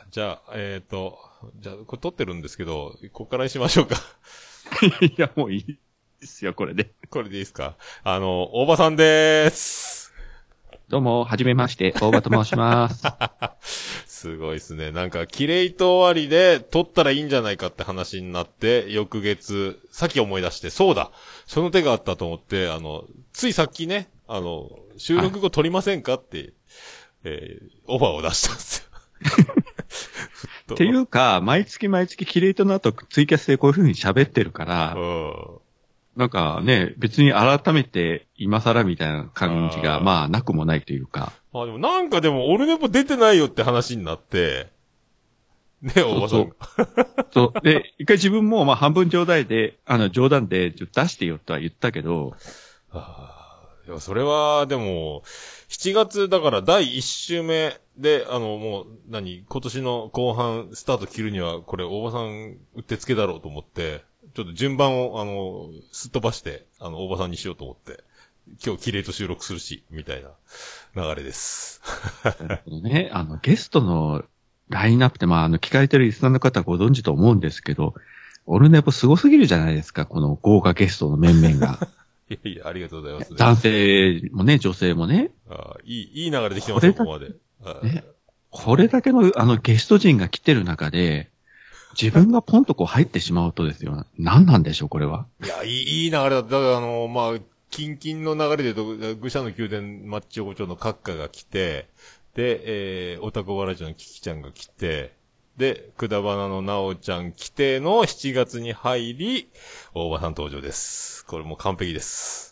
じゃあ、じゃあ、これ撮ってるんですけど、ここからにしましょうか。 いや、もういいですよ、これで。 これでいいですか？大場さんでーす。 どうも、はじめまして、大場と申します。 すごいですね。なんか、キレイト終わりで撮ったらいいんじゃないかって話になって、翌月、さっき思い出して、そうだその手があったと思って、ついさっきね、収録後撮りませんかって、オファーを出したんですよ。 っていうか、毎月毎月キレイトの後ツイキャスでこういう風に喋ってるから、なんかね、別に改めて今更みたいな感じが、まあなくもないというか。 でもなんかでも、オルネポ出てないよって話になって、ね、大場さん。 そう。で、一回自分もまあ半分冗談で出してよとは言ったけど。 いや、それは、でも、7月だから第1週目で、もう、今年の後半スタート切るには、これ大場さんうってつけだろうと思って、ちょっと順番を、すっ飛ばして、大場さんにしようと思って、今日キレイと収録するし、みたいな流れです。 ね、ゲストのラインナップって、まあ、聞かれてるリスナーの方はご存知と思うんですけど、オルネポすごすぎるじゃないですか、この豪華ゲストの面々が。 いやいや、ありがとうございます、ね。 男性もね、女性もね。 いい流れできてますよ、ここまで。 ね、これだけのゲスト陣が来てる中で、自分がポンとこう入ってしまうとですよ。何なんでしょう、これは。 いや、いい流れだった。だからまあ、キンキンの流れで言うと、愚者の宮殿マッチ横丁の閣下が来て、で、オタコバラジオのキキちゃんが来て、で、くだばなのなおちゃん来ての7月に入り、大場さん登場です。これもう完璧です。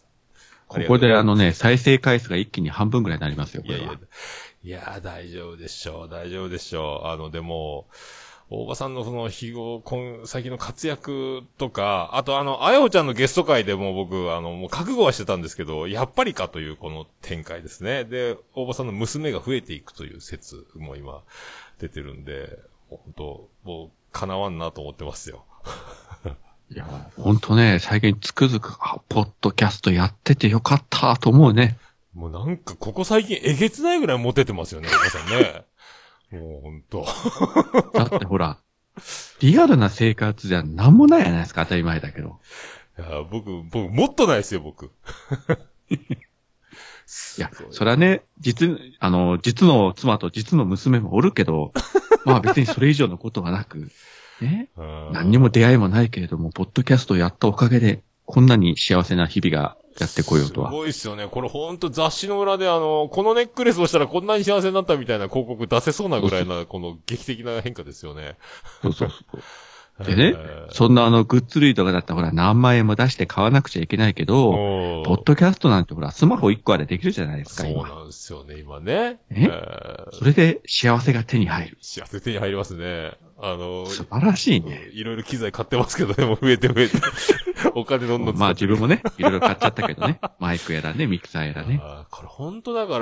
ここで再生回数が一気に半分ぐらいになりますよ、これは。 いや、大丈夫でしょう、大丈夫でしょう。でも、大場さんのその最近の活躍とか、あとあやほちゃんのゲスト会でも僕、もう覚悟はしてたんですけど、やっぱりかというこの展開ですね。で、大場さんの娘が増えていくという説も今出てるんで、本当もう叶わんなと思ってますよ。 いや、本当ね、最近つくづく、ポッドキャストやっててよかったと思うね。 もうなんかここ最近えげつないぐらいモテてますよね、大場さんね。もうほんと。 だってほら、リアルな生活じゃなんもないじゃないですか、当たり前だけど。 いや、僕、もっとないですよ、僕。 いや、それはね、実の妻と実の娘もおるけど、まあ別にそれ以上のことはなく、ね。何にも出会いもないけれども、ポッドキャストをやったおかげで、こんなに幸せな日々がやってこようとは。 すごいっすよね。これほんと雑誌の裏でこのネックレスをしたらこんなに幸せになったみたいな広告出せそうなぐらいな、この劇的な変化ですよね。 そうそうそう。でね、そんなグッズ類とかだったらほら何万円も出して買わなくちゃいけないけど、ポッドキャストなんてほらスマホ1個あれできるじゃないですか、 今。そうなんですよね、今ね。 それで幸せが手に入る。 幸せ手に入りますね。 素晴らしいね。 いろいろ機材買ってますけどね、もう増えて。お金どんどん使って。 まあ自分もね、いろいろ買っちゃったけどね。マイクやらね、ミキサーやらね。 これ本当だから、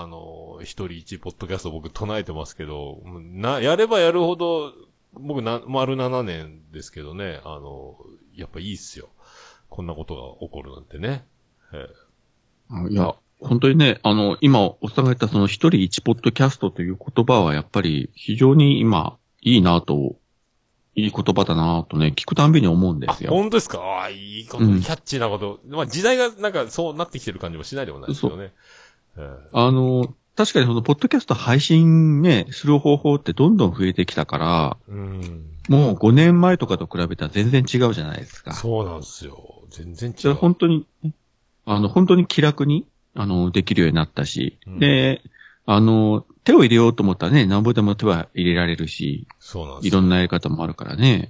一人一ポッドキャスト僕唱えてますけど、やればやるほど、僕丸7年ですけどね、やっぱいいっすよ。こんなことが起こるなんてね。 いや、本当にね、今おっさんが言ったその一人一ポッドキャストという言葉はやっぱり非常に今いいなと、いい言葉だなとね、聞くたんびに思うんですよ。 本当ですか？いいこと、キャッチーなこと。まあ時代がなんかそうなってきてる感じもしないでもないですよね。 確かにそのポッドキャスト配信ね、する方法ってどんどん増えてきたから、もう5年前とかと比べたら全然違うじゃないですか。 そうなんですよ。全然違う。 本当に、本当に気楽に、できるようになったし、で、手を入れようと思ったらね、なんぼでも手は入れられるし、 そうなんですよ。 いろんなやり方もあるからね。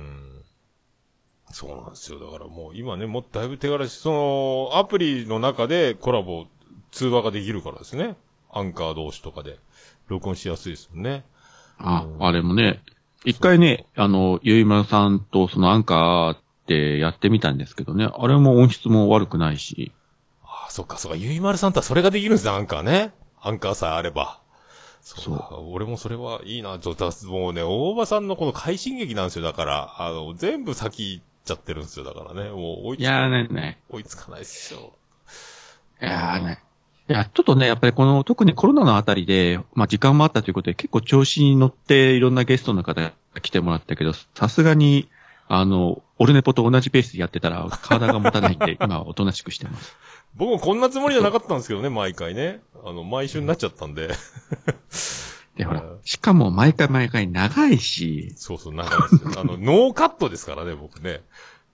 そうなんですよ。だからもう今ね、もっとだいぶ手軽し、その、アプリの中でコラボ、通話ができるからですね。アンカー同士とかで、録音しやすいですもんね。 あれもね、一回ね、ゆいまるさんとそのアンカーってやってみたんですけどね、あれも音質も悪くないし。 そっか、ゆいまるさんとはそれができるんですね、アンカーね。アンカーさえあれば。そう。俺もそれはいいな、もうね、大場さんのこの快進撃なんですよ、だから、全部先行っちゃってるんですよ、だからね。もう追いつかないっすよ。 いやーね。 いや、ちょっとね、やっぱりこの、特にコロナのあたりで、まあ時間もあったということで結構調子に乗っていろんなゲストの方が来てもらったけど、さすがに、オルネポと同じペースでやってたら体が持たないんで、今はおとなしくしてます。 僕もこんなつもりじゃなかったんですけどね、毎回ね。毎週になっちゃったんで。 で、ほら、しかも毎回長いし。 そうそう、長いですよ。ノーカットですからね、僕ね。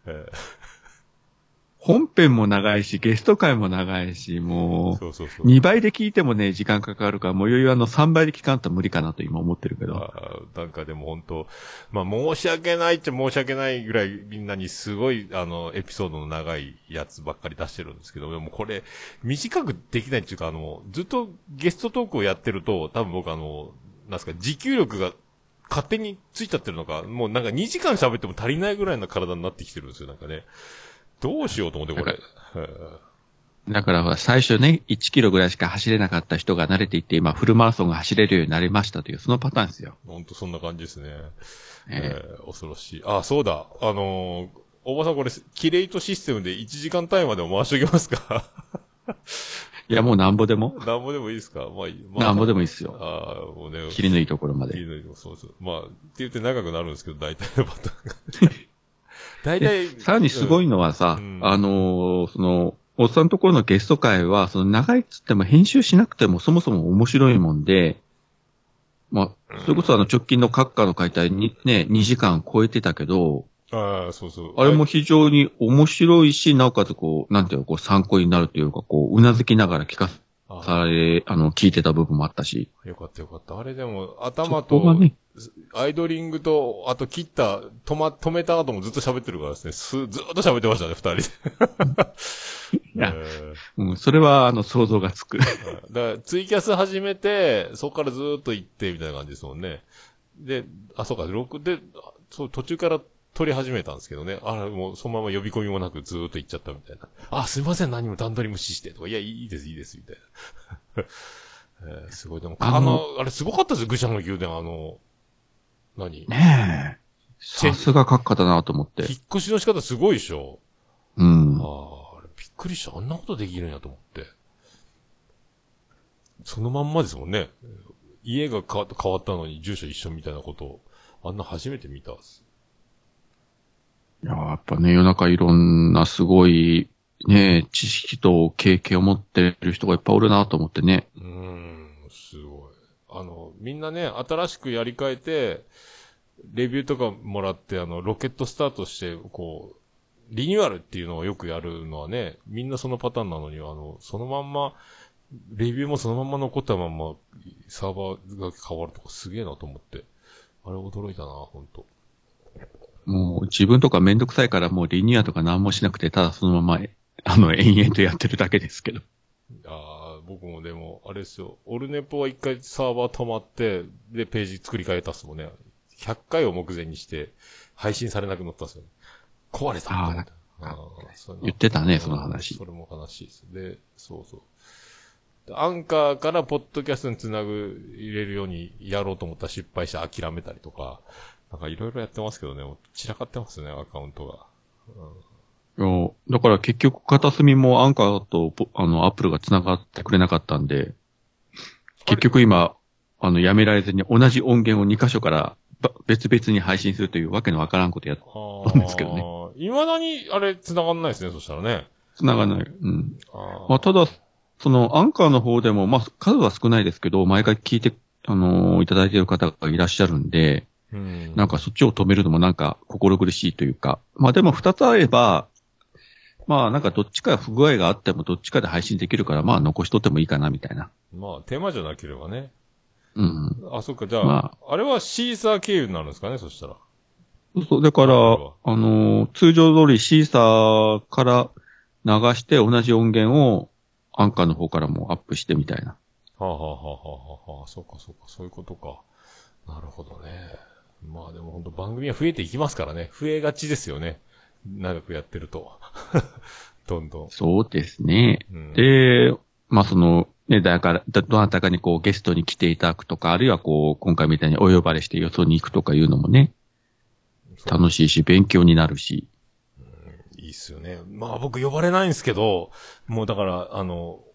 本編も長いし、ゲスト回も長いし、もう、 そうそうそう。 2倍で聞いてもね、時間かかるから、もう余裕3倍で聞かんと無理かなと今思ってるけど。 なんかでも本当まあ申し訳ないっちゃ申し訳ないぐらいみんなにすごい、エピソードの長いやつばっかり出してるんですけど、でもこれ、短くできないっていうか、ずっとゲストトークをやってると、多分僕なんすか、持久力が勝手についちゃってるのか、もうなんか2時間喋っても足りないぐらいの体になってきてるんですよ、なんかね。どうしようと思ってこれ。 だから、最初ね、1キロぐらいしか走れなかった人が慣れていって、今、フルマラソンが走れるようになりましたという、そのパターンですよ。 ほんとそんな感じですね。恐ろしい。あ、そうだ。大場さんこれ、キレイトシステムで1時間単位までも回しておきますか？ いや、もうなんぼでも。 なんぼでもいいですか？ なんぼでもいいですよ。 もうね。 切り抜いところまで。 切り抜いとそうそう。まあ、って言って長くなるんですけど、大体のパターンが。大体。 さらにすごいのはさ、おっさんのところのゲスト会は、長いっつっても編集しなくてもそもそも面白いもんで、まあ、それこそ直近の閣下の解体にね、2時間超えてたけど、 そうそう。 あれも非常に面白いし、なおかつなんていうの、参考になるというか、うなずきながら聞かされ、聞いてた部分もあったし。 よかったよかった。あれでも、頭と、アイドリングと、あと切った、止めた後もずっと喋ってるからですね。ずっと喋ってましたね、二人で。 いや、それは、想像がつく。 だから、ツイキャス始めて、そこからずっと行って、みたいな感じですもんね。で、そうか、途中から撮り始めたんですけどね。もう、そのまま呼び込みもなくずーっと行っちゃったみたいな。すいません、何も段取り無視して。とか、いや、いいです、みたいな。すごい、でも、あれすごかったですよ、愚者の宮殿、何ねえ。さすが閣下だなと思って。 引っ越しの仕方すごいでしょ。 うん。 あれびっくりした。あんなことできるんやと思って。そのまんまですもんね。家が変わったのに住所一緒みたいなことを、あんな初めて見たっす。 いや、やっぱね、世の中いろんなすごい、ね、知識と経験を持ってる人がいっぱいおるなと思ってね。 すごい。みんなね、新しくやり替えて、レビューとかもらって、ロケットスタートして、リニューアルっていうのをよくやるのはね、みんなそのパターンなのに、そのまんま、レビューもそのまま残ったまんま、サーバーが変わるとかすげえなと思って。あれ驚いたな、ほんと。 もう自分とかめんどくさいからもうリニューアルとか何もしなくて、ただそのまま、延々とやってるだけですけど。 僕もでも、あれですよ。オルネポは一回サーバー止まって、で、ページ作り変えたっすもんね。100回を目前にして、配信されなくなったっすよね。壊れたと思って。 言ってたね、その話。 それも悲しいです。で、そうそう。アンカーからポッドキャストに入れるようにやろうと思ったら失敗して諦めたりとか、なんかいろいろやってますけどね、散らかってますね、アカウントが。 だから結局片隅もアンカーとアップルが繋がってくれなかったんで、結局今、やめられずに同じ音源を2箇所から別々に配信するというわけのわからんことやったんですけどね。 未だにあれ繋がんないですね、そしたらね。 繋がんない。うん。まあ、ただ、アンカーの方でも、まあ、数は少ないですけど、毎回聞いて、いただいている方がいらっしゃるんで、なんかそっちを止めるのもなんか心苦しいというか、まあでも2つあれば、まあなんかどっちか不具合があってもどっちかで配信できるから、まあ残しとってもいいかなみたいな。 まあ、手間じゃなければね。 うん。 そっか、じゃあ、あれはシーサー経由になるんですかね、そしたら。 そう、だから、通常通りシーサーから流して同じ音源をアンカーの方からもアップしてみたいな。 そうか、そういうことか。なるほどね。まあでも本当番組は増えていきますからね。増えがちですよね。長くやってると。どんどん。 そうですね。で、まあね、だから、どなたかにゲストに来ていただくとか、あるいは今回みたいにお呼ばれしてよそに行くとかいうのもね、楽しいし、勉強になるし。 いいっすよね。まあ僕呼ばれないんですけど、もうだから、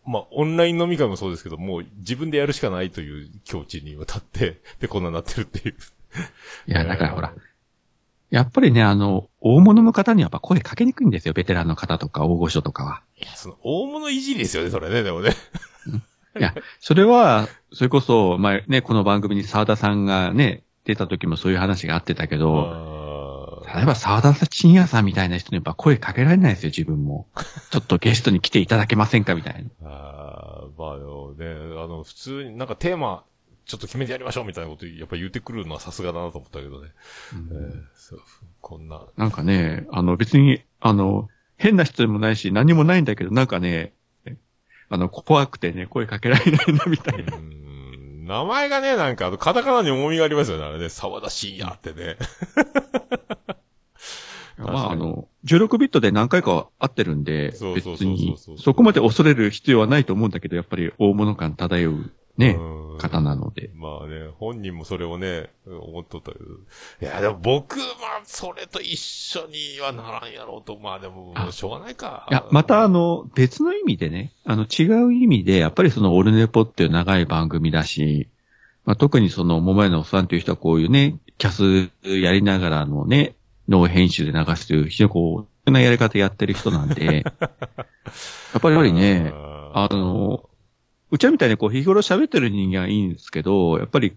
まあ、オンライン飲み会もそうですけど、もう自分でやるしかないという境地に渡って、で、こんなになってるっていう。 いや、だからほら、やっぱりね、大物の方にはやっぱ声かけにくいんですよ。ベテランの方とか大御所とかは。 いや、その大物いじりですよね、それね、でもね。 いや、それは、それこそ、まあね、この番組に沢田さんがね、出た時もそういう話があってたけど、例えば沢田信也さんみたいな人にやっぱ声かけられないですよ、自分も。ちょっとゲストに来ていただけませんかみたいな。 まあね、普通になんかテーマ、ちょっと決めてやりましょうみたいなことやっぱ言ってくるのはさすがだなと思ったけどね。そうこんな。 なんかね、別に、変な人でもないし、何もないんだけど、なんかね、怖くてね、声かけられないな、みたいな。 名前がね、なんか、カタカナに重みがありますよね、あれね。沢田信也ってね。 まあ、16ビットで何回か会ってるんで、別に、そこまで恐れる必要はないと思うんだけど、やっぱり大物感漂うね、方なので。 まあね、本人もそれをね、思っとったけど。いや、でも僕、まあ、それと一緒にはならんやろうと、まあでも、しょうがないか。 いや、また別の意味でね、違う意味で、やっぱりそのオルネポっていう長い番組だし、まあ特にその、桃屋のおっさんという人はこういうね、キャスやりながらのね、ノー編集で流すという、非常にこう、なやり方やってる人なんで、やっぱりね、うちらみたいにこう、日頃喋ってる人間はいいんですけど、やっぱり、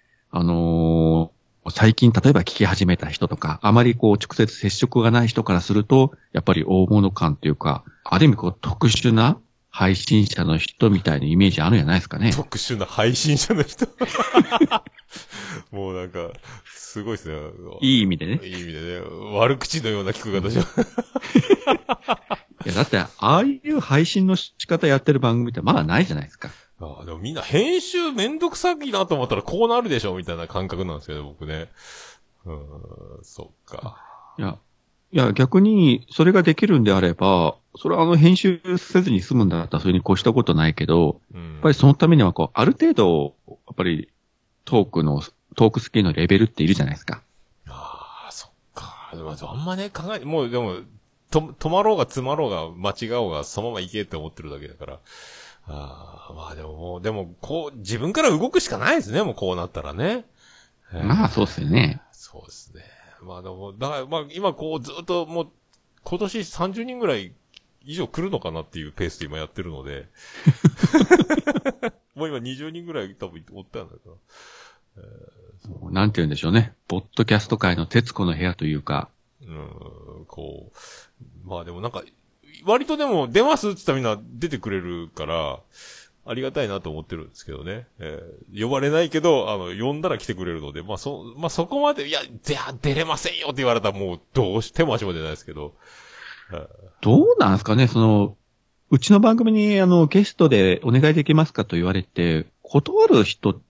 最近例えば聞き始めた人とか、あまりこう、直接接触がない人からすると、やっぱり大物感というか、ある意味こう、特殊な配信者の人みたいなイメージあるんじゃないですかね。 特殊な配信者の人もうなんか、すごいですね。 いい意味でね。 いい意味でね。悪口のような聞く方じゃん。 いや、だって、ああいう配信の仕方やってる番組ってまだないじゃないですか。 でもみんな編集めんどくさいなと思ったらこうなるでしょみたいな感覚なんですけど、僕ね。そっか。 いや、逆に、それができるんであれば、それは編集せずに済むんだったらそれに越したことないけど、やっぱりそのためにはこう、ある程度、やっぱり、トークスキルのレベルっているじゃないですか。 そっか。でもあんまね、もうでも、止まろうが詰まろうが間違おうがそのままいけって思ってるだけだから。まあでもこう、自分から動くしかないですね、もうこうなったらね。 まあそうですよね。 そうですね。まあでも、だからまあ今こうずっともう、今年30人ぐらい以上来るのかなっていうペースで今やってるので。もう今20人ぐらい多分おったんだけど。 なんて言うんでしょうね。ポッドキャスト界の徹子の部屋というか。 こう。まあでもなんか、割とでも出ますって言ったらみんな出てくれるから、ありがたいなと思ってるんですけどね。呼ばれないけど、呼んだら来てくれるので、まあそこまで、出れませんよって言われたらもうどうしても足も出ないですけど。 どうなんですかね、うちの番組にゲストでお願いできますかと言われて、断る人って、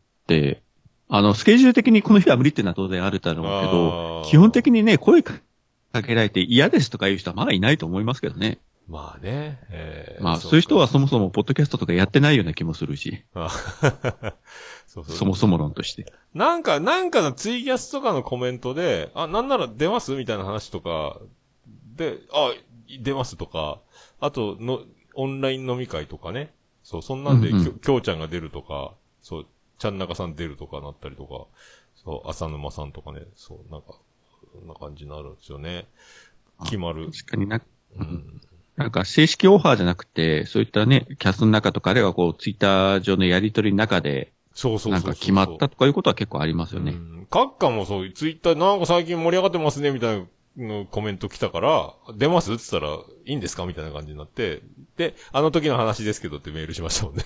スケジュール的にこの日は無理っていうのは当然あるだろうけど、基本的にね、声かけられて嫌ですとか言う人はまだいないと思いますけどね。 まあね。 まあそういう人はそもそもポッドキャストとかやってないような気もするし。そもそも論として。 なんかのツイキャスとかのコメントで、なんなら出ますみたいな話とか、で、出ますとか、あとオンライン飲み会とかね。そう、そんなんで、きょうちゃんが出るとか、そう、ちゃんなかさん出るとかなったりとか、そう、浅沼さんとかね、そう、なんか、そんな感じになるんですよね。決まる。 確かになんか正式オファーじゃなくて、そういったね、キャスの中とか、あるいはこう、ツイッター上のやり取りの中で、なんか決まったとかいうことは結構ありますよね。 閣下もそう、ツイッターなんか最近盛り上がってますね、みたいなのコメント来たから、出ますって言ったら、いいんですかみたいな感じになって、で、あの時の話ですけどってメールしましたもんね。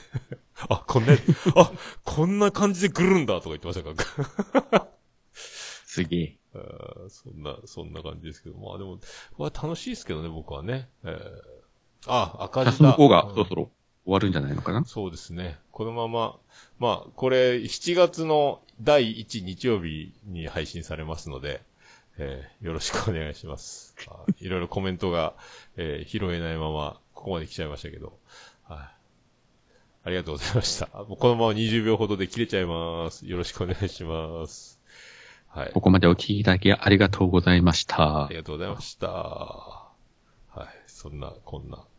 こんな感じで来るんだとか言ってましたから。 すげえ。 そんな感じですけど。まあでも、楽しいですけどね、僕はね。赤字だ。 キャスの方がそろそろ終わるんじゃないのかな？ そうですね。このまま、まあ、これ、7月の第1日曜日に配信されますので、よろしくお願いします。いろいろコメントが、拾えないまま、ここまで来ちゃいましたけど。ありがとうございました。もうこのまま20秒ほどで切れちゃいます。よろしくお願いします。はい。 ここまでお聞きいただきありがとうございました。 ありがとうございました。はい。そんな、こんな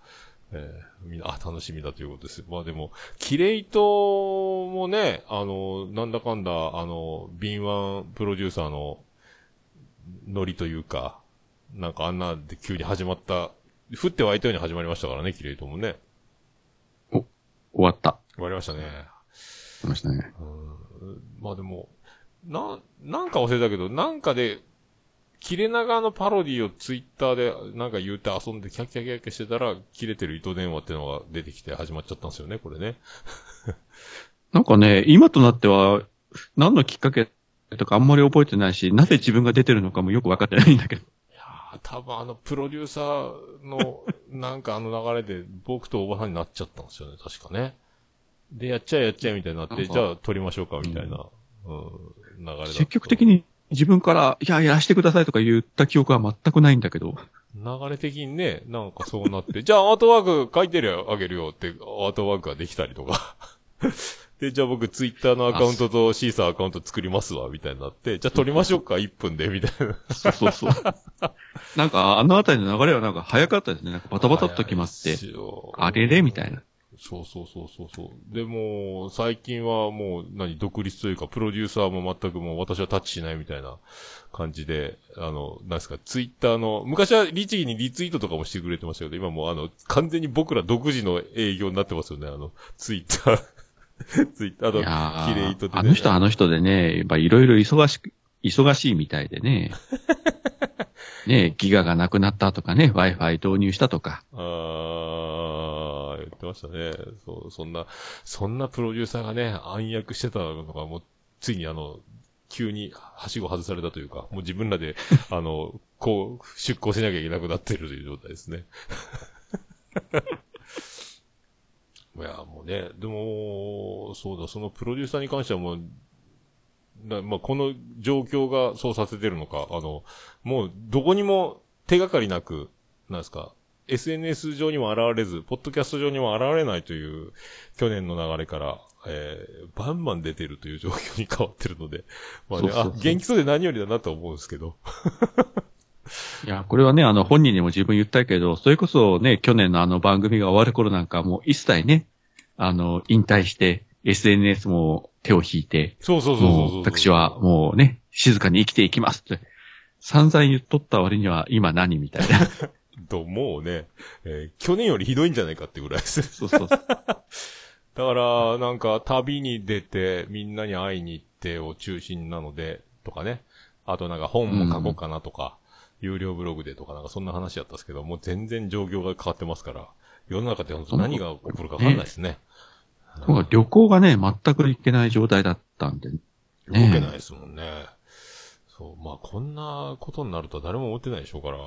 みんな、楽しみだということです。まあでも、キレイトもね、なんだかんだ、敏腕プロデューサーのノリというか、なんかあんなで急に始まった、降って湧いたように始まりましたからね、キレイトもね。 終わった。 終わりましたね。 終わりましたね。 まあでも、なんか忘れたけど、なんかで、切れ長のパロディをツイッターでなんか言うて遊んでキャッキャキャッキャしてたら、切れてる糸電話っていうのが出てきて始まっちゃったんですよね、これね。 なんかね、今となっては、何のきっかけとかあんまり覚えてないし、なぜ自分が出てるのかもよくわかってないんだけど。 いやー、多分プロデューサーの、なんか流れで、僕とおばさんになっちゃったんですよね、確かね。で、やっちゃえみたいになって、じゃあ撮りましょうか、みたいな、流れだった。 積極的に自分から、やらしてくださいとか言った記憶は全くないんだけど。 流れ的にね、なんかそうなって、じゃあアートワーク書いてあげるよって、アートワークができたりとか。で、じゃあ僕ツイッターのアカウントとシーサーアカウント作りますわ、みたいになって、じゃあ撮りましょうか、1分で、みたいな。 そう。なんかあのあたりの流れはなんか早かったですね。なんかバタバタっと決まって、あれれみたいな。 そう。でも、最近はもう、独立というか、プロデューサーも全くもう私はタッチしないみたいな感じで、なんですか、ツイッターの、昔は律儀にリツイートとかもしてくれてましたけど、今もう完全に僕ら独自の営業になってますよね、ツイッター。ツイッターのキレイトで、ね。 あの人でね、やっぱいろいろ忙しいみたいでね。ね、ギガがなくなったとかね、Wi-Fi 導入したとか。 言ってましたね。そう、そんなプロデューサーがね、暗躍してたのがもう、ついに急にはしご外されたというか、もう自分らで、こう、出向しなきゃいけなくなってるという状態ですね。いや、もうね、でも、そうだ、そのプロデューサーに関してはもう、まあ、この状況がそうさせてるのか、もう、どこにも手がかりなく、なんですか、SNS 上にも現れず、ポッドキャスト上にも現れないという、去年の流れから、バンバン出てるという状況に変わってるので、まあね、 そう元気そうで何よりだなと思うんですけど。 いや、これはね、本人にも自分言ったけど、それこそね、去年の番組が終わる頃なんかもう一切ね、引退して、SNS も手を引いて、 そう。 私はもうね、静かに生きていきますって、散々言っとった割には今何みたいな。 もうね、去年よりひどいんじゃないかってぐらいです。 そう。 だから、なんか、旅に出て、みんなに会いに行ってを中心なので、とかね。あとなんか本も書こうかなとか、有料ブログでとかなんかそんな話やったんですけど、もう全然状況が変わってますから、世の中って本当何が起こるか分かんないですね。 旅行がね、全く行けない状態だったんで、ね。 動けないですもんね。そう、まあこんなことになるとは誰も思ってないでしょうから、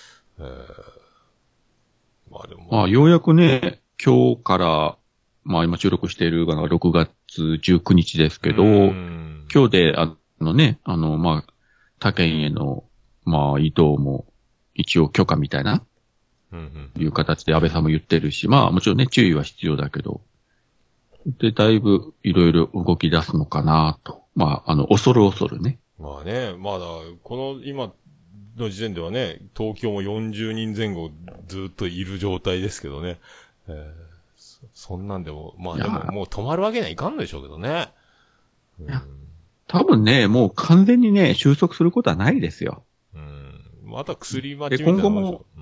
まあでも。 まあようやくね、今日から、まあ今収録しているのが6月19日ですけど、今日で、まあ、他県への、まあ移動も一応許可みたいな、いう形で安倍さんも言ってるし、まあもちろんね、注意は必要だけど、で、だいぶいろいろ動き出すのかなと。まあ、恐るね。 まあね、まだ、この今の時点ではね、東京も40人前後ずっといる状態ですけどね。そんなんでも、まあでももう止まるわけにはいかんのでしょうけどね。 多分ね、もう完全にね、収束することはないですよ。 また薬待ちみたいなもんでしょ。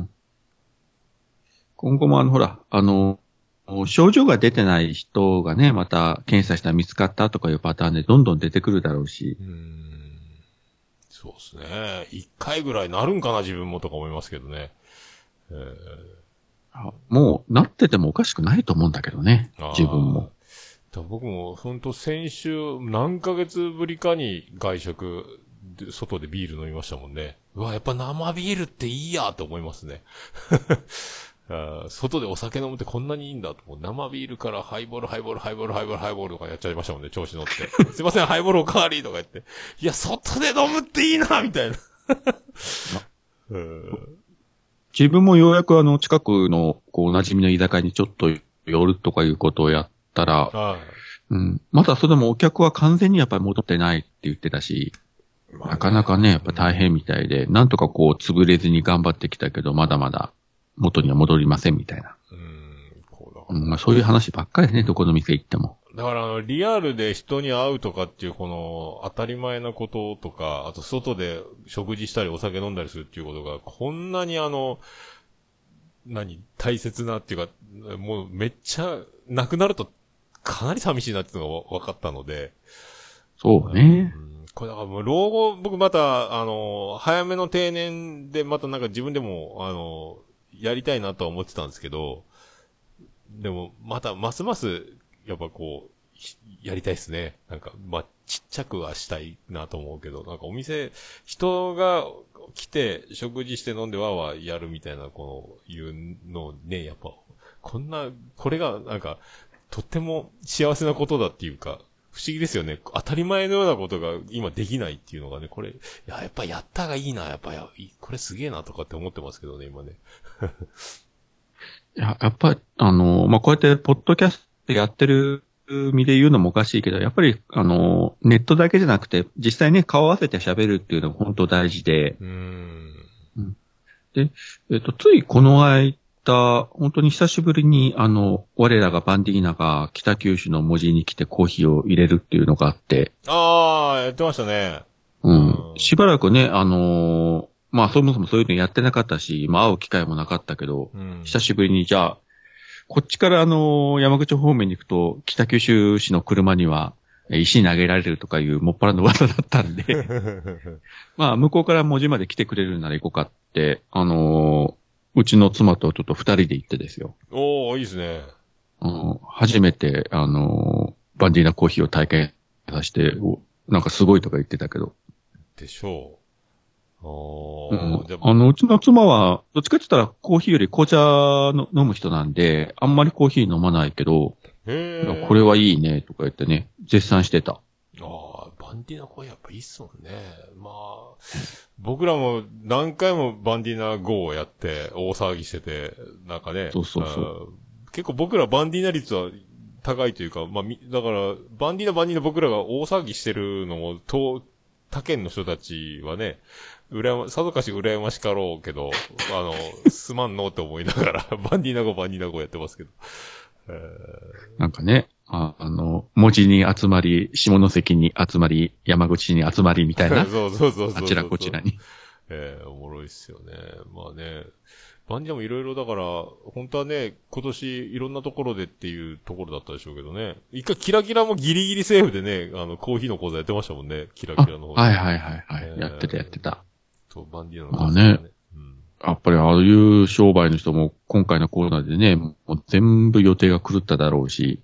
今後もほら、症状が出てない人がね、また検査したら見つかったとかいうパターンでどんどん出てくるだろうし。 そうですね。一回ぐらいなるんかな、自分もとか思いますけどね。 もう、なっててもおかしくないと思うんだけどね。自分も。 僕も、ほんと先週、何ヶ月ぶりかに外食で、外でビール飲みましたもんね。うわ、やっぱ生ビールっていいやと思いますね。外でお酒飲むってこんなにいいんだと。生ビールからハイボールとかやっちゃいましたもんね、調子乗って。すいません、ハイボールおかわりとか言って。いや、外で飲むっていいなみたいな。 自分もようやく近くの、お馴染みの居酒屋にちょっと寄るとかいうことをやったら、まだそれでもお客は完全にやっぱり戻ってないって言ってたし、なかなかね、やっぱ大変みたいで、なんとか潰れずに頑張ってきたけど、まだまだ元には戻りませんみたいな。 まあそういう話ばっかりね、どこの店行っても。 だからリアルで人に会うとかっていうこの当たり前なこととか、あと外で食事したりお酒飲んだりするっていうことが、こんなに大切なっていうか、もうめっちゃなくなるとかなり寂しいなっていうのが分かったので。 そうね。 これだからもう老後、僕また、早めの定年でまたなんか自分でも、やりたいなとは思ってたんですけど、でも、また、ますます、やっぱこう、やりたいですね。なんか、まあ、ちっちゃくはしたいなと思うけど、なんかお店、人が来て、食事して飲んでわーわーやるみたいな、いうのをね、やっぱ、これが、なんか、とっても幸せなことだっていうか、不思議ですよね。当たり前のようなことが今できないっていうのがね、これ、やっぱやったがいいな、これすげえなとかって思ってますけどね、今ね。 やっぱり、まあ、こうやってポッドキャストやってる身で言うのもおかしいけど、やっぱり、ネットだけじゃなくて、実際ね、顔合わせて喋るっていうのも本当大事で。で、ついこの間、本当に久しぶりに、我らがバンディーナが北九州の文字に来てコーヒーを入れるっていうのがあって。 ああ、やってましたね。 しばらくね、まあ、そもそもそういうのやってなかったし、まあ、会う機会もなかったけど、久しぶりに、じゃあ、こっちから山口方面に行くと、北九州市の車には、石投げられるとかいうもっぱらの噂だったんで、まあ、向こうから文字まで来てくれるなら行こうかって、うちの妻とちょっと二人で行ってですよ。 おー、いいですね。 初めて、バンディーナコーヒーを体験させて、なんかすごいとか言ってたけど。 でしょう。 うちの妻は、どっちかって言ったらコーヒーより紅茶の飲む人なんで、あんまりコーヒー飲まないけど、これはいいねとか言ってね、絶賛してた。 バンディーナコーヒーやっぱいいっすもんね。まあ、僕らも何回もバンディーナ GO をやって大騒ぎしてて、なんかね。 そう。 結構僕らバンディーナ率は高いというか、まあ、だから、バンディーナ僕らが大騒ぎしてるのも、他県の人たちはね、さぞかし羨ましかろうけど、すまんのって思いながら、バンディーナ GO やってますけど。 なんかね、文字に集まり、下関に集まり、山口に集まりみたいな。 そう。 あちらこちらに。 おもろいっすよね。まあね、バンディナもいろいろだから、本当はね、今年いろんなところでっていうところだったでしょうけどね。一回キラキラもギリギリセーフでね、コーヒーの講座やってましたもんね。キラキラの方で。 はい。やってた。 そう、バンディナの講座ね。やっぱりああいう商売の人も今回のコロナでね、もう全部予定が狂っただろうし。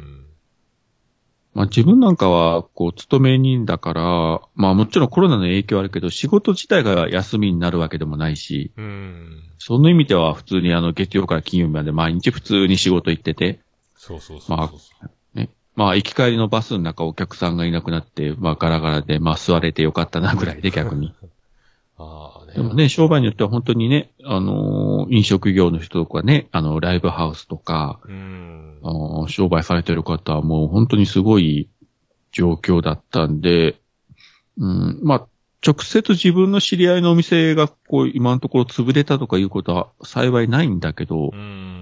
まあ自分なんかは、勤め人だから、まあもちろんコロナの影響あるけど、仕事自体が休みになるわけでもないし、その意味では普通に月曜から金曜日まで毎日普通に仕事行ってて、 そう。 まあ、ね。まあ行き帰りのバスの中お客さんがいなくなって、まあガラガラで、まあ座れてよかったなぐらいで逆に。でもね、商売によっては本当にね、飲食業の人とかね、ライブハウスとか、商売されてる方はもう本当にすごい状況だったんで、まあ、直接自分の知り合いのお店が今のところ潰れたとかいうことは幸いないんだけど、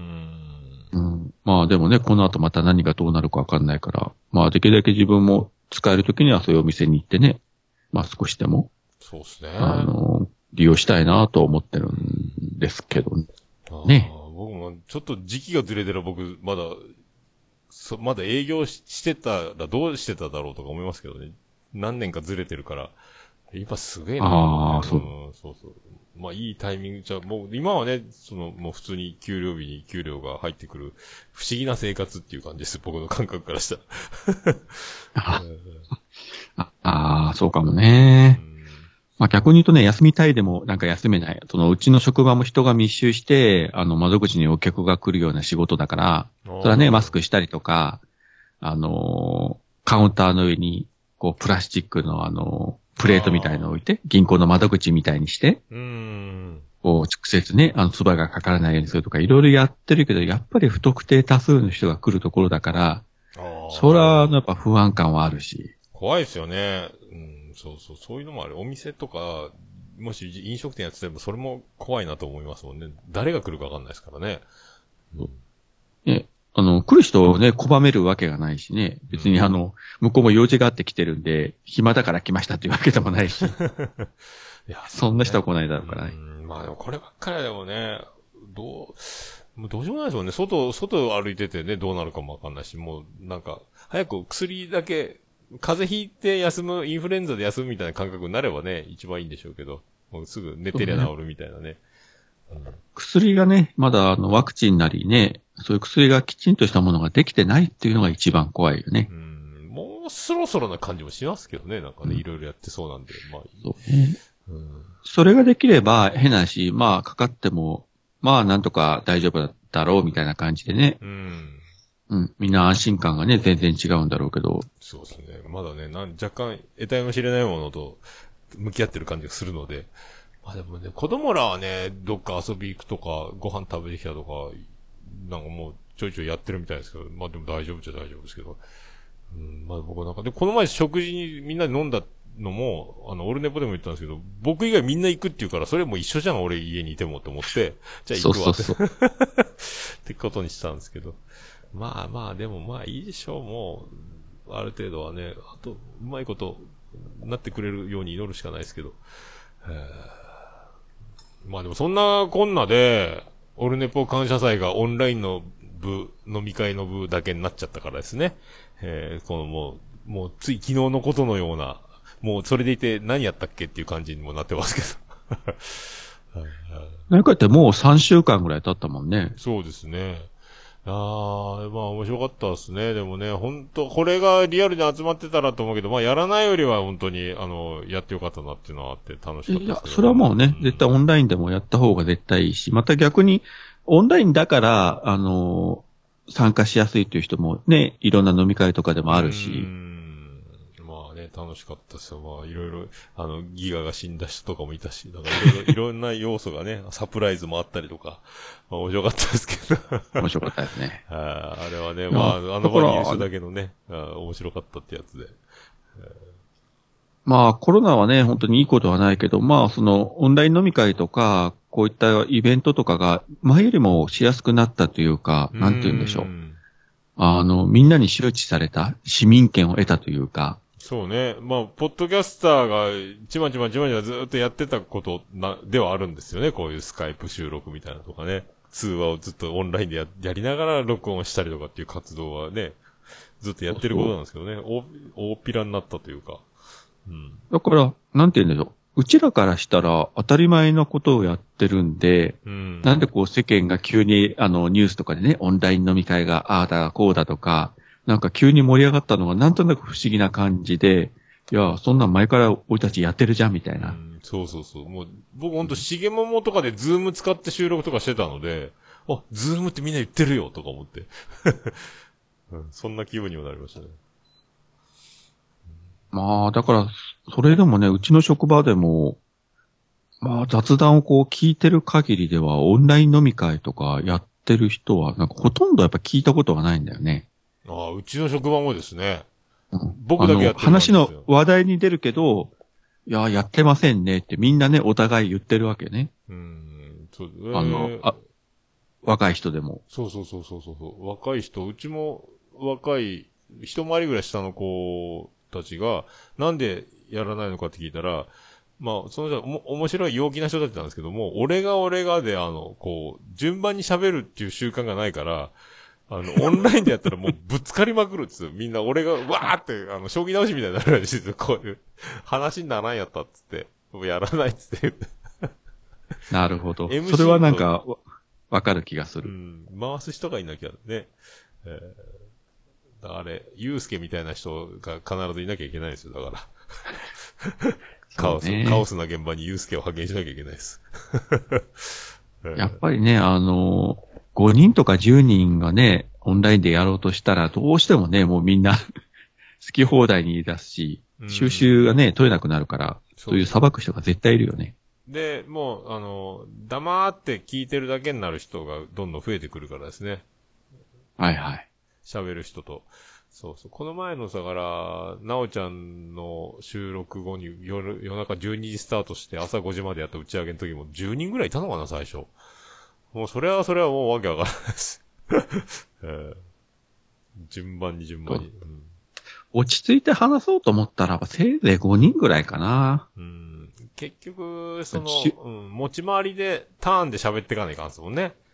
まあでもね、この後また何がどうなるかわかんないから、まあできるだけ自分も使えるときにはそういうお店に行ってね、まあ少しでも、 そうですね。 利用したいなと思ってるんですけどね。 僕もちょっと時期がずれてる僕、まだ営業してたらどうしてただろうとか思いますけどね。何年かずれてるから、今すげえな、そう。まあいいタイミングじゃ、もう今はね、もう普通に給料日に給料が入ってくる不思議な生活っていう感じです。僕の感覚からしたら。そうかもね。まあ逆に言うとね、休みたいでもなんか休めない。うちの職場も人が密集して、窓口にお客が来るような仕事だから、それはね、マスクしたりとか、カウンターの上に、プラスチックのプレートみたいのを置いて、銀行の窓口みたいにして、直接ね、唾がかからないようにするとか、いろいろやってるけど、やっぱり不特定多数の人が来るところだから、それはやっぱ不安感はあるし。 怖いですよね。そういうのもある。お店とか、もし飲食店やっててもそれも怖いなと思いますもんね。誰が来るかわかんないですからね。 来る人をね、拒めるわけがないしね。別に向こうも用事があって来てるんで、暇だから来ましたっていうわけでもないし。いや、そんな人は来ないだろうからね。 まあでもこればっかりでもね、もうどうしようもないですもんね。外歩いててね、どうなるかもわかんないし、もうなんか、早く薬だけ、風邪ひいて休む、インフルエンザで休むみたいな感覚になればね、一番いいんでしょうけど、もうすぐ寝てりゃ治るみたいなね。 薬がね、まだワクチンなりね、そういう薬がきちんとしたものができてないっていうのが一番怖いよね。 もうそろそろな感じもしますけどね、なんかね、いろいろやってそうなんで、まあいい。 そうね。それができれば変なし、まあかかっても、まあなんとか大丈夫だろうみたいな感じでね。みんな安心感がね、全然違うんだろうけど。 そうですね。まだね、若干得体も知れないものと向き合ってる感じがするので。まあでもね、子供らはね、どっか遊び行くとか、ご飯食べてきたとか、なんかもうちょいちょいやってるみたいですけど、まあでも大丈夫っちゃ大丈夫ですけど。まあ僕なんか、で、この前食事にみんなで飲んだのも、オルネポでも言ったんですけど、僕以外みんな行くって言うから、それも一緒じゃん、俺家にいてもって思って、じゃあ行くわって。そうってことにしたんですけど。まあまあ、でもまあいいでしょう、もう、ある程度はね、あと、うまいこと、なってくれるように祈るしかないですけど。まあでもそんなこんなで、オルネポ感謝祭がオンラインの飲み会の部だけになっちゃったからですね。このもうつい昨日のことのような、もうそれでいて何やったっけっていう感じにもなってますけど。 何かってもう3週間ぐらい経ったもんね。 そうですね。まあ面白かったですね。でもね、本当これがリアルに集まってたらと思うけど、まあやらないよりは本当に、やってよかったなっていうのはあって楽しかったです、ね。 いや、それはもうね、絶対オンラインでもやった方が絶対いいし、また逆に、オンラインだから、参加しやすいという人もね、いろんな飲み会とかでもあるし。 まあね、楽しかったですよ。まあいろいろ、ギガが死んだ人とかもいたし、だからいろんな要素がね、サプライズもあったりとか、まあ面白かったですけど。 面白かったですね。 あれはね、まあ、場にいる人だけのね、面白かったってやつで。 まあコロナはね、本当にいいことはないけど、まあそのオンライン飲み会とか、こういったイベントとかが前よりもしやすくなったというか、なんて言うんでしょう。みんなに周知された市民権を得たというか。 そうね。まあ、ポッドキャスターがちまちまずっとやってたことではあるんですよね。こういうスカイプ収録みたいなとかね。通話をずっとオンラインでやりながら録音したりとかっていう活動はね、ずっとやってることなんですけどね。大っぴらになったというか。 だから、なんて言うんでしょう。うちらからしたら当たり前のことをやってるんで、なんでこう世間が急にニュースとかでね、オンライン飲み会がああだこうだとか、なんか急に盛り上がったのがなんとなく不思議な感じで、いや、そんなん前から俺たちやってるじゃんみたいな。 そう。もう、僕ほんと、しげももとかでズーム使って収録とかしてたので、ズームってみんな言ってるよとか思って。そんな気分にもなりましたね。 まあ、だから、それでもね、うちの職場でも、まあ、雑談をこう聞いてる限りでは、オンライン飲み会とかやってる人は、なんかほとんどやっぱ聞いたことがないんだよね。 うちの職場もですね。僕だけやってる話の話題に出るけど、いや、やってませんねってみんなね、お互い言ってるわけね。若い人でも。 そう。若い人、うちも若い、一回りぐらい下の子たちが、なんでやらないのかって聞いたら、まあ、その人は面白い陽気な人たちなんですけども、俺がで、順番に喋るっていう習慣がないから、オンラインでやったらもうぶつかりまくるっつみんな俺がわーって、将棋直しみたいになるらしいですよ。こういう、話にならんやったっつって、もうやらないっつって。 なるほど。それはなんか、わかる気がする。 回す人がいなきゃね。あれ、ユースケみたいな人が必ずいなきゃいけないですよ、だから。カオスな現場にユースケを派遣しなきゃいけないです。 やっぱりね、5人とか10人がね、オンラインでやろうとしたら、どうしてもね、もうみんな好き放題に言い出すし、収集がね、取れなくなるから、そういう裁く人が絶対いるよね。 で、もう、黙って聞いてるだけになる人がどんどん増えてくるからですね。 はいはい。 喋る人と。そう。この前のだから、なおちゃんの収録後に夜中12時スタートして朝5時までやった打ち上げの時も10人ぐらいいたのかな、最初。もうそれはもうわけわからないです。 順番に。うん、 落ち着いて話そうと思ったら、せいぜい5人ぐらいかな。 結局、持ち回りで、ターンで喋っていかないかんですもんね。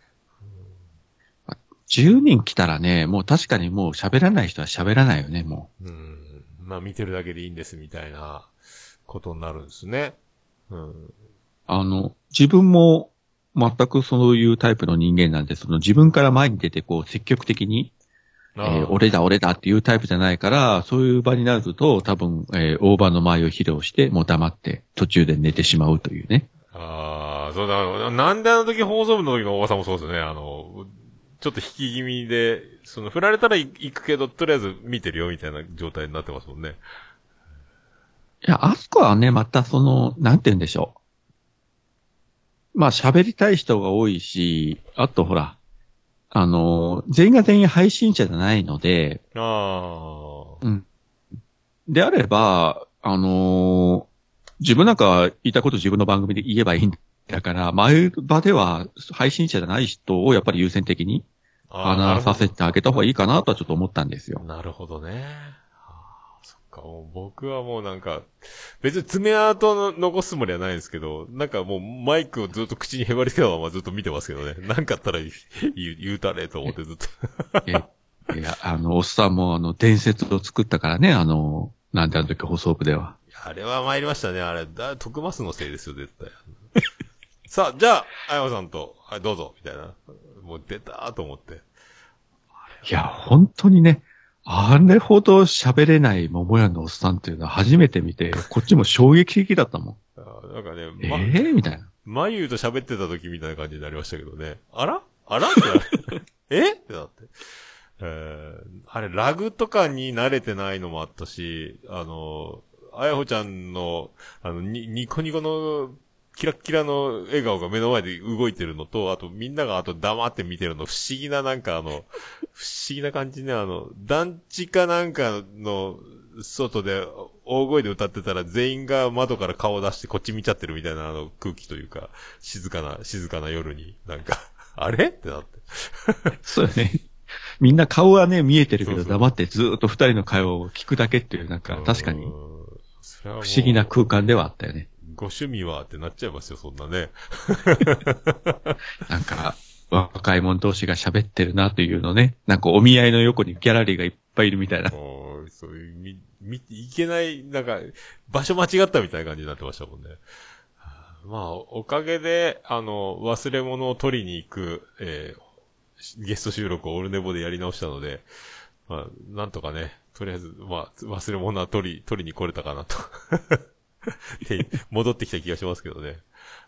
10人来たらね、もう確かにもう喋らない人は喋らないよね、もう。まあ見てるだけでいいんですみたいなことになるんですね。 自分も全くそういうタイプの人間なんで、自分から前に出て積極的に、俺だっていうタイプじゃないから、そういう場になると多分、大場の前を披露して、もう黙って途中で寝てしまうというね。 そうだ、なんであの時放送部の時の大場さんもそうですね、ちょっと引き気味で、振られたら行くけど、とりあえず見てるよみたいな状態になってますもんね。 いや、あそこはね、またなんて言うんでしょう。まあ喋りたい人が多いし、あとほら、全員が全員配信者じゃないので、であれば、自分なんか言いたこと自分の番組で言えばいいんだから、前場では配信者じゃない人をやっぱり優先的に話させてあげた方がいいかなとはちょっと思ったんですよ。 なるほどね。そっか、僕はもうなんか、別に爪痕残すつもりはないんですけど、なんかもうマイクをずっと口にへばりつけたままずっと見てますけどね。なんかあったら言うたれと思ってずっと。 いや、おっさんも伝説を作ったからね、なんてあの時放送部では。 あれは参りましたね。あれ、徳マスのせいですよ、絶対。さあ、じゃあ、あやまさんと、はい、どうぞ、みたいな。もう出たーと思って。 いや、本当にね、あれほど喋れない桃屋のおっさんっていうのは初めて見て、こっちも衝撃的だったもん。 なんかね、 みたいな。 まゆうと喋ってた時みたいな感じになりましたけどね。あらってなる。ってなって。あれ、ラグとかに慣れてないのもあったし、あやほちゃんの、ニコニコの、キラッキラの笑顔が目の前で動いてるのと、あとみんなが黙って見てるの、不思議ななんか不思議な感じね、団地かなんかの外で大声で歌ってたら全員が窓から顔を出してこっち見ちゃってるみたいな空気というか、静かな夜に、なんか、あれってなって。 そうね。みんな顔はね、見えてるけど黙ってずーっと二人の会話を聞くだけっていう、なんか確かに、不思議な空間ではあったよね。 ご趣味はってなっちゃいますよ、そんなね。 なんか、若い者同士が喋ってるなというのね。なんかお見合いの横にギャラリーがいっぱいいるみたいな。 そういう、いけない、なんか、場所間違ったみたいな感じになってましたもんね。まあ、おかげで、忘れ物を取りに行く、ゲスト収録をオルネボでやり直したので、まあ、なんとかね、とりあえず、まあ、忘れ物は取りに来れたかなと。戻ってきた気がしますけどね。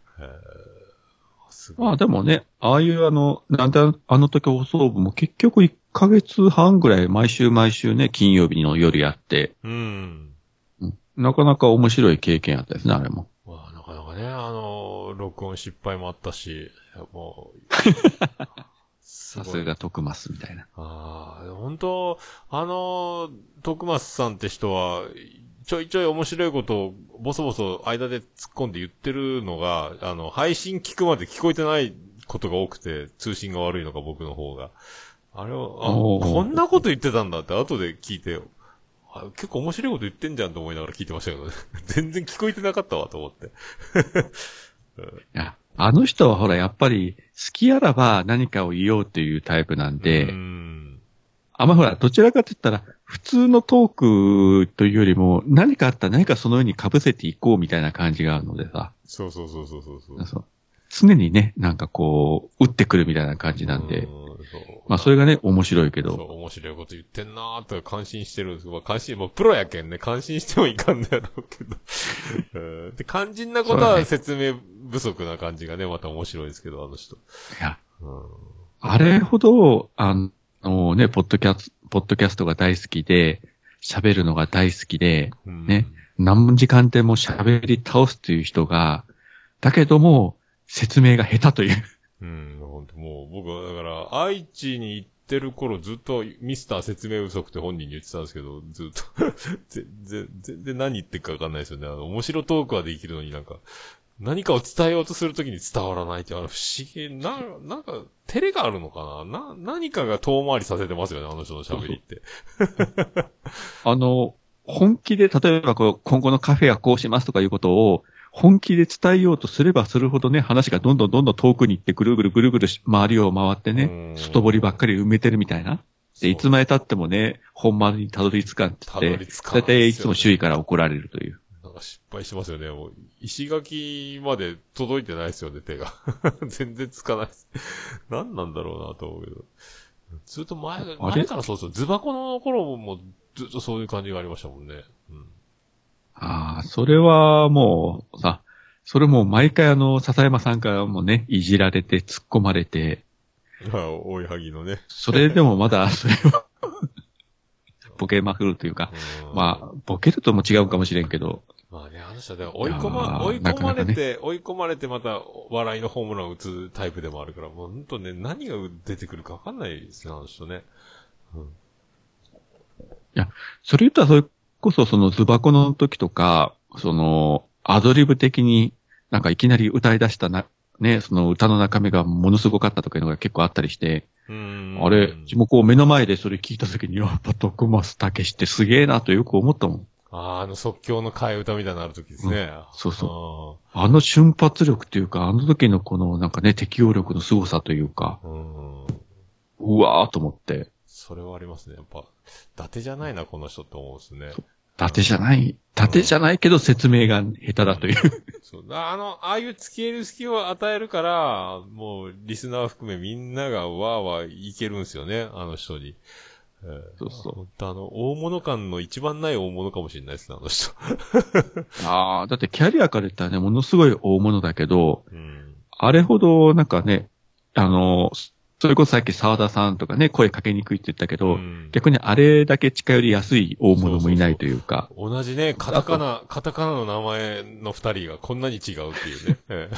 まあでもね、ああいうなんであの時放送部も結局1ヶ月半ぐらい毎週ね、金曜日の夜やって、なかなか面白い経験やったですね、あれも。 まあなかなかね、録音失敗もあったし、もう、 さすが徳松みたいな。 本当徳松さんって人は、ちょいちょい面白いことをボソボソ間で突っ込んで言ってるのが、配信聞くまで聞こえてないことが多くて、通信が悪いのか僕の方が。あれを、こんなこと言ってたんだって後で聞いて、結構面白いこと言ってんじゃんと思いながら聞いてましたけどね。全然聞こえてなかったわと思って。 いや、あの人はほらやっぱり好きあらば何かを言おうっていうタイプなんで、ほら、どちらかと言ったら、普通のトークというよりも、何かあったら何かその上に被せていこうみたいな感じがあるのでさ。 そう。 常にね、なんか打ってくるみたいな感じなんで。まあ、それがね、面白いけど。 そう、面白いこと言ってんなーと感心してるんですけど、もうプロやけんね、感心してもいかんだろうけど。で、肝心なことは説明不足な感じがね、また面白いですけど、あの人。いや、あれほど、ね、ポッドキャストが大好きで、喋るのが大好きで、ね、何時間でも喋り倒すという人が、だけども、説明が下手という。 本当もう、僕はだから、愛知に行ってる頃ずっとミスター説明不足って本人に言ってたんですけど、ずっと全然何言ってるかわかんないですよね。面白トークはできるのになんか、 何かを伝えようとするときに伝わらないっていう、不思議、なんか、照れがあるのかな何かが遠回りさせてますよね、あの人の喋りって。 本気で、例えば今後のカフェはこうしますとかいうことを、本気で伝えようとすればするほどね、話がどんどん遠くに行ってぐるぐる周りを回ってね、外堀ばっかり埋めてるみたいな。で、いつまで経ってもね、本丸にたどり着かんって言って、だいたいいつも周囲から怒られるという。 なんか失敗してますよね。もう石垣まで届いてないですよね、手が。全然つかないです。何なんだろうなと思うけど。ずっと前からそうそう。ズバコの頃もずっとそういう感じがありましたもんね。うん、 ああ、それはもうさ、それも毎回笹山さんからもね、いじられて突っ込まれて。 追いはぎのね。 それでもまだ、それはボケまくるというか、まあ、ボケるとも違うかもしれんけど。 まあね、あの人は追い込まれてまた笑いのホームランを打つタイプでもあるから、もう本当ね、何が出てくるかわかんないですね、あの人ね。うん、いや、それ言ったらそれこそそのズバコの時とか、アドリブ的になんかいきなり歌い出したね、その歌の中身がものすごかったとかいうのが結構あったりして、あれ、自分目の前でそれ聞いた時に、やっぱ徳松武史ってすげえなとよく思ったもん。 即興の替え歌みたいになる時ですね。 そうそう。瞬発力というか、あの時のこのなんかね、適応力の凄さというか、うわーと思って。 それはありますね。やっぱ、伊達じゃないな、この人って思うんですね。 伊達じゃないけど説明が下手だという。 そう。ああいう付き合いる隙を与えるから、もう、リスナー含めみんながわーわーいけるんですよね、あの人に。 そうそう。 大物感の一番ない大物かもしれないですね、あの人。 だってキャリアから言ったらね、ものすごい大物だけど、あれほど、なんかね、それこそさっき沢田さんとかね、声かけにくいって言ったけど、逆にあれだけ近寄りやすい大物もいないというか。 同じね、カタカナの名前の二人がこんなに違うっていうね。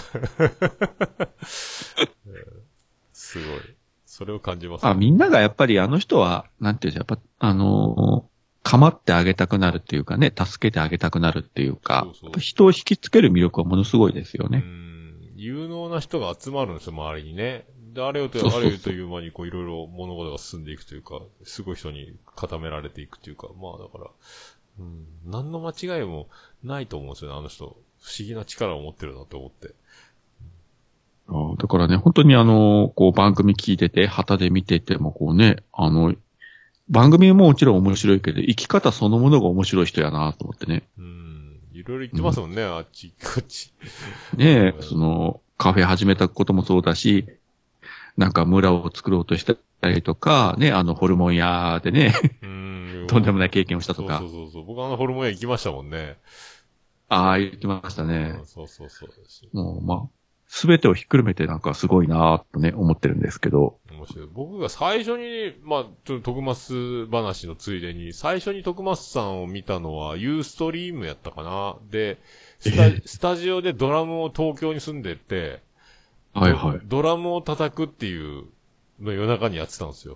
すごい。それを感じます、ね。 みんながやっぱりあの人は、なんていうんですか、やっぱ、構ってあげたくなるっていうかね、助けてあげたくなるっていうか、人を引きつける魅力はものすごいですよね。 有能な人が集まるんですよ、周りにね。で、あれよという間にこういろいろ物事が進んでいくというか、すごい人に固められていくというか、まあだから、何の間違いもないと思うんですよね、あの人。不思議な力を持ってるなと思って。 だからね、本当に番組聞いてて、旗で見ててもこうね、番組ももちろん面白いけど、生き方そのものが面白い人やなと思ってね。 いろいろ言ってますもんね、あっちこっち。 ねえ、カフェ始めたこともそうだし、なんか村を作ろうとしたりとか、ね、ホルモン屋でね、とんでもない経験をしたとか。 そう。僕ホルモン屋行きましたもんね。 行きましたね。 そう。 もう、まあ、すべてをひっくるめてなんかすごいなぁとね、思ってるんですけど。 面白い。僕が最初に、まあ、ちょっと徳松話のついでに、最初に徳松さんを見たのは、ユーストリームやったかな。で、スタジオでドラムを東京に住んでて、 はいはい。 ドラムを叩くっていうの夜中にやってたんですよ。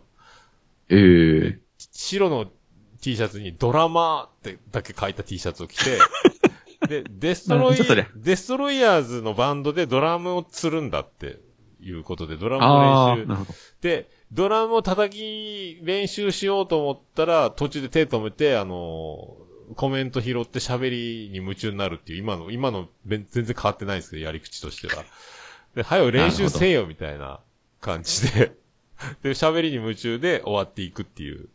白の T シャツにドラマーってだけ書いた T シャツを着て、で、デストロイヤーズのバンドでドラムを釣るんだっていうことで、ドラムの練習。で、ドラムを叩き練習しようと思ったら、途中で手止めて、コメント拾って喋りに夢中になるっていう、今の全然変わってないんですけど、やり口としては。で、早く練習せよみたいな感じで、で、喋りに夢中で終わっていくっていう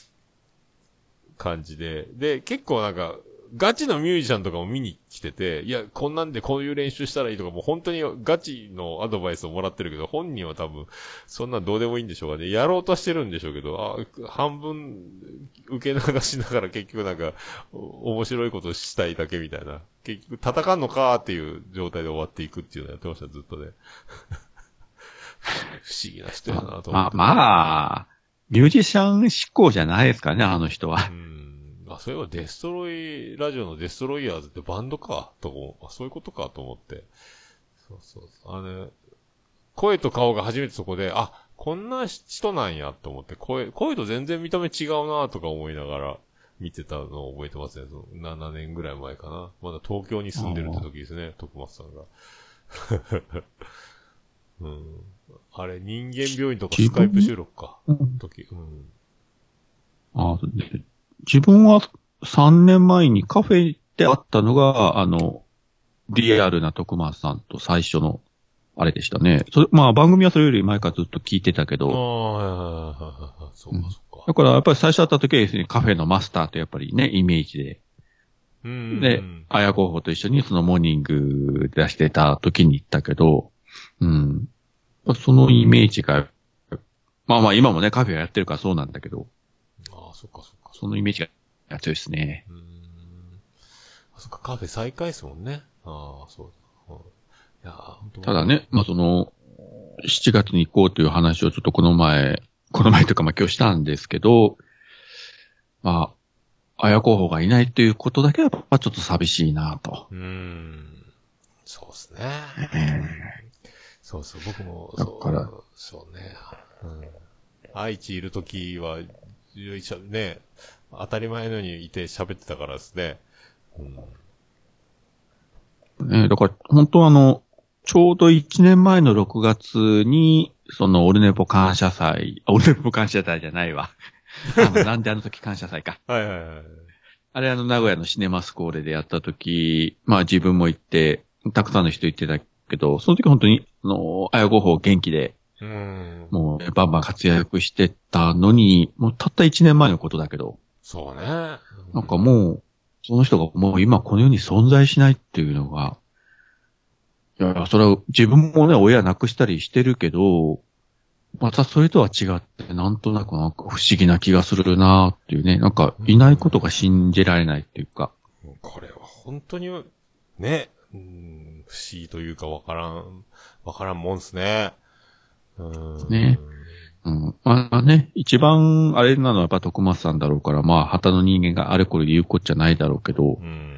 感じで、で、結構なんか、ガチのミュージシャンとかも見に来てて、いや、こんなんでこういう練習したらいいとか、もう本当にガチのアドバイスをもらってるけど、本人は多分、そんなんどうでもいいんでしょうかね。やろうとしてるんでしょうけど、半分受け流しながら結局なんか、面白いことしたいだけみたいな。結局戦うのかーっていう状態で終わっていくっていうのをやってました、ずっとね。不思議な人やなと思って。 まあ、ミュージシャン志向じゃないですかね、あの人は。 そういえばラジオのデストロイヤーズってバンドか、そういうことかと思って。そう。声と顔が初めてそこで、こんな人なんやと思って、声と全然見た目違うなとか思いながら見てたのを覚えてますね。7年ぐらい前かな。まだ東京に住んでるって時ですね、徳松さんが。うん。あれ、人間病院とかスカイプ収録か。時。うん。 自分は3年前にカフェで会ったのが、リアルな徳松さんと最初の、あれでしたね。まあ番組はそれより前からずっと聞いてたけど。 そうかそうか。 だからやっぱり最初会った時はですね、カフェのマスターとやっぱりね、イメージで。で、綾候補と一緒にそのモーニング出してた時に行ったけど、うん。そのイメージが、まあまあ今もね、カフェやってるからそうなんだけど。 そっかそっか。 そのイメージが強いですね。 そっか、カフェ再開ですもんね。そうだ。いや本当ただね、まあ7月に行こうという話をちょっとこの前というかまあ今日したんですけど、まあ、綾候補がいないということだけはやっぱちょっと寂しいなと。 そうですね。そうそう、僕も、そうね。愛知いるときは、ね、当たり前のようにいて喋ってたからですね。 だから、本当ちょうど1年前の6月に、そのオルネポ感謝祭じゃないわ。なんであの時感謝祭か。 はい。 あれ名古屋のシネマスコーレでやった時、まあ自分も行って、たくさんの人行ってたけど、その時本当に、綾候補元気で、もうバンバン活躍してたのに、もうたった1年前のことだけど。 そうね。 なんかもう、その人がもう今この世に存在しないっていうのが、いや、それは自分もね、親亡くしたりしてるけど、またそれとは違って、なんとなく不思議な気がするなっていうね、なんかいないことが信じられないっていうか。 これは本当に、ね、不思議というかわからんもんですね。 ね。まあね、一番あれなのはやっぱ徳松さんだろうから、まあ、旗の人間があれこれ言うこっちゃないだろうけど、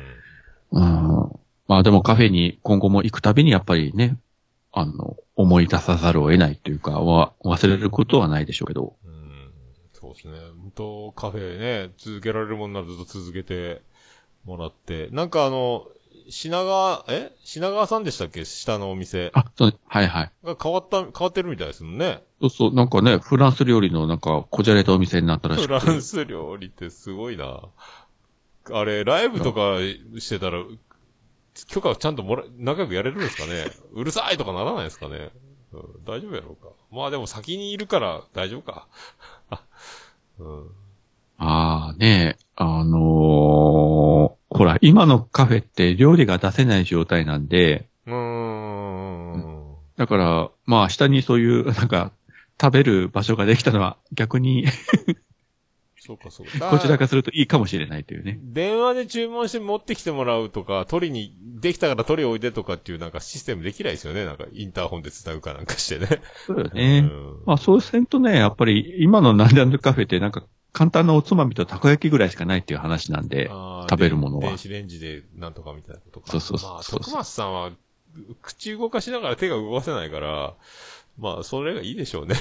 まあでもカフェに今後も行くたびにやっぱりね、思い出さざるを得ないというか、忘れることはないでしょうけど。 そうですね。本当カフェね、続けられるもんならずっと続けてもらって、なんか品川さんでしたっけ下のお店。 そう、はいはい。 が変わってるみたいですもんね。 そう、なんかね、フランス料理のなんか、こじゃれたお店になったらしくて。 フランス料理ってすごいな。あれ、ライブとかしてたら、許可ちゃんと仲良くやれるんですかね。うるさいとかならないですかね。大丈夫やろうか。まあでも先にいるから大丈夫か。 ねほら、今のカフェって料理が出せない状態なんで、だから、まあ下にそういう、なんか、食べる場所ができたのは逆にそうか。 こちらからするといいかもしれないというね。 電話で注文して持ってきてもらうとか、できたから取りおいでとかっていうなんかシステムできないですよね。なんかインターホンで繋ぐかなんかしてね。 そうよね。まあそうせんとね、やっぱり今のなんであのカフェってなんか簡単なおつまみとたこ焼きぐらいしかないっていう話なんで、食べるものは。 電子レンジでなんとかみたいなことか。 そう。 まあ、徳松さんは口動かしながら手が動かせないから、まあ、それがいいでしょうね。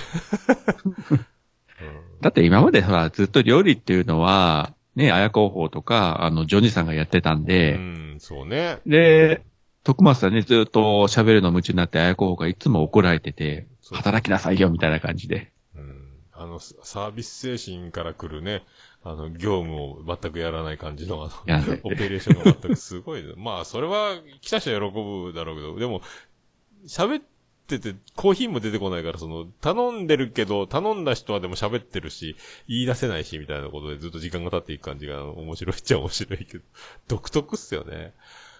だって今までほら、ずっと料理っていうのは、ね、綾候補とか、ジョニーさんがやってたんで、 そうね。 で、徳松さんね、ずっと喋るの夢中になって綾候補がいつも怒られてて、働きなさいよ、みたいな感じで。 サービス精神から来るね、業務を全くやらない感じの、オペレーションが全くすごい。まあ、それは、来た人は喜ぶだろうけど、でも、喋ってて、コーヒーも出てこないから、頼んでるけど、頼んだ人はでも喋ってるし、言い出せないし、みたいなことでずっと時間が経っていく感じが面白いっちゃ面白いけど、独特っすよね。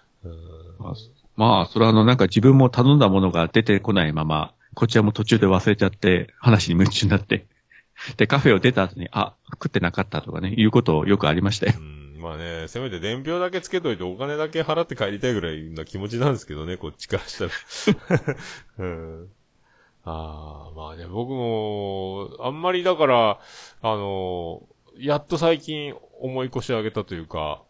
まあ、それはなんか自分も頼んだものが出てこないまま、こちらも途中で忘れちゃって、話に夢中になって、で、カフェを出た後に、食ってなかったとかね、いうことよくありましたよ。 まあね、せめて伝票だけつけといてお金だけ払って帰りたいぐらいな気持ちなんですけどね、こっちからしたら。まあね、僕も、あんまりだから、やっと最近思い越し上げたというか、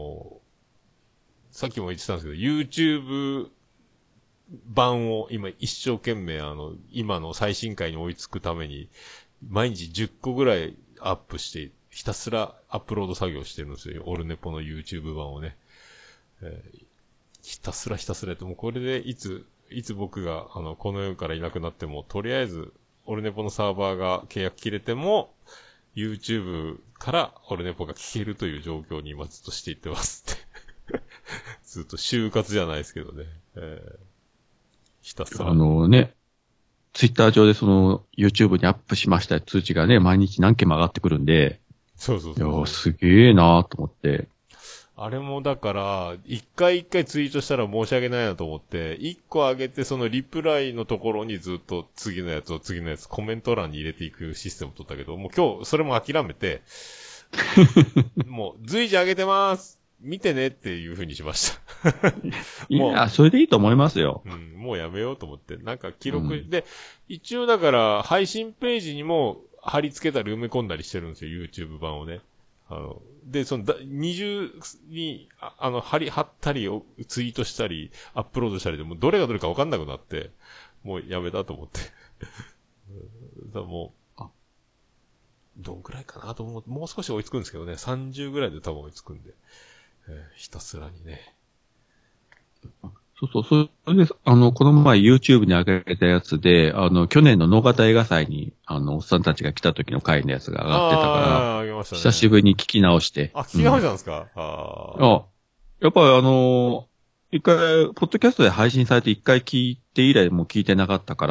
さっきも言ってたんですけど、YouTube 版を今一生懸命今の最新回に追いつくために、毎日10個ぐらいアップしてひたすらアップロード作業してるんですよ。オルネポの YouTube 版をね。ひたすらやって、もうこれでいつ僕が、この世からいなくなっても、とりあえず、オルネポのサーバーが契約切れても、YouTube からオルネポが聞けるという状況に今ずっとしていってますって。ずっと就活じゃないですけどね。ひたすら。 ツイッター上でYouTube にアップしました通知がね、毎日何件も上がってくるんで、 そう。 いや、すげえなーと思って。 あれもだから、一回ツイートしたら申し訳ないなと思って、一個上げてそのリプライのところにずっと次のやつコメント欄に入れていくシステムを取ったけど、もう今日それも諦めて、もう随時上げてます。見てねっていう風にしました。 いや、それでいいと思いますよ。 もうやめようと思って。なんか記録、で、一応だから配信ページにも貼り付けたり埋め込んだりしてるんですよ、YouTube 版をね。で、二重に、貼ったり、ツイートしたり、アップロードしたりでもうどれがどれか分かんなくなって、もうやめたと思って。だもう、どんくらいかなと思う。もう少し追いつくんですけどね、30ぐらいで多分追いつくんで。ひたすらにね。 そう。それで、この前 YouTube に上げたやつで、去年の能形映画祭に、おっさんたちが来た時の回のやつが上がってたから、 あげましたね、 久しぶりに聞き直して。 聞き直したんですか、 やっぱり一回、ポッドキャストで配信されて一回聞いて以来もう聞いてなかったから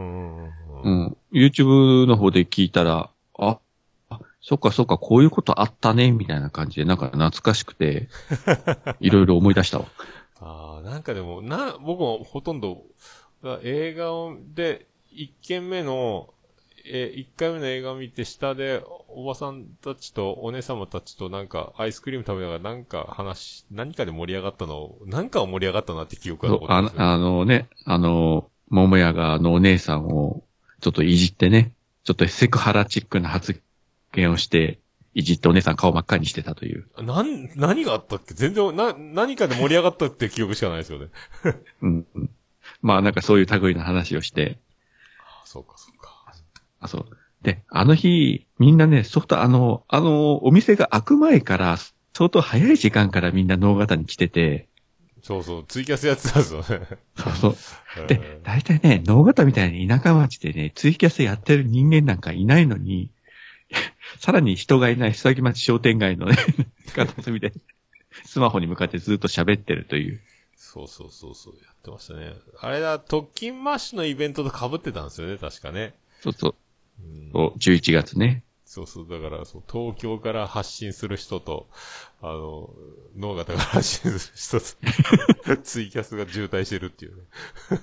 、YouTube の方で聞いたら、そっか、こういうことあったね、みたいな感じで、なんか懐かしくて、いろいろ思い出したわ。 なんかでも、僕もほとんど、映画で、一回目の映画を見て、下で、おばさんたちとお姉様たちとなんか、アイスクリーム食べながら何かで盛り上がったの、なんか盛り上がったなって記憶が残ってますね。桃屋がお姉さんを、ちょっといじってね、ちょっとセクハラチックな発言をして、いじってお姉さん顔真っ赤にしてたという。 何があったっけ全然、何かで盛り上がったって記憶しかないですよね。 まあなんかそういう類の話をして。 そうか。 そう。で、あの日、みんなね、お店が開く前から、相当早い時間からみんな能形に来てて。 そう、ツイキャスやってたんですよね。 そう。で、大体ね、能形みたいに田舎町でね、ツイキャスやってる人間なんかいないのに、さらに人がいない須崎町商店街のね、片隅で、スマホに向かってずっと喋ってるという。 そう、やってましたね。あれだ、特勤マッシュのイベントと被ってたんですよね、確かね。 そう。11月ね。 そう、だから、東京から発信する人と、能形から発信する人と、ツイキャスが渋滞してるっていうね。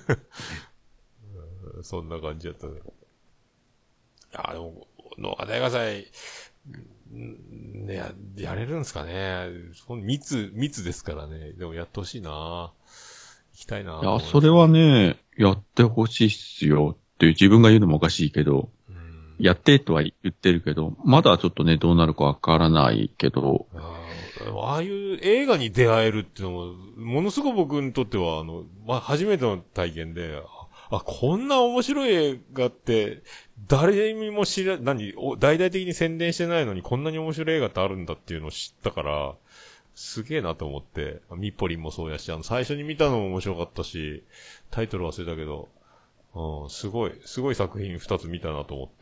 そんな感じだったね。でも、能形映画祭、ね、やれるんですかね。密ですからね。でもやってほしいな行きたいな。 いや、それはね、やってほしいっすよって自分が言うのもおかしいけど、やってとは言ってるけど、まだちょっとね、どうなるかわからないけど。 ああいう映画に出会えるっていうのも、ものすごく僕にとっては、初めての体験で、こんな面白い映画って、誰にも大々的に宣伝してないのにこんなに面白い映画ってあるんだっていうのを知ったから、すげえなと思って、ミポリンもそうやし、最初に見たのも面白かったし、タイトル忘れたけど、すごい作品2つ見たなと思って。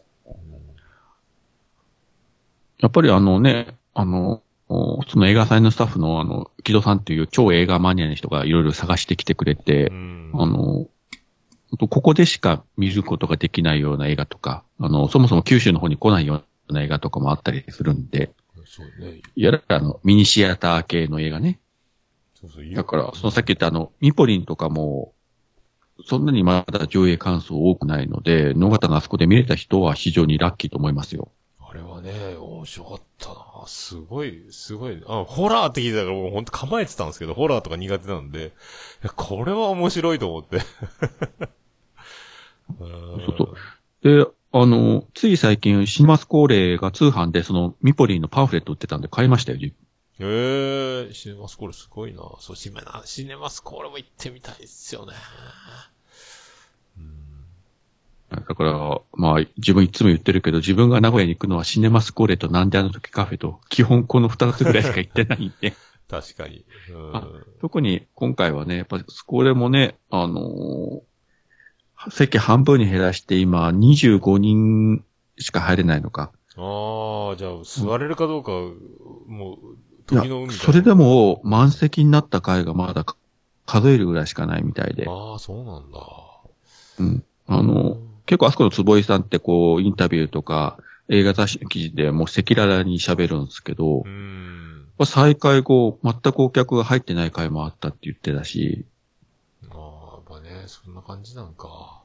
やっぱりその映画祭のスタッフの木戸さんっていう超映画マニアの人がいろいろ探してきてくれて、ここでしか見ることができないような映画とか、そもそも九州の方に来ないような映画とかもあったりするんで、 そうね。 いや、ミニシアター系の映画ね。だから、さっき言ったミポリンとかも、そんなにまだ上映感想多くないので、野方のあそこで見れた人は非常にラッキーと思いますよ。 あれはね、面白かったな。すごい。ホラーって聞いてたからもうほんと構えてたんですけど、ホラーとか苦手なんで、これは面白いと思って。 そう。で、つい最近、シネマスコーレが通販でミポリンのパンフレット売ってたんで買いましたよ、 シネマスコーレすごいな。そう、シネマスコーレも行ってみたいっすよね。 だから、まあ、自分いつも言ってるけど、自分が名古屋に行くのはシネマスコーレとなんであの時カフェと、基本この2つぐらいしか行ってないんで。 確かに。 特に今回はね、やっぱスコーレもね、席半分に減らして今25人しか入れないのか。 ああ、じゃあ座れるかどうか、もう、 時の運みたいな。それでも満席になった回がまだ数えるぐらいしかないみたいで。 ああ、そうなんだ。 うん。結構あそこの坪井さんってこう、インタビューとか、映画雑誌の記事でもう赤裸々に喋るんですけど、再開後、全くお客が入ってない回もあったって言ってたし。 ああ、やっぱね、そんな感じなんか。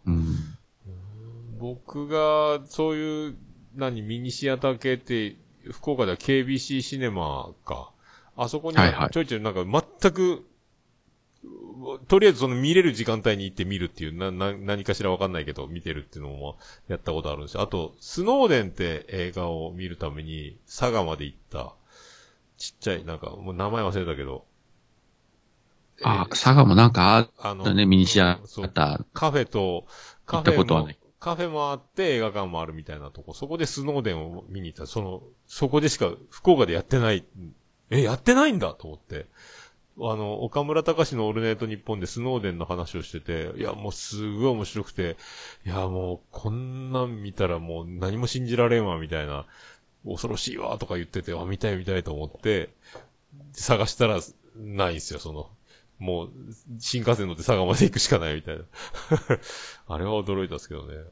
僕が、そういう、ミニシアター系って、福岡では KBC シネマか。あそこにはちょいちょいなんか全く、とりあえずその見れる時間帯に行って見るっていう、何かしらわかんないけど、見てるっていうのもやったことあるんですよ。あと、スノーデンって映画を見るために、佐賀まで行った、ちっちゃい、なんか、もう名前忘れたけど。 佐賀もなんかミニシアター。 カフェと、 行ったことはない。 カフェもあって映画館もあるみたいなとこ、そこでスノーデンを見に行った。そこでしか福岡でやってない。やってないんだと思って。岡村隆史のオールナイトニッポンでスノーデンの話をしてて、いや、もうすごい面白くて、いや、もうこんなん見たらもう何も信じられんわ、みたいな、恐ろしいわ、とか言ってて、見たいと思って、探したらないんですよ、もう、新幹線乗って佐賀まで行くしかないみたいな。あれは驚いたんですけどね。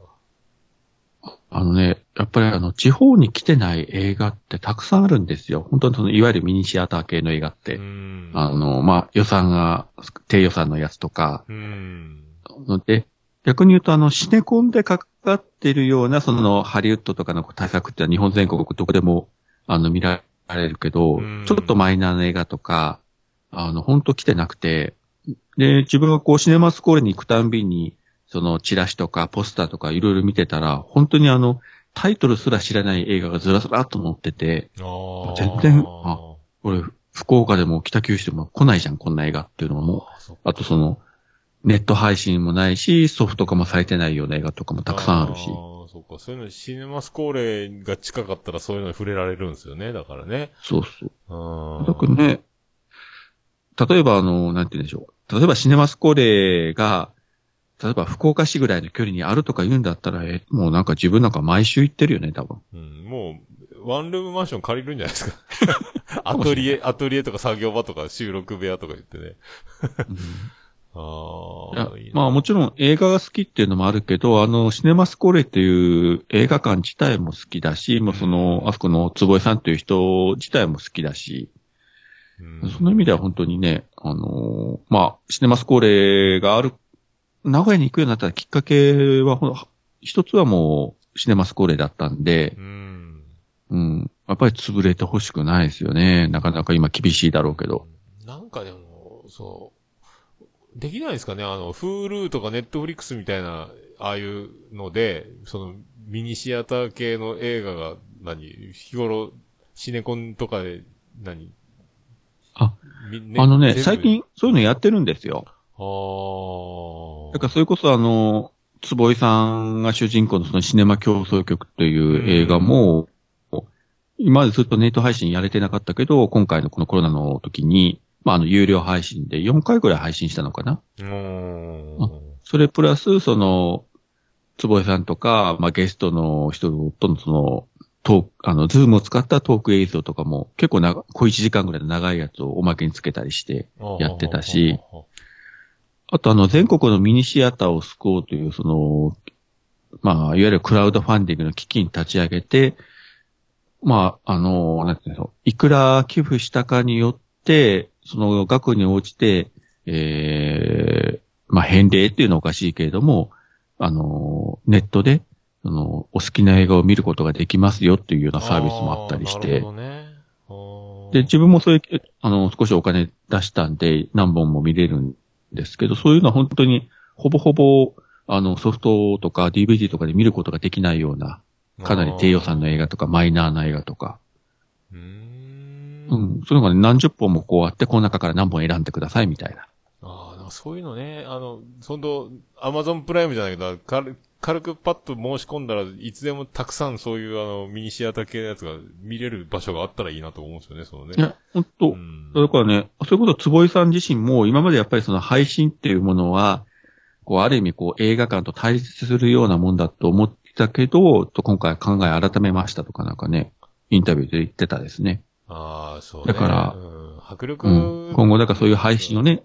やっぱり地方に来てない映画ってたくさんあるんですよ。本当にいわゆるミニシアター系の映画って。予算が、低予算のやつとか。で、逆に言うとシネコンでかかってるような、ハリウッドとかの対策って日本全国どこでも、見られるけど、ちょっとマイナーな映画とか、本当来てなくて、で、自分がこうシネマスコーレに行くたんびに、チラシとかポスターとかいろいろ見てたら、本当にタイトルすら知らない映画がずらずらっと載ってて、全然、これ、福岡でも北九州でも来ないじゃん、こんな映画っていうのも。あとネット配信もないし、ソフト化もされてないような映画とかもたくさんあるし。 そうか、そういうの、シネマスコーレが近かったらそういうのに触れられるんですよね、だからね。 そうそう。だからね、例えばなんて言うんでしょう。例えばシネマスコーレが、例えば福岡市ぐらいの距離にあるとか言うんだったら、もうなんか自分なんか毎週行ってるよね、多分。 もう、ワンルームマンション借りるんじゃないですか。アトリエとか作業場とか収録部屋とか言ってね。 まあもちろん映画が好きっていうのもあるけど、シネマスコーレっていう映画館自体も好きだし、もうあそこの坪井さんっていう人自体も好きだし、その意味では本当にね、まあ、シネマスコーレがある、名古屋に行くようになったきっかけは、一つはもう、シネマスコーレだったんで、やっぱり潰れてほしくないですよね。なかなか今厳しいだろうけど。 なんかでも、できないですかね、Hulu とか Netflix みたいな、ああいうので、ミニシアター系の映画が、日頃、シネコンとかで、 最近、そういうのやってるんですよ。だからそれこそ坪井さんが主人公のシネマ競争曲という映画も、今までずっとネット配信やれてなかったけど、今回のこのコロナの時に、まあ有料配信で4回ぐらい配信したのかな。それプラス、坪井さんとか、まあゲストの人とのトーク、ズームを使ったトーク映像とかも結構小1時間ぐらいの長いやつをおまけにつけたりしてやってたし、あと全国のミニシアターを救おうというまあ、いわゆるクラウドファンディングの基金立ち上げて、まあ、なんていうの、いくら寄付したかによって、その額に応じて、まあ、返礼っていうのはおかしいけれども、ネットで、お好きな映画を見ることができますよっていうようなサービスもあったりして。なるほどね。で、自分もそういう、少しお金出したんで、何本も見れるんですけど、そういうのは本当に、ほぼほぼ、ソフトとか DVD とかで見ることができないような、かなり低予算の映画とか、マイナーな映画とか。そういうのがね、何十本もこうあって、この中から何本選んでくださいみたいな。 そういうのね、アマゾンプライムじゃないけど、 軽くパッと申し込んだらいつでもたくさんそういうミニシアター系のやつが見れる場所があったらいいなと思うんですよね、そのね。 いや、ほんと、だからね、そういうこと坪井さん自身も今までやっぱりその配信っていうものは、こう、ある意味こう映画館と対立するようなもんだと思ってたけど、今回考え改めましたとかなんかね、インタビューで言ってたですね。 ああ、そうね。 だから、 迫力、 今後だからそういう配信をね、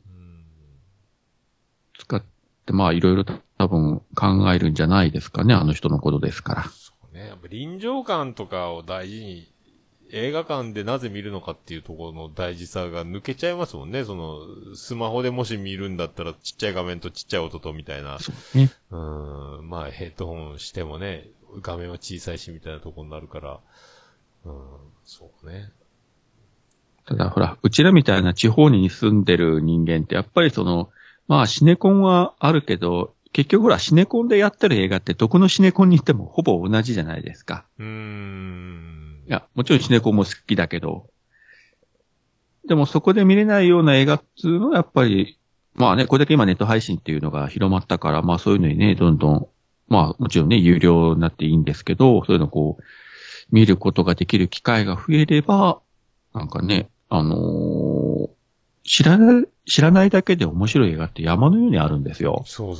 使って、まあいろいろ多分考えるんじゃないですかね、あの人のことですから。 そうね。やっぱ臨場感とかを大事に、映画館でなぜ見るのかっていうところの大事さが抜けちゃいますもんね。その、スマホでもし見るんだったらちっちゃい画面とちっちゃい音とみたいな。 そうね。 まあヘッドホンしてもね、画面は小さいしみたいなところになるから。そうね。 ただほら、うちらみたいな地方に住んでる人間ってやっぱりその、まあシネコンはあるけど、結局ほらシネコンでやってる映画ってどこのシネコンに行ってもほぼ同じじゃないですか。いや、もちろんシネコンも好きだけど、でもそこで見れないような映画っていうのはやっぱり、まあね、これだけ今ネット配信っていうのが広まったから、まあそういうのにね、どんどん、まあもちろんね、有料になっていいんですけど、そういうのをこう、見ることができる機会が増えれば、なんかね、知らないだけで面白い映画って山のようにあるんですよ。 そう。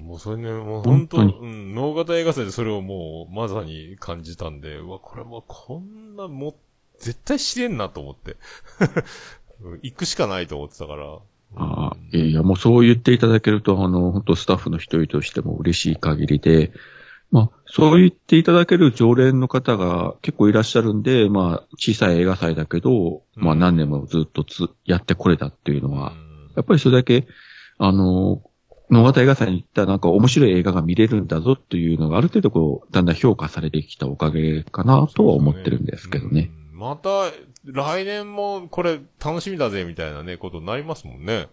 もうそれね、もう本当に。脳型映画祭でそれをもうまさに感じたんで、うわ、これもうこんなもう、絶対知れんなと思って。行くしかないと思ってたから。 いや、もうそう言っていただけると、本当スタッフの一人としても嬉しい限りで、まあ、そう言っていただける常連の方が結構いらっしゃるんで、まあ、小さい映画祭だけど、まあ何年もずっとやってこれたっていうのは、やっぱりそれだけ、野方映画祭に行ったなんか面白い映画が見れるんだぞっていうのがある程度こう、だんだん評価されてきたおかげかなとは思ってるんですけどね。 また、来年もこれ楽しみだぜみたいなね、ことになりますもんね。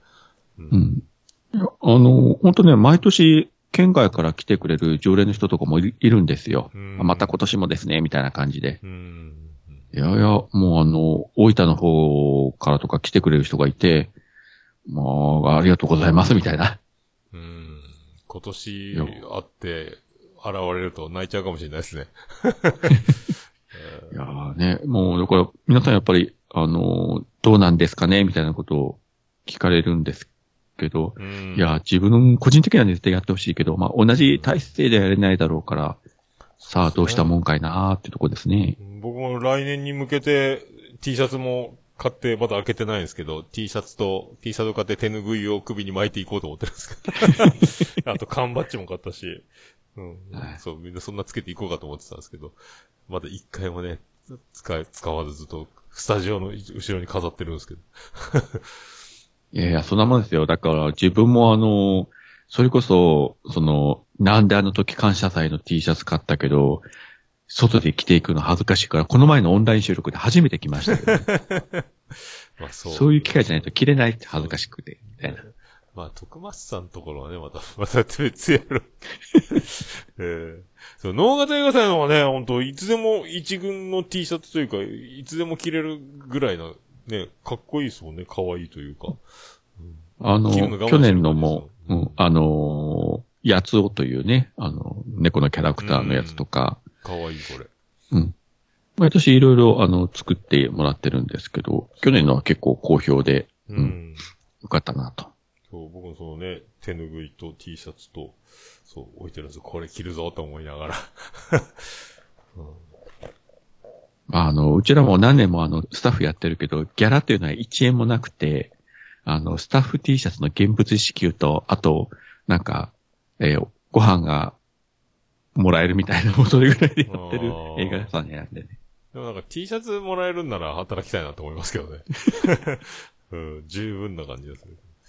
本当ね、毎年、県外から来てくれる常連の人とかもいるんですよ。また今年もですね、みたいな感じで。いやいや、もう大分の方からとか来てくれる人がいて、まあ、ありがとうございます、みたいな。 今年会って現れると泣いちゃうかもしれないですね。 いやーね、もう、だから、皆さんやっぱり、どうなんですかねみたいなことを聞かれるんですけど、いや、自分、個人的には絶対やってほしいけど、まあ、同じ体制ではやれないだろうから、さあ、どうしたもんかいなーってとこですね。 僕も来年に向けて T シャツも買ってまだ開けてないんですけど、T シャツ買って手拭いを首に巻いていこうと思ってるんですけど。あと缶バッジも買ったし、そう、みんなそんなつけていこうかと思ってたんですけど、まだ一回もね、使わずずっとスタジオの後ろに飾ってるんですけど。 いやいや、そんなもんですよ。だから自分もそれこそ、なんであの時感謝祭の T シャツ買ったけど、外で着ていくの恥ずかしいから、この前のオンライン収録で初めて着ましたけど、ね。まあそういう機会じゃないと着れないって恥ずかしくて、みたいな。 まあ、徳松さんのところはね、また別やろ。そう、能型映画祭のはね、本当いつでも一軍の T シャツというか、いつでも着れるぐらいの、ね、かっこいいですもんね、可愛いというか。 去年のも、やつおというね、猫のキャラクターのやつとか。 可愛いこれ。 毎年いろいろ、作ってもらってるんですけど、去年のは結構好評で、よかったなと。 そう、僕もそのね、手拭いと T シャツと、そう、置いてるんですよ。これ着るぞと思いながら。 うちらも何年もスタッフやってるけど、ギャラっていうのは1円もなくて、スタッフ T シャツの現物支給と、あと、なんか、ご飯がもらえるみたいな、もうそれぐらいでやってる映画屋さんなんでね。 でもなんか T シャツもらえるんなら働きたいなと思いますけどね。十分な感じですね。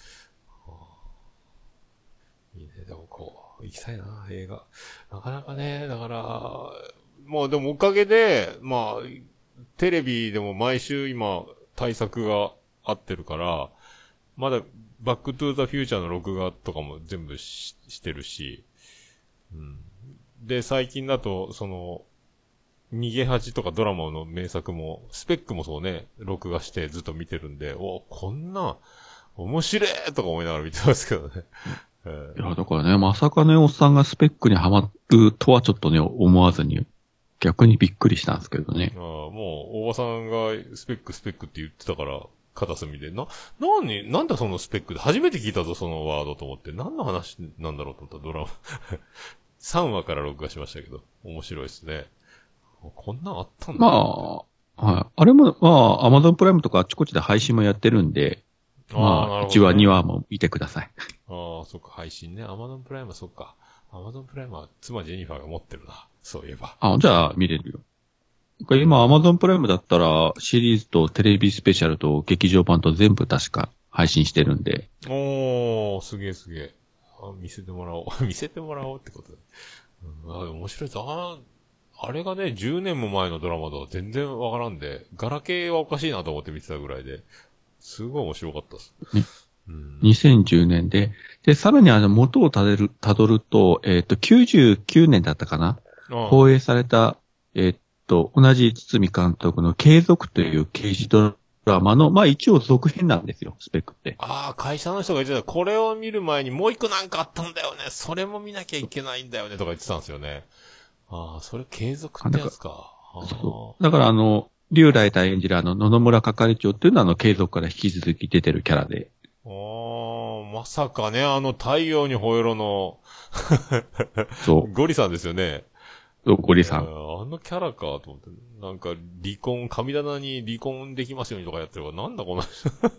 いいね、でもこう、行きたいな、映画。なかなかね、だから、まあでもおかげで、まあ、テレビでも毎週今、対策が合ってるから、まだ、バックトゥーザフューチャーの録画とかも全部してるし、で、最近だと、逃げ恥とかドラマの名作も、スペックもそうね、録画してずっと見てるんで、こんな、面白いとか思いながら見てますけどね。 いや、だからね、まさかね、おっさんがスペックにはまるとはちょっとね、思わずに、逆にびっくりしたんですけどね。 もう、大場さんがスペックって言ってたから、片隅で。なんだそのスペックで、初めて聞いたぞ、そのワードと思って。何の話なんだろうと思ったドラマ。3話から録画しましたけど、面白いですね。こんなんあったんだ。 まあ、はい。あれも、まあ、アマゾンプライムとかあっちこっちで配信もやってるんで、まあ、1話、2話も見てください。 ああ、そっか、配信ね。アマゾンプライムはそっか。アマゾンプライムは妻ジェニファーが持ってるな。そういえば。 じゃあ見れるよ。今、アマゾンプライムだったら、シリーズとテレビスペシャルと劇場版と全部確か配信してるんで。 おー、すげえすげえ。見せてもらおう。見せてもらおうってことで。面白いぞ。あれがね、10年も前のドラマとは全然わからんで、ガラケーはおかしいなと思って見てたぐらいで、すごい面白かったです。 ね。2010年で、さらに元をたどると、99年だったかな、放映された、同じ堤監督の継続という刑事ドラマの、まあ一応続編なんですよ、スペックって。 会社の人が言ってた、これを見る前にもう一個なんかあったんだよね、それも見なきゃいけないんだよね、とか言ってたんですよね。それ継続ってやつか。 そう。だから竜来太演じる野々村係長っていうのは継続から引き続き出てるキャラで。 まさかね、太陽にほえろのそう。 ゴリさんですよね。 ゴリさん。 キャラかと思って。なんか、神棚に離婚できますようにとかやってるから、なんだこの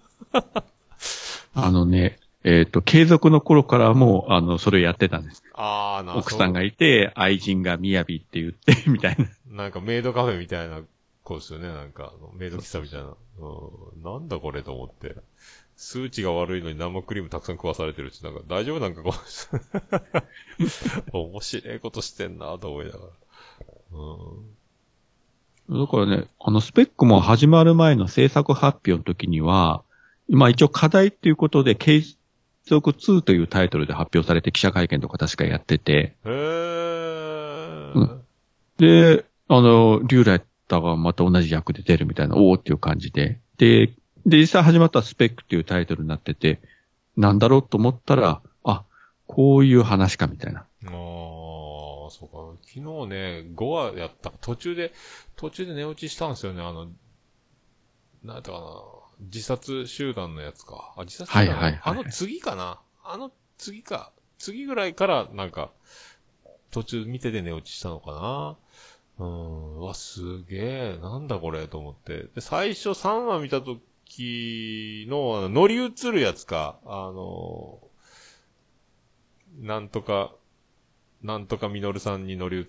継続の頃からもそれをやってたんです。 なるほど。 奥さんがいて、愛人がみやびって言って、みたいな。 なんかメイドカフェみたいな子ですよね、なんか、メイド喫茶みたいな。なんだこれと思って。数値が悪いのに生クリームたくさん食わされてるし、なんか大丈夫なんかこう、面白いことしてんなと思いながら。 だからね、スペックも始まる前の制作発表の時には、今一応課題っていうことで、継続2というタイトルで発表されて記者会見とか確かやってて。で、竜来太がまた同じ役で出るみたいな、おーっていう感じで。で、実際始まったスペックっていうタイトルになってて、なんだろうと思ったら、こういう話かみたいな。 そうか。昨日ね、5話やった。途中で寝落ちしたんですよね。なんだかな。自殺集団のやつか。自殺集団、次かな。次ぐらいから、なんか、途中見てて寝落ちしたのかな。すげえ。なんだこれと思って。で、最初3話見たときの、乗り移るやつか。なんとかミノルさんに乗り移って、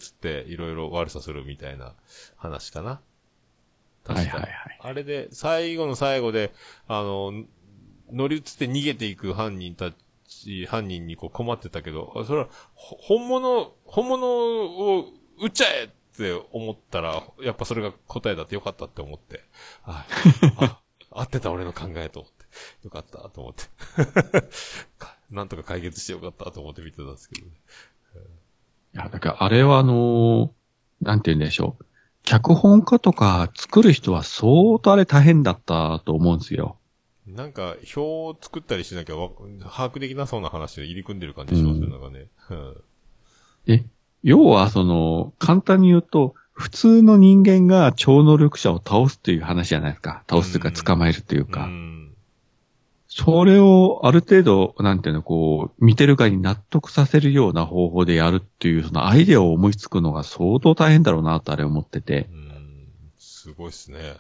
いろいろ悪さするみたいな話かな。確かに。あれで、最後の最後で、乗り移って逃げていく犯人にこう困ってたけど、それは、本物を撃っちゃえって思ったら、やっぱそれが答えだってよかったって思って。合ってた俺の考えと思って。よかったと思って。なんとか解決してよかったと思って見てたんですけどね。 いや、だからあれはなんて言うんでしょう。脚本家とか作る人は相当あれ大変だったと思うんですよ。 なんか、表を作ったりしなきゃ把握できなそうな話で入り組んでる感じしますよ、なんかね。 要は簡単に言うと、普通の人間が超能力者を倒すっていう話じゃないですか。倒すというか捕まえるというか。それをある程度、なんていうの、こう、見てる側に納得させるような方法でやるっていう、そのアイデアを思いつくのが相当大変だろうなとあれ思ってて。 すごいっすね。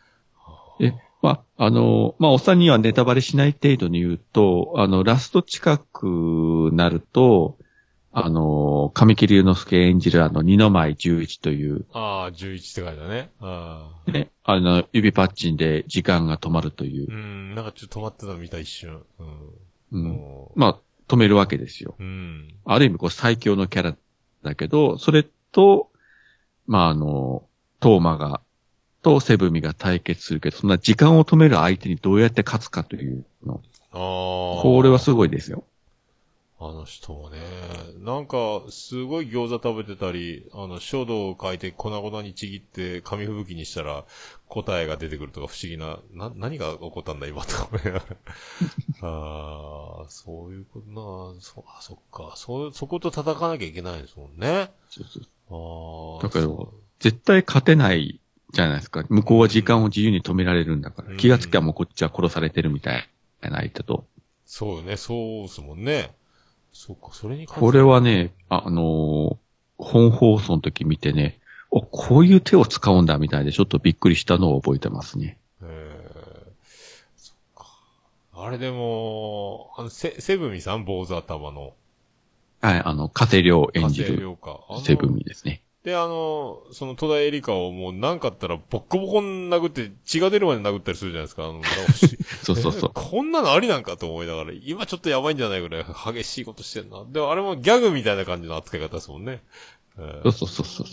おっさんにはネタバレしない程度に言うと、ラスト近くなると、神木隆之介演じる二の舞11という。 11って書いたね。 ね、指パッチンで時間が止まるという。 なんかちょっと止まってたの見た一瞬。 止めるわけですよ。ある意味最強のキャラだけど、それと、トーマとセブミが対決するけど、そんな時間を止める相手にどうやって勝つかというの。これはすごいですよ。 あの人もね、なんか、すごい餃子食べてたり、書道を書いて粉々にちぎって紙吹雪にしたら答えが出てくるとか不思議な、何が起こったんだ今とか思いながら。ああ、そういうことな、そっか、そこと戦わなきゃいけないんですもんね。 そうそう。 ああ。 だから、絶対勝てないじゃないですか。向こうは時間を自由に止められるんだから。気がつきゃもうこっちは殺されてるみたいな相手と。 そうよね、そうですもんね。そうか、それにこれはね、本放送の時見てね、こういう手を使うんだみたいでちょっとびっくりしたのを覚えてますね。 そっか。あれでも、セブミさん、坊主頭の。 はい、加瀬亮演じる。セブミですね。 で、その戸田恵梨香をもうなんかあったらボッコボコに殴って血が出るまで殴ったりするじゃないですか。 そうそうそう。 こんなのありなんかと思いながら、今ちょっとやばいんじゃないぐらい激しいことしてんな。でもあれもギャグみたいな感じの扱い方ですもんね。 そうそうそうそう。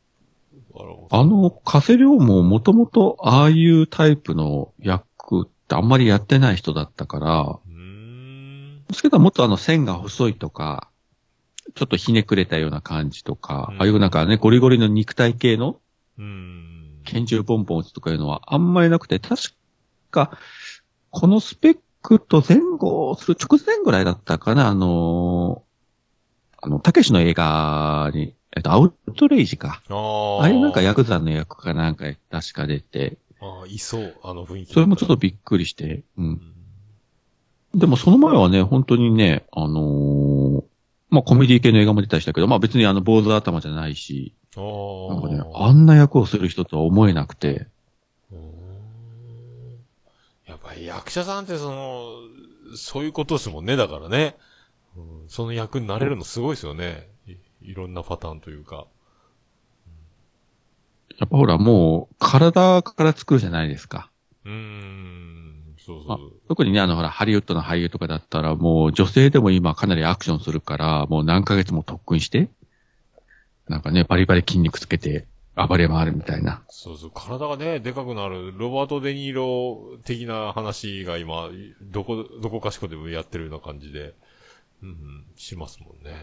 加瀬亮ももともとああいうタイプの役ってあんまりやってない人だったから、ですけどもっと線が細いとか、ちょっとひねくれたような感じとか、ああいうなんかね、ゴリゴリの肉体系の、拳銃ボンボン打つとかいうのはあんまりなくて、確か、このスペックと前後する直前ぐらいだったかな、たけしの映画に、アウトレイジか。ああいうなんかヤクザの役かなんか確か出て。 ああ、いそう、雰囲気。 それもちょっとびっくりして、でもその前はね、本当にね、まあ、コメディ系の映画も出たりしたけど、まあ別に坊主頭じゃないし、なんかね、あんな役をする人とは思えなくて。 やっぱり役者さんってそういうことですもんね、だからね。その役になれるのすごいですよね。いろんなパターンというか。 やっぱほら、もう、体から作るじゃないですか。 そうそう。 特にね、ほら、ハリウッドの俳優とかだったら、もう女性でも今かなりアクションするから、もう何ヶ月も特訓して、なんかね、バリバリ筋肉つけて暴れ回るみたいな。 そうそう、体がね、でかくなる、ロバート・デ・ニーロ的な話が今、どこかしこでもやってるような感じで、しますもんね。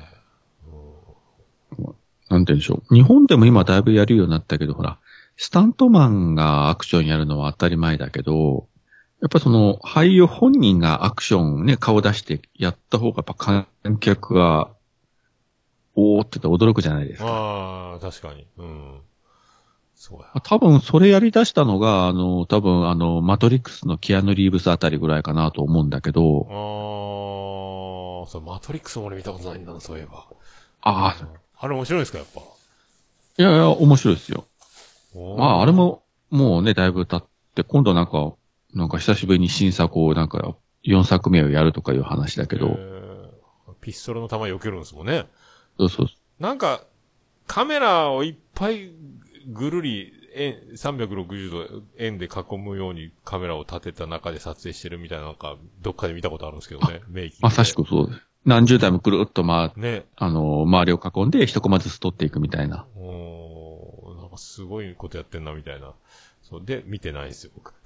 なんて言うんでしょう。日本でも今だいぶやるようになったけど、ほら、スタントマンがアクションやるのは当たり前だけど、やっぱその俳優本人がアクションね、顔出してやった方がやっぱ観客が、おーって言って驚くじゃないですか。 ああ、確かに。そうや。 多分それやり出したのが、多分マトリックスのキアヌ・リーブスあたりぐらいかなと思うんだけど。 そう、マトリックスも俺見たことないんだな、そういえば。 あれ面白いですか、やっぱ。 いやいや、面白いですよ。まあ、あれも、もうね、だいぶ経って、今度なんか久しぶりに新作をなんか、4作目をやるとかいう話だけど。 ピストルの弾避けるんですもんね。 そうそう。 なんか、カメラをいっぱいぐるり、360度円で囲むようにカメラを立てた中で撮影してるみたいな、なんか、どっかで見たことあるんですけどね、メイキング。 まさしくそうです。何十台もぐるっと周りを囲んで一コマずつ撮っていくみたいな。 なんかすごいことやってんな、みたいな。そうで、見てないんですよ、僕。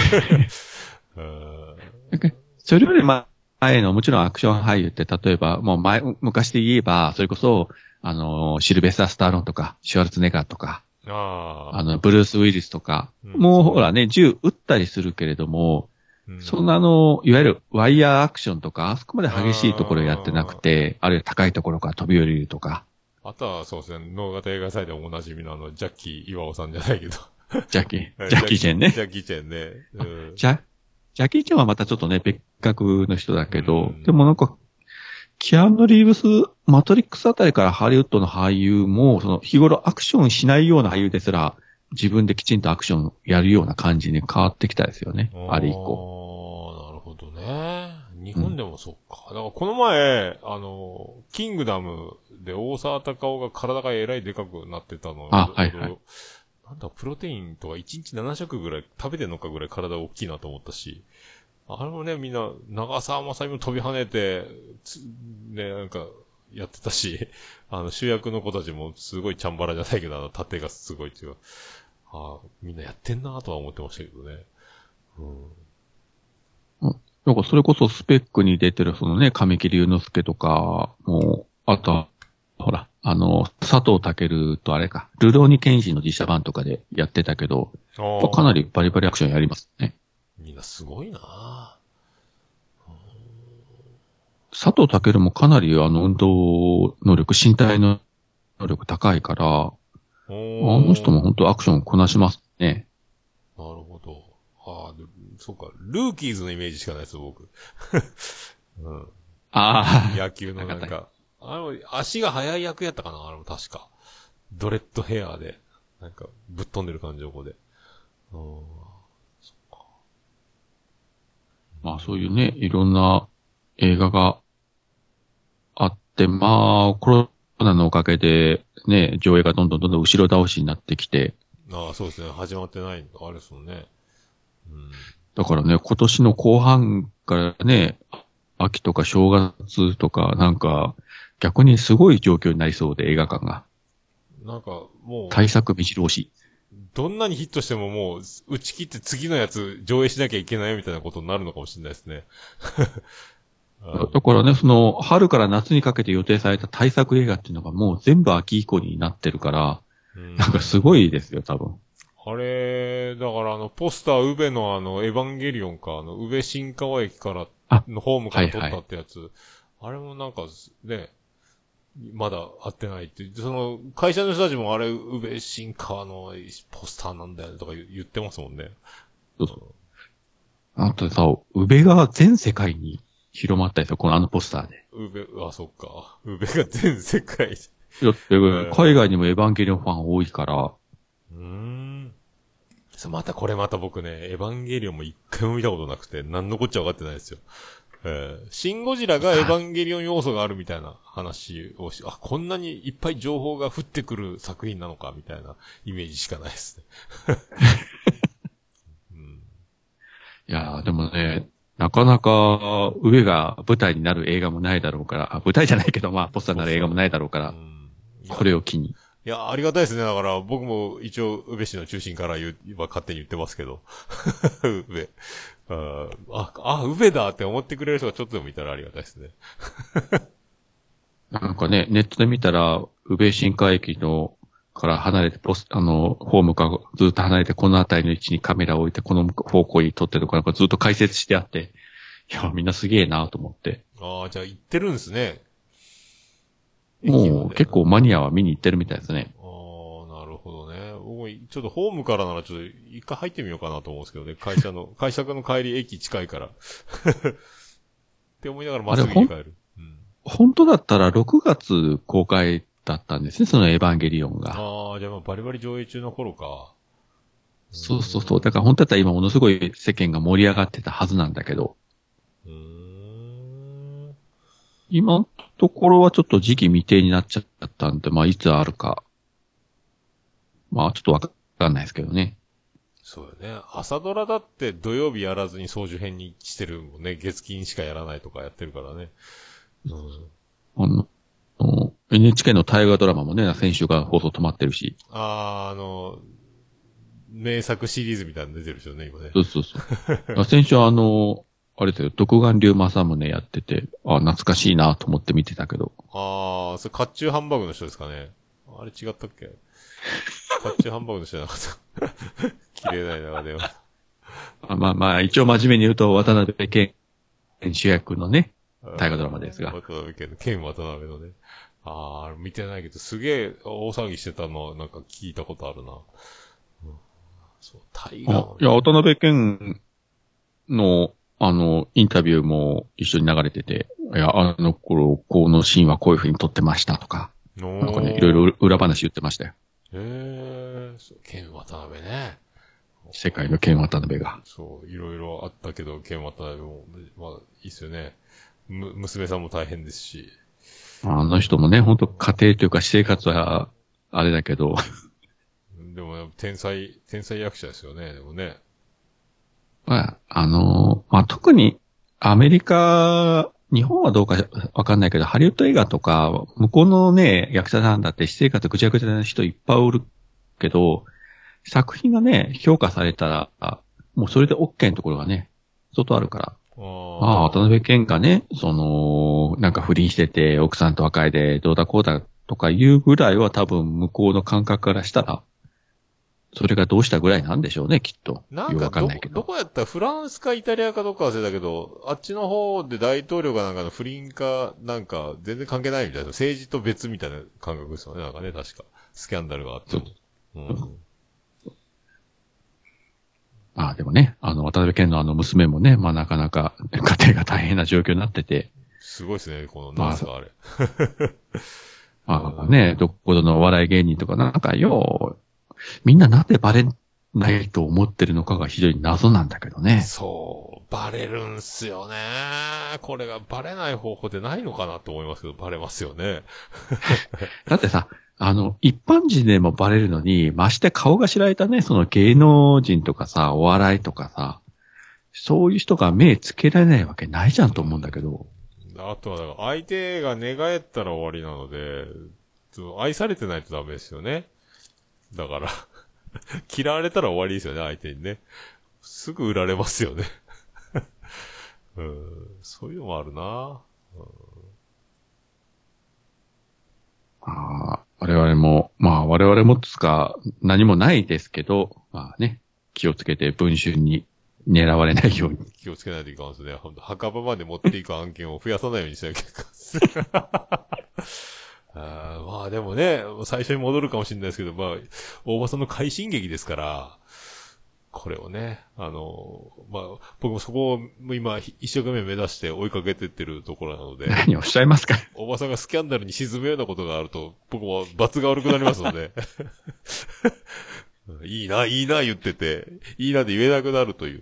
それより前の、もちろんアクション俳優って、例えば、もう昔で言えば、それこそ、シルベスター・スターロンとか、シュワルツェネッガーとか、ブルース・ウィリスとか、もうほらね、銃撃ったりするけれども、そんないわゆるワイヤーアクションとか、あそこまで激しいところやってなくて、あるいは高いところから飛び降りるとか。 あとはそうですね、能型映画祭でおなじみのジャッキー岩尾さんじゃないけど。 ジャッキーチェンね。 ジャッキーチェンね。 ジャッキーチェンはまたちょっとね、別格の人だけど、でもなんか、キアヌ・リーブス、マトリックスあたりからハリウッドの俳優も、その日頃アクションしないような俳優ですら、自分できちんとアクションやるような感じに変わってきたですよね。あれ以降。 なるほどね。日本でもそっか。だからこの前、キングダムで大沢たかおが体がえらいでかくなってたの。 はいはい。 なんだ、プロテインとか1日7食ぐらい食べてんのかぐらい体大きいなと思ったし。あれもね、みんな、長澤まさみも飛び跳ねて、ね、なんか、やってたし、主役の子たちもすごいチャンバラじゃないけど、盾がすごいっていうか、みんなやってんなとは思ってましたけどね。 なんかそれこそスペックに出てるそのね、神木隆之介とか、もう、あとは、ほら、佐藤健とあれか、ルローニケンジの実写版とかでやってたけど、かなりバリバリアクションやりますね。 みんなすごいな佐藤健もかなり運動能力、身体能力高いから、あの人も本当アクションこなしますね。 なるほど。そうか。ルーキーズのイメージしかないですよ、僕。うん。 ああ。 野球のなんか、足が速い役やったかな、あれも確か。ドレッドヘアで、なんか、ぶっ飛んでる感じの子で。そっか。 まあそういうね、いろんな映画があって、まあ、コロナのおかげで、ね、上映がどんどん後ろ倒しになってきて。 そうですね。始まってない、あれですもんね。うん。 だからね、今年の後半からね、秋とか正月とか、なんか、逆にすごい状況になりそうで、映画館が。 なんか、もう。 対策目白押し。 どんなにヒットしてももう、打ち切って次のやつ上映しなきゃいけないみたいなことになるのかもしれないですね。 だからね、春から夏にかけて予定された対策映画っていうのがもう全部秋以降になってるから、なんかすごいですよ、多分。 あれ、だからポスター、宇部のエヴァンゲリオンか、宇部新川駅からのホームから撮ったってやつ、はいはい、あれもなんか、ね、まだ会ってないって、会社の人たちもあれ、宇部新川のポスターなんだよとか言ってますもんね。 そうそう。あとさ、宇部が全世界に広まったですよ、このポスターで。 そっか。宇部が全世界に。 だって海外にもエヴァンゲリオンファン多いから。 また僕ね、エヴァンゲリオンも一回も見たことなくて、何のこっちゃ分かってないですよ。シンゴジラがエヴァンゲリオン要素があるみたいな話をこんなにいっぱい情報が降ってくる作品なのかみたいなイメージしかないですね。 いやー、でもね、なかなか上が舞台になる映画もないだろうから、舞台じゃないけど、まあ、ポスターになる映画もないだろうから、これを機に。 いや、ありがたいですね。だから、僕も一応、宇部市の中心から勝手に言ってますけど。宇部。宇部だって思ってくれる人がちょっとでもいたらありがたいですね。 なんかね、ネットで見たら、宇部新川駅の、から離れてホームからずっと離れて、この辺りの位置にカメラを置いて、この方向に撮ってるとか、なんかずっと解説してあって、いや、みんなすげえなと思って。 じゃあ行ってるんですね。 もう結構マニアは見に行ってるみたいですね。 なるほどね。僕ちょっとホームからならちょっと一回入ってみようかなと思うんですけどね。会社の帰り駅近いから。って思いながらまっすぐに帰る。 本当だったら6月公開だったんですね、そのエヴァンゲリオンが。 じゃあバリバリ上映中の頃か。 そうそうそう。だから本当だったら今ものすごい世間が盛り上がってたはずなんだけど。今のところはちょっと時期未定になっちゃったんで、まあいつあるか。まあちょっとわかんないですけどね。 そうよね。朝ドラだって土曜日やらずに総集編にしてるもんね。月金しかやらないとかやってるからね。 NHK の大河ドラマもね、先週が放送止まってるし。 名作シリーズみたいなの出てるでしょね、今ね。 そうそうそう。先週あれですよ、独眼竜正宗やってて、懐かしいなと思って見てたけど。 それ、甲冑ハンバーグの人ですかね。あれ違ったっけ甲冑ハンバーグの人じゃなかった。綺麗な中では。 まあ、一応真面目に言うと、渡辺謙主役のね、大河ドラマですが。 渡辺謙渡辺のね。見てないけど、すげえ大騒ぎしてたのなんか聞いたことあるな。そう、大河。 いや、渡辺謙の、インタビューも一緒に流れてて、いや、頃、このシーンはこういう風に撮ってましたとか、なんかね、いろいろ裏話言ってましたよ。 剣渡辺ね。 世界の剣渡辺が。 そう、いろいろあったけど、剣渡辺も、まあ、いいっすよね。娘さんも大変ですし。 あの人もね、本当家庭というか私生活は、あれだけど。 でも、天才役者ですよね、でもね。 まあ、特にアメリカ、日本はどうかわかんないけど、ハリウッド映画とか、向こうのね、役者さんだって私生活ぐちゃぐちゃな人いっぱいおるけど、作品がね、評価されたら、もうそれで OK のところがね、相当あるから。 渡辺謙がね、なんか不倫してて、奥さんと別れで、どうだこうだとか言うぐらいは多分向こうの感覚からしたら、それがどうしたぐらいなんでしょうね、きっと。 なんかわかんないけど。 どこやったらフランスかイタリアかどっか忘れたけど、あっちの方で大統領がなんかの不倫か、なんか全然関係ないみたいな、政治と別みたいな感覚ですよね、なんかね、確か。スキャンダルがあっても。 でもね、渡辺謙の娘もね、なかなか家庭が大変な状況になってて。 すごいですね、この、なんすか、あれ。 どこぞのお笑い芸人とかなんかみんななんでバレないと思ってるのかが非常に謎なんだけどね。 そう、バレるんすよね。これがバレない方法でないのかなと思いますけど、バレますよね。 だってさ、一般人でもバレるのに、まして顔が知られたね、その芸能人とかさ、お笑いとかさ、そういう人が目つけられないわけないじゃんと思うんだけど。 あとは、だから相手が寝返ったら終わりなので、愛されてないとダメですよね。だから嫌われたら終わりですよね、相手にね。すぐ売られますよね。そういうのもあるな。 我々もつか何もないですけど、気をつけて文春に狙われないように。 気をつけないといかんですね。墓場まで持っていく案件を増やさないようにしなきゃいけないです。でもね、最初に戻るかもしれないですけど、大場さんの快進撃ですから、これをね、僕もそこを今一生懸命目指して追いかけてってるところなので。 何をおっしゃいますか？ 大場さんがスキャンダルに沈むようなことがあると、僕も罰が悪くなりますので。いいな言ってて、いいなで言えなくなるという。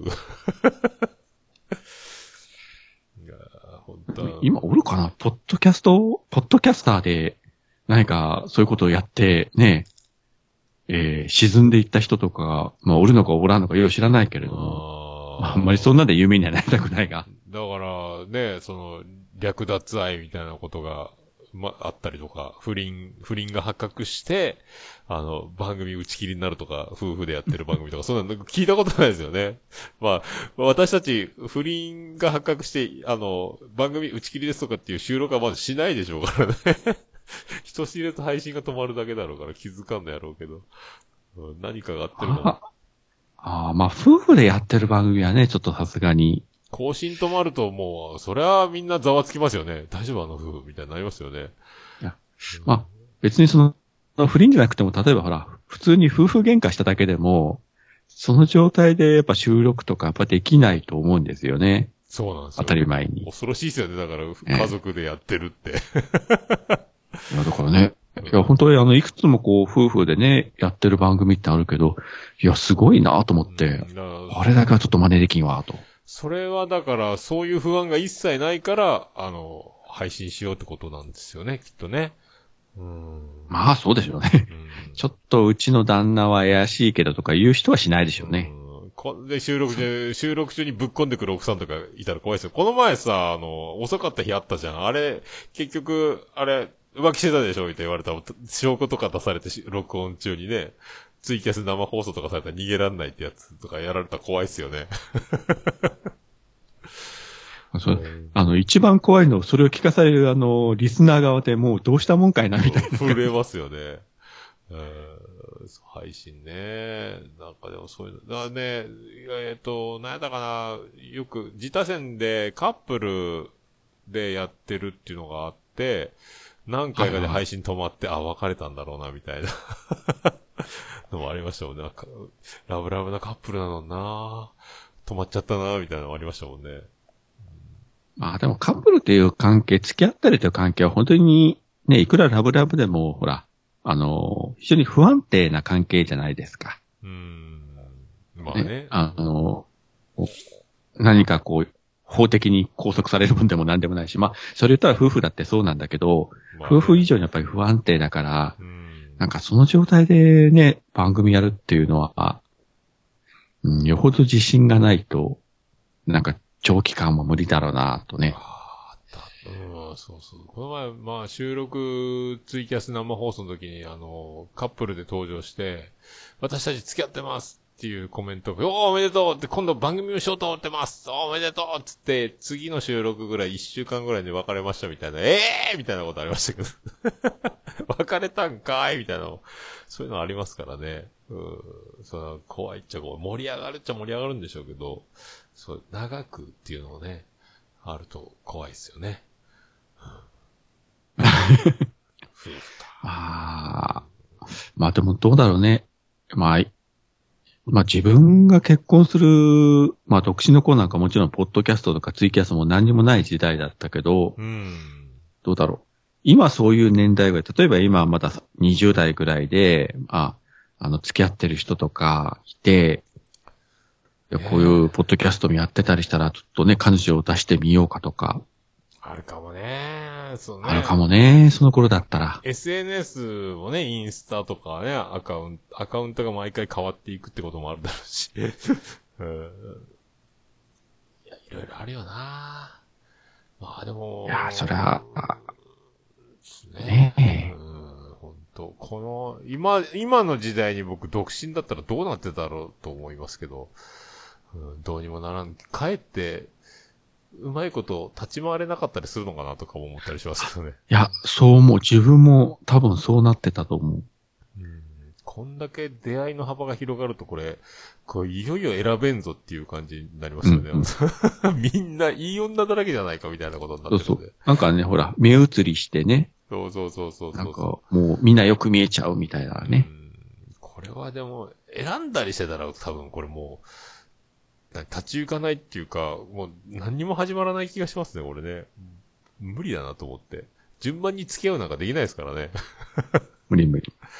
本当今おるかなポッドキャスターで何かそういうことをやってね、沈んでいった人とか、おるのかおらんのかよく知らないけれども、あんまりそんなで有名にはなりたくないが。 だからね、略奪愛みたいなことが、あったりとか、不倫が発覚して、番組打ち切りになるとか、夫婦でやってる番組とか、そんなの聞いたことないですよね。私たち、不倫が発覚して、番組打ち切りですとかっていう収録はまずしないでしょうからね。人知れず配信が止まるだけだろうから気づかんのやろうけど、何かがあってるかも。 夫婦でやってる番組はね、ちょっとさすがに。 更新止まるともう、それはみんなざわつきますよね。大丈夫夫婦みたいになりますよね。 いや、別に不倫じゃなくても、例えばほら、普通に夫婦喧嘩しただけでも、その状態でやっぱ収録とかやっぱできないと思うんですよね。 そうなんですよ。 当たり前に。 恐ろしいですよね。だから、家族でやってるって。 いや、だからね。いや、本当にいくつも夫婦でね、やってる番組ってあるけど、いや、すごいなと思って、あれだけはちょっと真似できんわ、と。 それはだから、そういう不安が一切ないから、配信しようってことなんですよね、きっとね。 そうでしょうね。ちょっとうちの旦那は怪しいけどとか言う人はしないでしょうね。 で、収録中にぶっ込んでくる奥さんとかいたら怖いですよ。この前さ、遅かった日あったじゃん。あれ、結局、浮気してたでしょって言われた証拠とか出されて録音中にね、ツイキャス生放送とかされたら逃げらんないってやつとかやられたら怖いっすよね。 一番怖いの、それを聞かされるリスナー側でもうどうしたもんかいな、みたいな。 震えますよね。配信ね。なんかでもそういうの。だからね、何やったかな、よく自他戦でカップルでやってるっていうのがあって、何回かで配信止まって、別れたんだろうな、みたいなのもありましたもんね。なんかラブラブなカップルなのな、止まっちゃったな、みたいなのもありましたもんね。 でもカップルっていう関係、付き合ったりという関係は本当にね、いくらラブラブでも、ほら、非常に不安定な関係じゃないですか。何か法的に拘束される分でも何でもないし、それ言ったら夫婦だってそうなんだけど、夫婦以上にやっぱり不安定だから、なんかその状態でね、番組やるっていうのは、よほど自信がないと、なんか長期間も無理だろうなとね。 そうそう。この前、収録ツイキャス生放送の時に、カップルで登場して、私たち付き合ってますっていうコメントが、おめでとうって今度番組をしようと思ってますおめでとうっつって、次の収録ぐらい1週間ぐらいで別れましたみたいな、みたいなことありましたけど。別れたんかーいみたいな、そういうのありますからね。その怖いっちゃ怖い。盛り上がるっちゃ盛り上がるんでしょうけど、そう、長くっていうのもね、あると怖いですよね。夫婦か。 まあでもどうだろうね。まあ自分が結婚する、まあ独身の頃なんかもちろんポッドキャストとかツイキャストも何にもない時代だったけど、どうだろう。今そういう年代ぐらい、例えば今まだ20代ぐらいで、付き合ってる人とかいて、こういうポッドキャストもやってたりしたら、ちょっとね、彼女を出してみようかとか。 あるかもね。そうね。 あるかもね、その頃だったら。 SNS もね、インスタとかね、アカウントが毎回変わっていくってこともあるだろうし。いや、いろいろあるよな。まあでも。 いや、そりゃ、 ねえ。本当この、今の時代に僕独身だったらどうなってたろうと思いますけど、どうにもならん。かえって、うまいこと立ち回れなかったりするのかなとかも思ったりしますけどね。 いや、そう思う。自分も多分そうなってたと思う。 こんだけ出会いの幅が広がるとこれいよいよ選べんぞっていう感じになりますよね。みんないい女だらけじゃないかみたいなことになってるんで。 そう。なんかね、ほら、目移りしてね。 そう。 なんか、もうみんなよく見えちゃうみたいなね。 これはでも、選んだりしてたら多分これもう、立ち行かないっていうか、もう何にも始まらない気がしますね、これね。無理だなと思って。順番に付き合うなんかできないですからね。 無理。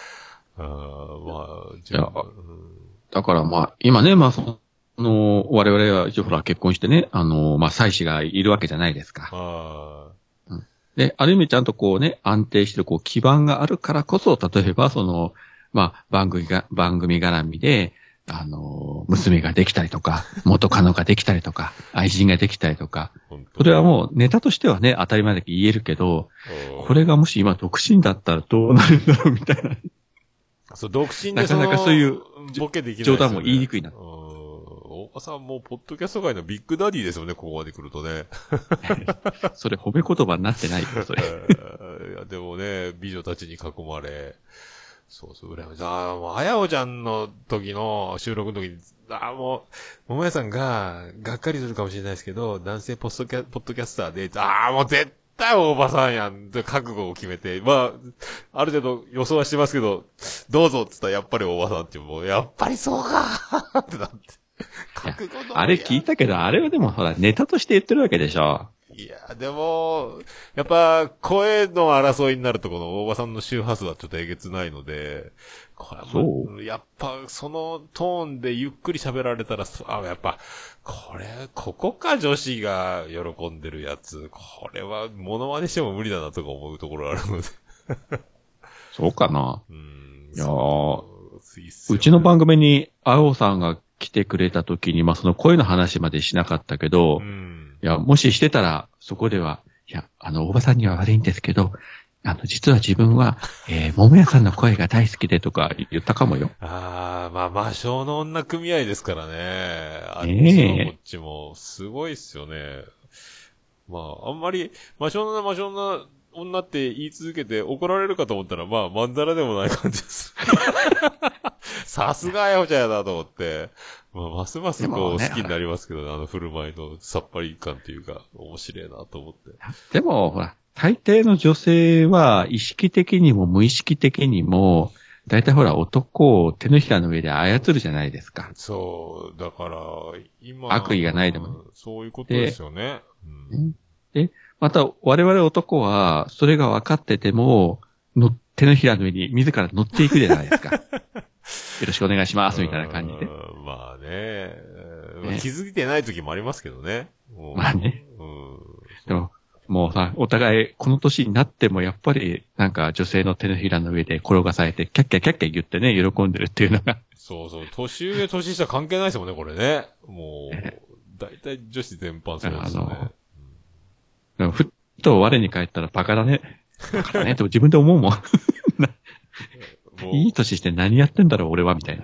だからまあ、今ね、まあ我々は一応ほら結婚してね、まあ、妻子がいるわけじゃないですか。で、ある意味ちゃんとこうね、安定してる基盤があるからこそ、例えばまあ、番組絡みで、娘ができたりとか、元カノができたりとか、愛人ができたりとか、それはもうネタとしてはね、当たり前だけ言えるけど、これがもし今独身だったらどうなるんだろうみたいな。 そう、独身でなかなかそういうボケできない、 冗談も言いにくいな。 大場さんもポッドキャスト界のビッグダディですよね、ここまで来るとね。 それ褒め言葉になってないよ、それ。 いや、でもね、美女たちに囲まれ、そう、羨ましい。もう、あやおちゃんの時の収録の時に、もう、桃屋さんが、がっかりするかもしれないですけど、男性ポッドキャスターで、もう絶対大場さんやんって覚悟を決めて、まあ、ある程度予想はしてますけど、どうぞって言ったらやっぱり大場さんってもう、やっぱりそうかってなって。 覚悟のあれ聞いたけど、あれはでもほら、ネタとして言ってるわけでしょ。 いや、でも、やっぱ、声の争いになるとこの大場さんの周波数はちょっとえげつないので、これはやっぱ、そのトーンでゆっくり喋られたら、やっぱ、ここか女子が喜んでるやつ。これは、モノマネしても無理だなとか思うところあるので。 そうかな。いやー、うちの番組に、あおさんが来てくれた時に、まあ、その声の話までしなかったけど、いや、もししてたら、そこでは、いや、大場さんには悪いんですけど、実は自分は、桃屋さんの声が大好きでとか言ったかもよ。 まあ、魔性の女組合ですからね。あっちもこっちも、すごいっすよね。まあ、あんまり、魔性の女って言い続けて怒られるかと思ったら、まあ、まんざらでもない感じです。さすがあやほちゃんやなと思って、まあ、ますます好きになりますけどね、振る舞いのさっぱり感っていうか、面白いなと思って。 でも、ほら、大抵の女性は、意識的にも無意識的にも、大体ほら、男を手のひらの上で操るじゃないですか。 そう、だから、今。 悪意がないでもね。 そういうことですよね。 で、また、我々男は、それが分かってても、手のひらの上に自ら乗っていくじゃないですか。よろしくお願いします、みたいな感じで。 まあね、気づいてない時もありますけどね。 まあね。でも、もうさ、お互い、この年になっても、やっぱり、なんか女性の手のひらの上で転がされて、キャッキャキャッキャ言ってね、喜んでるっていうのが。 そう。年上、年下関係ないですもんね、これね。もう、大体女子全般そうですよね。 ふっと我に返ったらバカだね。バカだねって自分で思うもん。いい年して何やってんだろう、俺は、みたいな。 いや、もう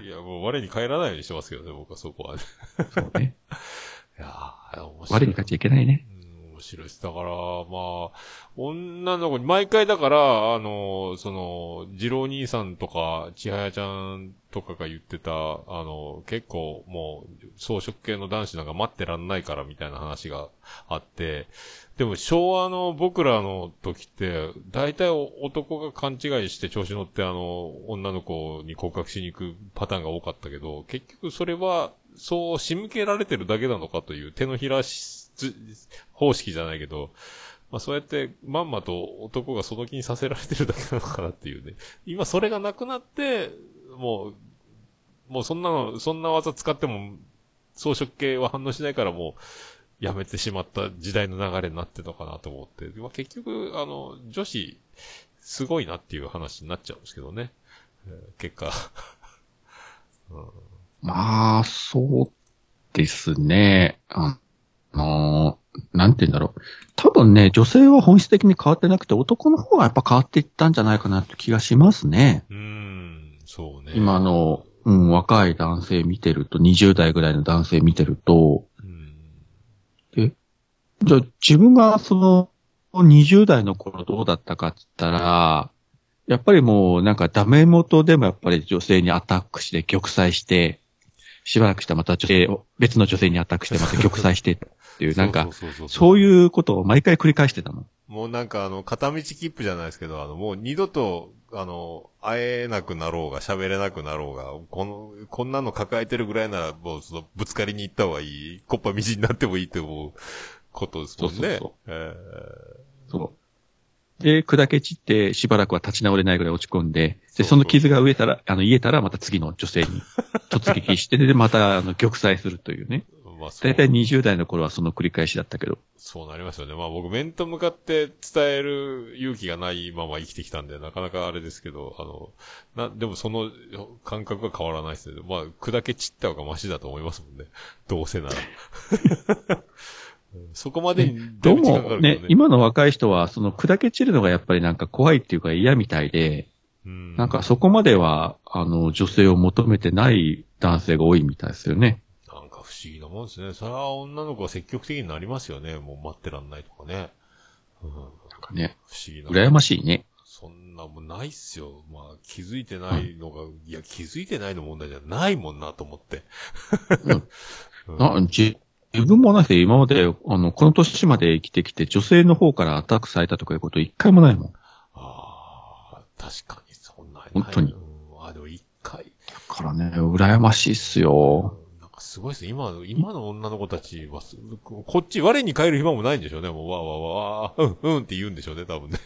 我に返らないようにしてますけどね、僕はそこはね。 そうね。 いやー、面白い。 我に返っちゃいけないね。 面白いです。だから、まあ、女の子に、毎回だから、次郎兄さんとか、千早ちゃんとかが言ってた、結構もう、草食系の男子なんか待ってらんないからみたいな話があって、でも昭和の僕らの時って、大体男が勘違いして調子乗って女の子に告白しに行くパターンが多かったけど、結局それは、そう仕向けられてるだけなのかという手のひら方式じゃないけど、まあそうやってまんまと男がその気にさせられてるだけなのかなっていうね。今それがなくなって、もうそんな技使っても装飾系は反応しないからもうやめてしまった時代の流れになってたのかなと思って。まあ結局、女子すごいなっていう話になっちゃうんですけどね。結果。 うん、まあ、そうですね。なんて言うんだろう。多分ね、女性は本質的に変わってなくて、男の方がやっぱ変わっていったんじゃないかなって気がしますね。 そうね。 今若い男性見てると、20代ぐらいの男性見てると、じゃあ自分が20代の頃どうだったかって言ったら、やっぱりもうなんかダメ元でもやっぱり女性にアタックして玉砕して、しばらくしたらまた別の女性にアタックしてまた玉砕してっていう、なんか、そういうことを毎回繰り返してたの。 もうなんか片道切符じゃないですけど、もう二度と、会えなくなろうが、喋れなくなろうが、こんなの抱えてるぐらいなら、もうぶつかりに行った方がいい、こっぱみじんになってもいいって思うことですもんね。 そう。で、砕け散ってしばらくは立ち直れないぐらい落ち込んで、で、その傷が癒えたらまた次の女性に突撃して、で、また玉砕するというね。まあ、だいたい20代の頃はその繰り返しだったけど。 そうなりますよね。まあ僕面と向かって伝える勇気がないまま生きてきたんで、なかなかあれですけど、でもその感覚は変わらないですね。まあ砕け散った方がマシだと思いますもんね。どうせなら。そこまでにだいぶ時間かかるけどね。今の若い人は、その砕け散るのがやっぱりなんか怖いっていうか嫌みたいで、なんかそこまでは、女性を求めてない男性が多いみたいですよね。 なんか不思議なもんですね。それは女の子は積極的になりますよね。もう待ってらんないとかね。 なんかね。 不思議な。 羨ましいね。 そんなもんないっすよ。まあ気づいてないのが、いや気づいてないの問題じゃないもんなと思って。 自分もなくて今まで、この年まで生きてきて女性の方からアタックされたとかいうこと一回もないもん。 ああ、確かにそんなに。 本当に。 でも一回。 だからね、羨ましいっすよ。 なんかすごいっす。今の女の子たちは、こっち我に返る暇もないんでしょうね。もうわーって言うんでしょうね、多分ね。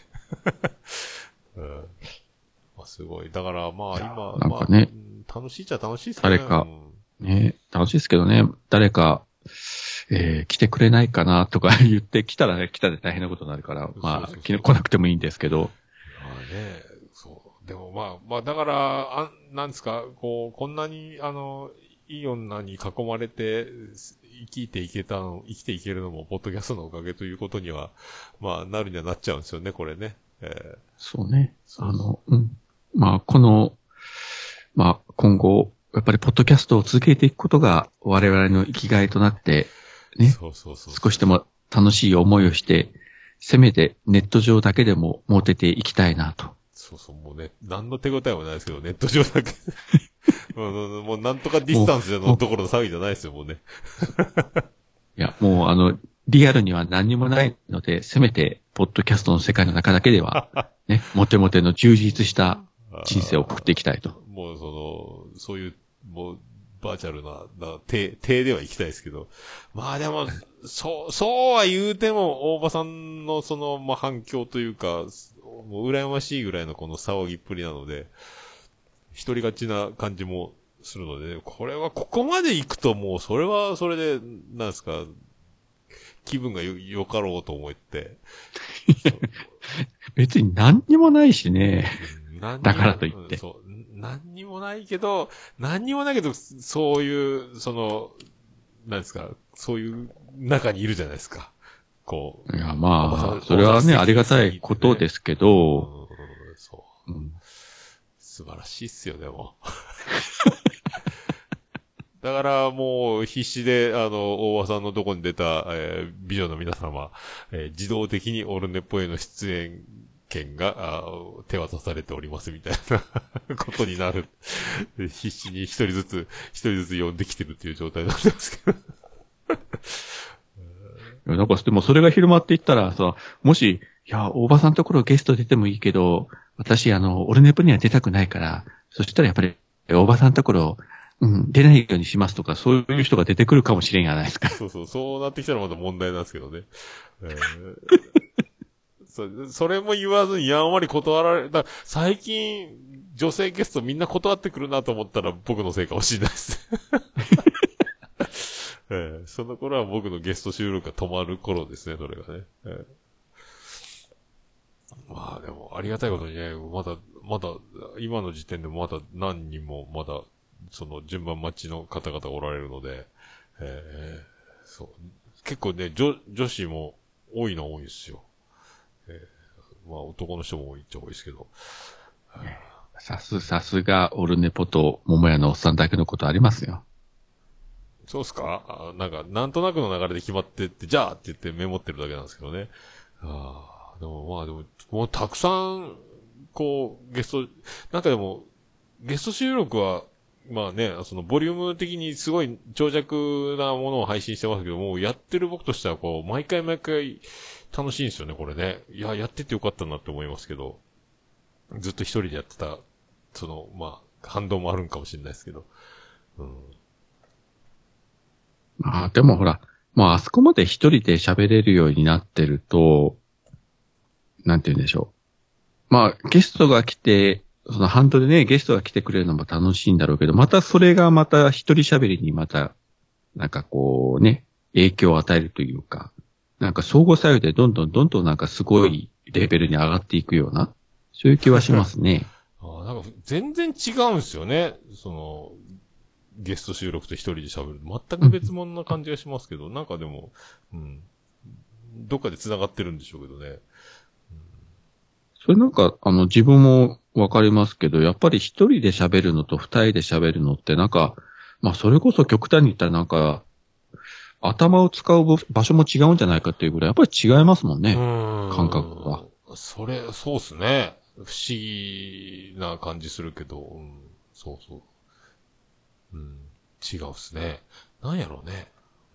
すごい。だからまあ今、 なんかね、 楽しいっちゃ楽しいっすね。 誰か、ね、楽しいですけどね、誰か、来てくれないかなとか言って来たらね、来たで大変なことになるから、まあ、来なくてもいいんですけど。 そう。でもまあ、だから、なんですか、こんなに、いい女に囲まれて、生きていけるのも、ポッドキャストのおかげということには、まあ、なるにはなっちゃうんですよね、これね。 そうね。まあ、まあ、今後、やっぱりポッドキャストを続けていくことが我々の生きがいとなって、ね。少しでも楽しい思いをして、せめてネット上だけでもモテていきたいなと。 もうね、何の手応えもないですけど、ネット上だけ。もうなんとかディスタンスのところの騒ぎじゃないですよ、もうね。 いや、もうリアルには何にもないので、せめて、ポッドキャストの世界の中だけでは、ね、モテモテの充実した人生を送っていきたいと。 もうそういう、もう、バーチャルな、手では行きたいですけど。まあでも、そうは言うても、大場さんのまあ反響というか、もう羨ましいぐらいのこの騒ぎっぷりなので、一人勝ちな感じもするので、これはここまで行くともう、それはそれで、なんですか、気分がよかろうと思って。 別に何にもないしね。だからといって。 何にもないけど、そういう、なんですか、そういう中にいるじゃないですか。こう。 いや、まあ、それはね、ありがたいことですけど、 素晴らしいっすよ、でも。 だからもう必死で、大場さんのとこに出た、美女の皆様、自動的にオルネポへの出演権が手渡されておりますみたいなことになる。必死に一人ずつ呼んできてるっていう状態なんですけど。 なんか、でもそれが広まっていったらさ、もし、いや、大場さんのところゲスト出てもいいけど、私、オルネポには出たくないから、そしたらやっぱり、大場さんのところ、出ないようにしますとか、そういう人が出てくるかもしれんじゃないですか。 そうなってきたらまた問題なんですけどね。それも言わずにやんわり断られ、最近、女性ゲストみんな断ってくるなと思ったら僕のせいかもしれないです。その頃は僕のゲスト収録が止まる頃ですね、それがね。まあでも、ありがたいことにね、まだ、今の時点でもまだ何人もまだ、その順番待ちの方々おられるので、そう。結構ね、女子も多いのは多いですよ。まあ男の人も多いっちゃ多いですけど。 さすが、オルネポと桃屋のおっさんだけのことありますよ。 そうっすか？なんとなくの流れで決まってって、じゃあって言ってメモってるだけなんですけどね。でも、もうたくさん、こう、ゲスト収録は、まあね、そのボリューム的にすごい長尺なものを配信してますけども、やってる僕としてはこう、毎回楽しいんですよね、これね。いや、やっててよかったなって思いますけど、ずっと一人でやってた、まあ、反動もあるんかもしれないですけど。 まあ、でもほら、まあ、あそこまで一人で喋れるようになってると、なんて言うんでしょう。まあ、ゲストが来て、そのハンドでね、ゲストが来てくれるのも楽しいんだろうけど、またそれがまた一人喋りにまた、なんかこうね、影響を与えるというか、なんか相互作用でどんどんなんかすごいレベルに上がっていくような、そういう気はしますね。 なんか全然違うんですよね。ゲスト収録と一人で喋る。全く別物な感じがしますけど、なんかでも、どっかで繋がってるんでしょうけどね。 それなんか、自分もわかりますけど、やっぱり一人で喋るのと二人で喋るのってなんか、まあそれこそ極端に言ったらなんか、頭を使う場所も違うんじゃないかっていうぐらい、やっぱり違いますもんね。感覚は。 そうっすね。不思議な感じするけど、そうそう。違うっすね。なんやろうね。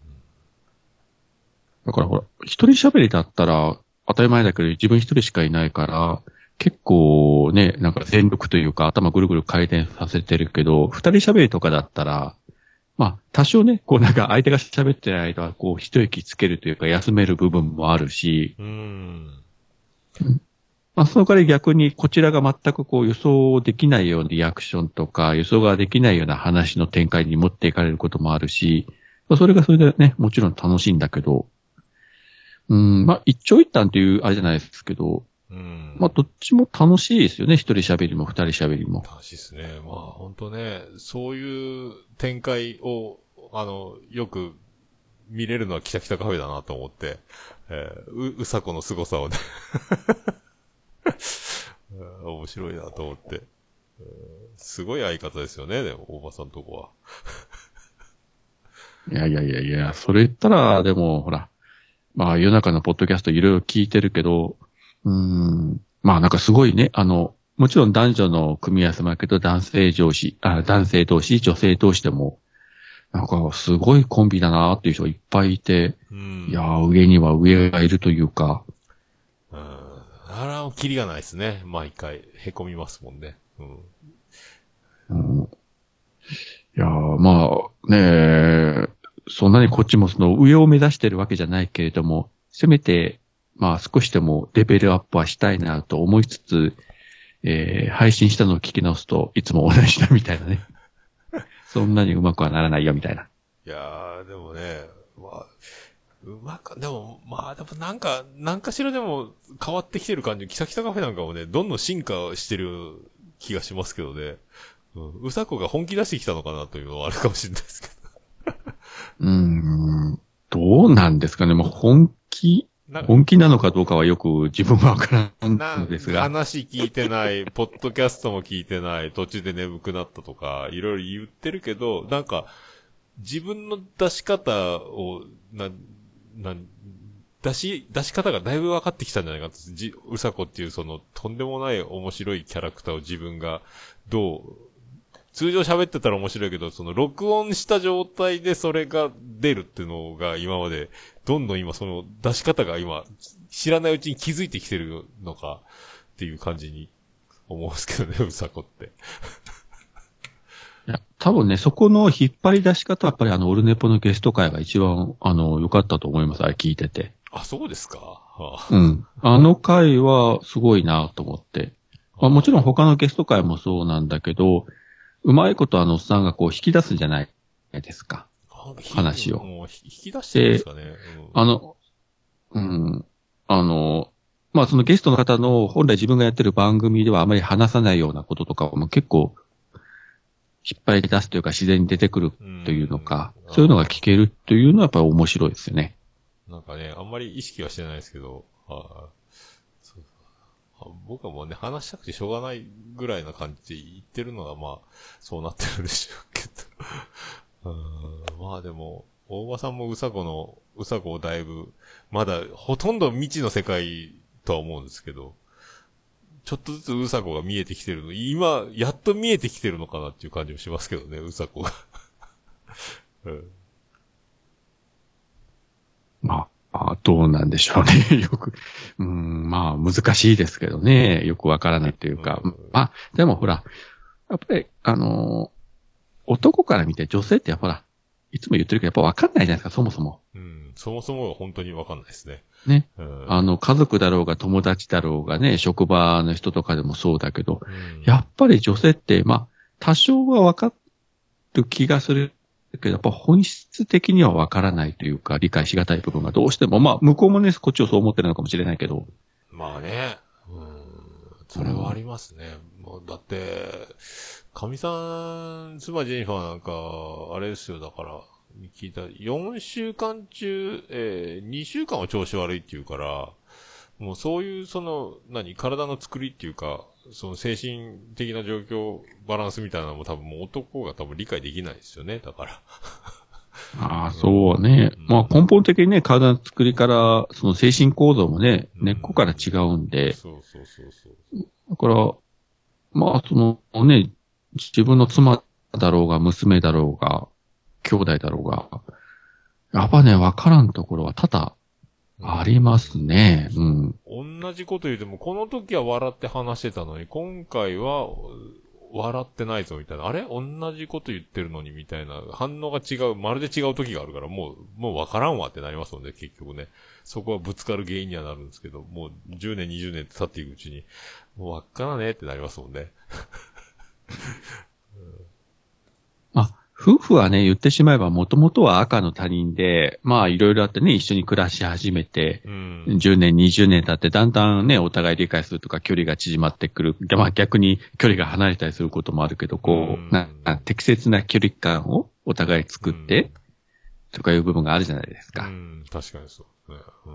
だからほら、一人喋りだったら、当たり前だけど自分一人しかいないから、結構ね、なんか全力というか頭ぐるぐる回転させてるけど、二人喋りとかだったら、まあ、多少ね、こうなんか相手が喋ってる間は、こう一息つけるというか休める部分もあるし、まあ、その代わり逆にこちらが全くこう予想できないようなリアクションとか、予想ができないような話の展開に持っていかれることもあるし、まあ、それがそれでね、もちろん楽しいんだけど、まあ、一長一短っていうあれじゃないですけど、まあ、どっちも楽しいですよね。一人喋りも二人喋りも。 楽しいですね。まあ、本当ね、そういう展開を、よく見れるのはキタキタカフェだなと思って、うさこの凄さをね、面白いなと思って、すごい相方ですよね、でも、大場さんとこは。 いや、それ言ったら、でも、ほら、まあ、世の中のポッドキャストいろいろ聞いてるけど、まあなんかすごいね、もちろん男女の組み合わせもあるけど、男性同士、女性同士でも、なんかすごいコンビだなっていう人がいっぱいいて、いやー、上には上がいるというか。 あら、キリがないですね。毎回、凹みますもんね。 いやー、まあ、ねそんなにこっちもその上を目指してるわけじゃないけれども、せめて、まあ少しでもレベルアップはしたいなと思いつつ、配信したのを聞き直すといつも同じだみたいなね。そんなにうまくはならないよみたいな。 いやー、でもね、まあ、でもなんかしらでも変わってきてる感じ、キサキサカフェなんかもね、どんどん進化してる気がしますけどね。うさこが本気出してきたのかなというのはあるかもしれないですけど。 どうなんですかね。もう本気なのかどうかはよく自分はわからんんですが。 話聞いてない、ポッドキャストも聞いてない、途中で眠くなったとか、いろいろ言ってるけど、なんか、 自分の出し方を、出し方がだいぶ分かってきたんじゃないかと。うさこっていうその、とんでもない面白いキャラクターを自分が、通常喋ってたら面白いけど、その、録音した状態でそれが出るっていうのが今まで、どんどん今その、出し方が今、知らないうちに気づいてきてるのか、っていう感じに思うんですけどね、うさこって。 いや、多分ね、そこの引っ張り出し方はやっぱりオルネポのゲスト会が一番、良かったと思います。あれ聞いてて。 あ、そうですか。はうん。あの回はすごいなと思って。まあ、もちろん他のゲスト会もそうなんだけど、うまいことおっさんがこう引き出すんじゃないですか。話を。 もう引き出してるんですかね。 まあそのゲストの方の本来自分がやってる番組ではあまり話さないようなこととかも結構引っ張り出すというか自然に出てくるというのか、そういうのが聞けるというのはやっぱり面白いですよね。 なんかね、あんまり意識はしてないですけど、僕はもうね、話したくてしょうがないぐらいな感じで言ってるのが、まあ、そうなってるでしょうけど。まあでも、大場さんもうさこをだいぶ、まだほとんど未知の世界とは思うんですけど、ちょっとずつうさこが見えてきてるの、今、やっと見えてきてるのかなっていう感じもしますけどね、うさこが。 まあ、どうなんでしょうね。よく、まあ、難しいですけどね。よくわからないというか。まあ、でもほら、やっぱり、男から見て女性ってやっぱほら、いつも言ってるけど、やっぱわかんないじゃないですか、そもそも。 そもそもが本当にわかんないですね。 ね。家族だろうが友達だろうがね、職場の人とかでもそうだけど、やっぱり女性って、まあ、多少はわかる気がするけど、やっぱ本質的にはわからないというか、理解しがたい部分がどうしても、まあ、向こうもね、こっちをそう思ってるのかもしれないけど。 まあね。それはありますね。もうだって、神さん、妻ジェニファーなんか、あれですよ、だから、聞いた、4週間中、2週間は調子悪いっていうから、もうそういう、体の作りっていうか、その精神的な状況、バランスみたいなのも多分もう男が多分理解できないですよね、だから。 ああ、そうね。まあ根本的にね、体の作りから、その精神構造もね、根っこから違うんで。 そう。 だから、まあね、自分の妻だろうが、娘だろうが、兄弟だろうが、やっぱね、わからんところは多々ありますね。 同じこと言うても、この時は笑って話してたのに、今回は笑ってないぞみたいな。あれ同じこと言ってるのにみたいな。反応が違う、まるで違う時があるから、もうわからんわってなりますので、結局ね。そこはぶつかる原因にはなるんですけど、もう10年、20年って経っていくうちに、もうわっからねえってなりますもんね。 夫婦はね、言ってしまえばもともとは赤の他人で、まあいろいろあってね、一緒に暮らし始めて、10年、20年経ってだんだんね、お互い理解するとか距離が縮まってくる。まあ逆に距離が離れたりすることもあるけど、適切な距離感をお互い作って、とかいう部分があるじゃないですか。 確かにそう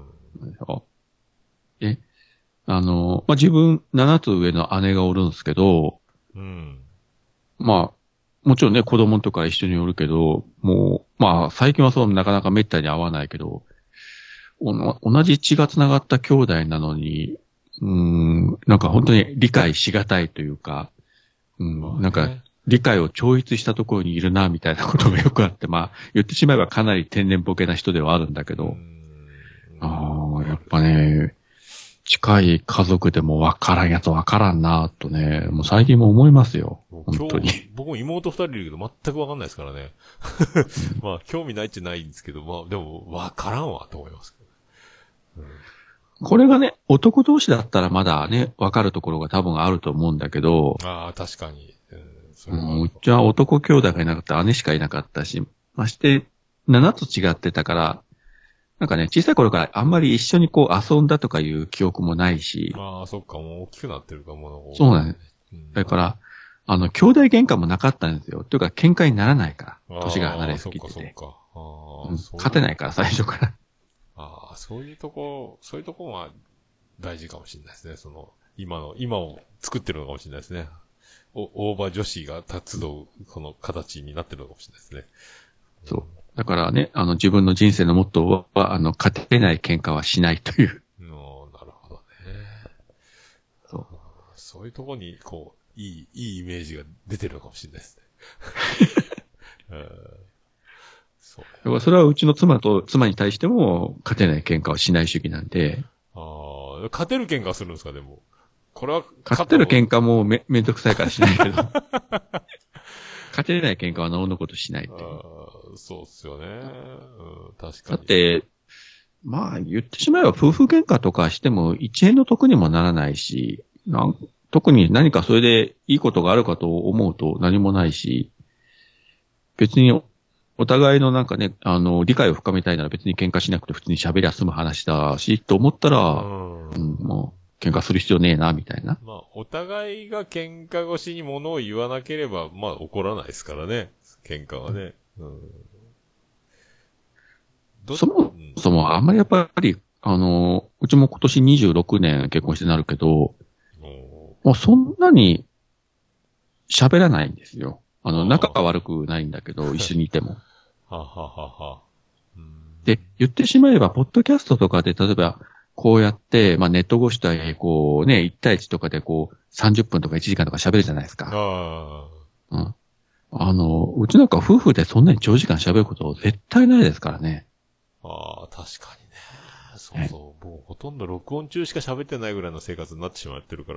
ですね。まあ自分7つ上の姉がおるんですけど、まあ、もちろんね、子供とか一緒におるけど、もう、まあ、最近はそうなかなか滅多に会わないけど、同じ血が繋がった兄弟なのに、なんか本当に理解しがたいというか、なんか、理解を超越したところにいるな、みたいなことがよくあって、まあ、言ってしまえばかなり天然ボケな人ではあるんだけど、やっぱね、近い家族でも分からんやつ分からんなとね、もう最近も思いますよ。本当に。 僕も妹2人いるけど全く分かんないですからね。まあ、興味ないっちゃないんですけど、まあ、でも分からんわと思いますけど、 これがね、男同士だったらまだね、分かるところが多分あると思うんだけど。 確かに。 うちは男兄弟がいなかった姉しかいなかったし、まして、7つ違ってたから、なんかね、小さい頃からあんまり一緒にこう遊んだとかいう記憶もないし。 そっか、もう大きくなってるかも。 そうなんです。だから、兄弟喧嘩もなかったんですよ。というか、喧嘩にならないから。年が離れすぎてて。勝てないから、最初から。 そういうとこは大事かもしれないですね。今を作ってるのかもしれないですね。大場女子が集う、この形になってるのかもしれないですね。 そう。だからね、自分の人生のモットーは、勝てない喧嘩はしないという。 なるほどね。 そう。 そういうとこに、こう、いいイメージが出てるのかもしれないですね。 そう。だからそれはうちの妻に対しても、勝てない喧嘩をしない主義なんで。 勝てる喧嘩するんですか、でも。これは勝てる喧嘩もめんどくさいからしないけど。勝てれない喧嘩はなおのことしないっていう。 そうっすよね。確かに。 だって、まあ言ってしまえば夫婦喧嘩とかしても1円の得にもならないし、特に何かそれでいいことがあるかと思うと何もないし、別にお互いのなんかね、理解を深めたいなら別に喧嘩しなくて普通に喋りゃ済む話だし、と思ったら、もう喧嘩する必要ねえな、みたいな。 まあ、お互いが喧嘩越しに物を言わなければ、まあ怒らないですからね。喧嘩はね。 そもそもあんまりやっぱり、うちも今年26年結婚してなるけど、もうそんなに喋らないんですよ。仲が悪くないんだけど、一緒にいても。で、言ってしまえば、ポッドキャストとかで、例えば、こうやって、まあネット越しとはいえ、こうね、1対1とかでこう、30分とか1時間とか喋るじゃないですか。うん。うちなんか夫婦でそんなに長時間喋ること絶対ないですからね。 確かにね。そうそう。もうほとんど録音中しか喋ってないぐらいの生活になってしまってるから。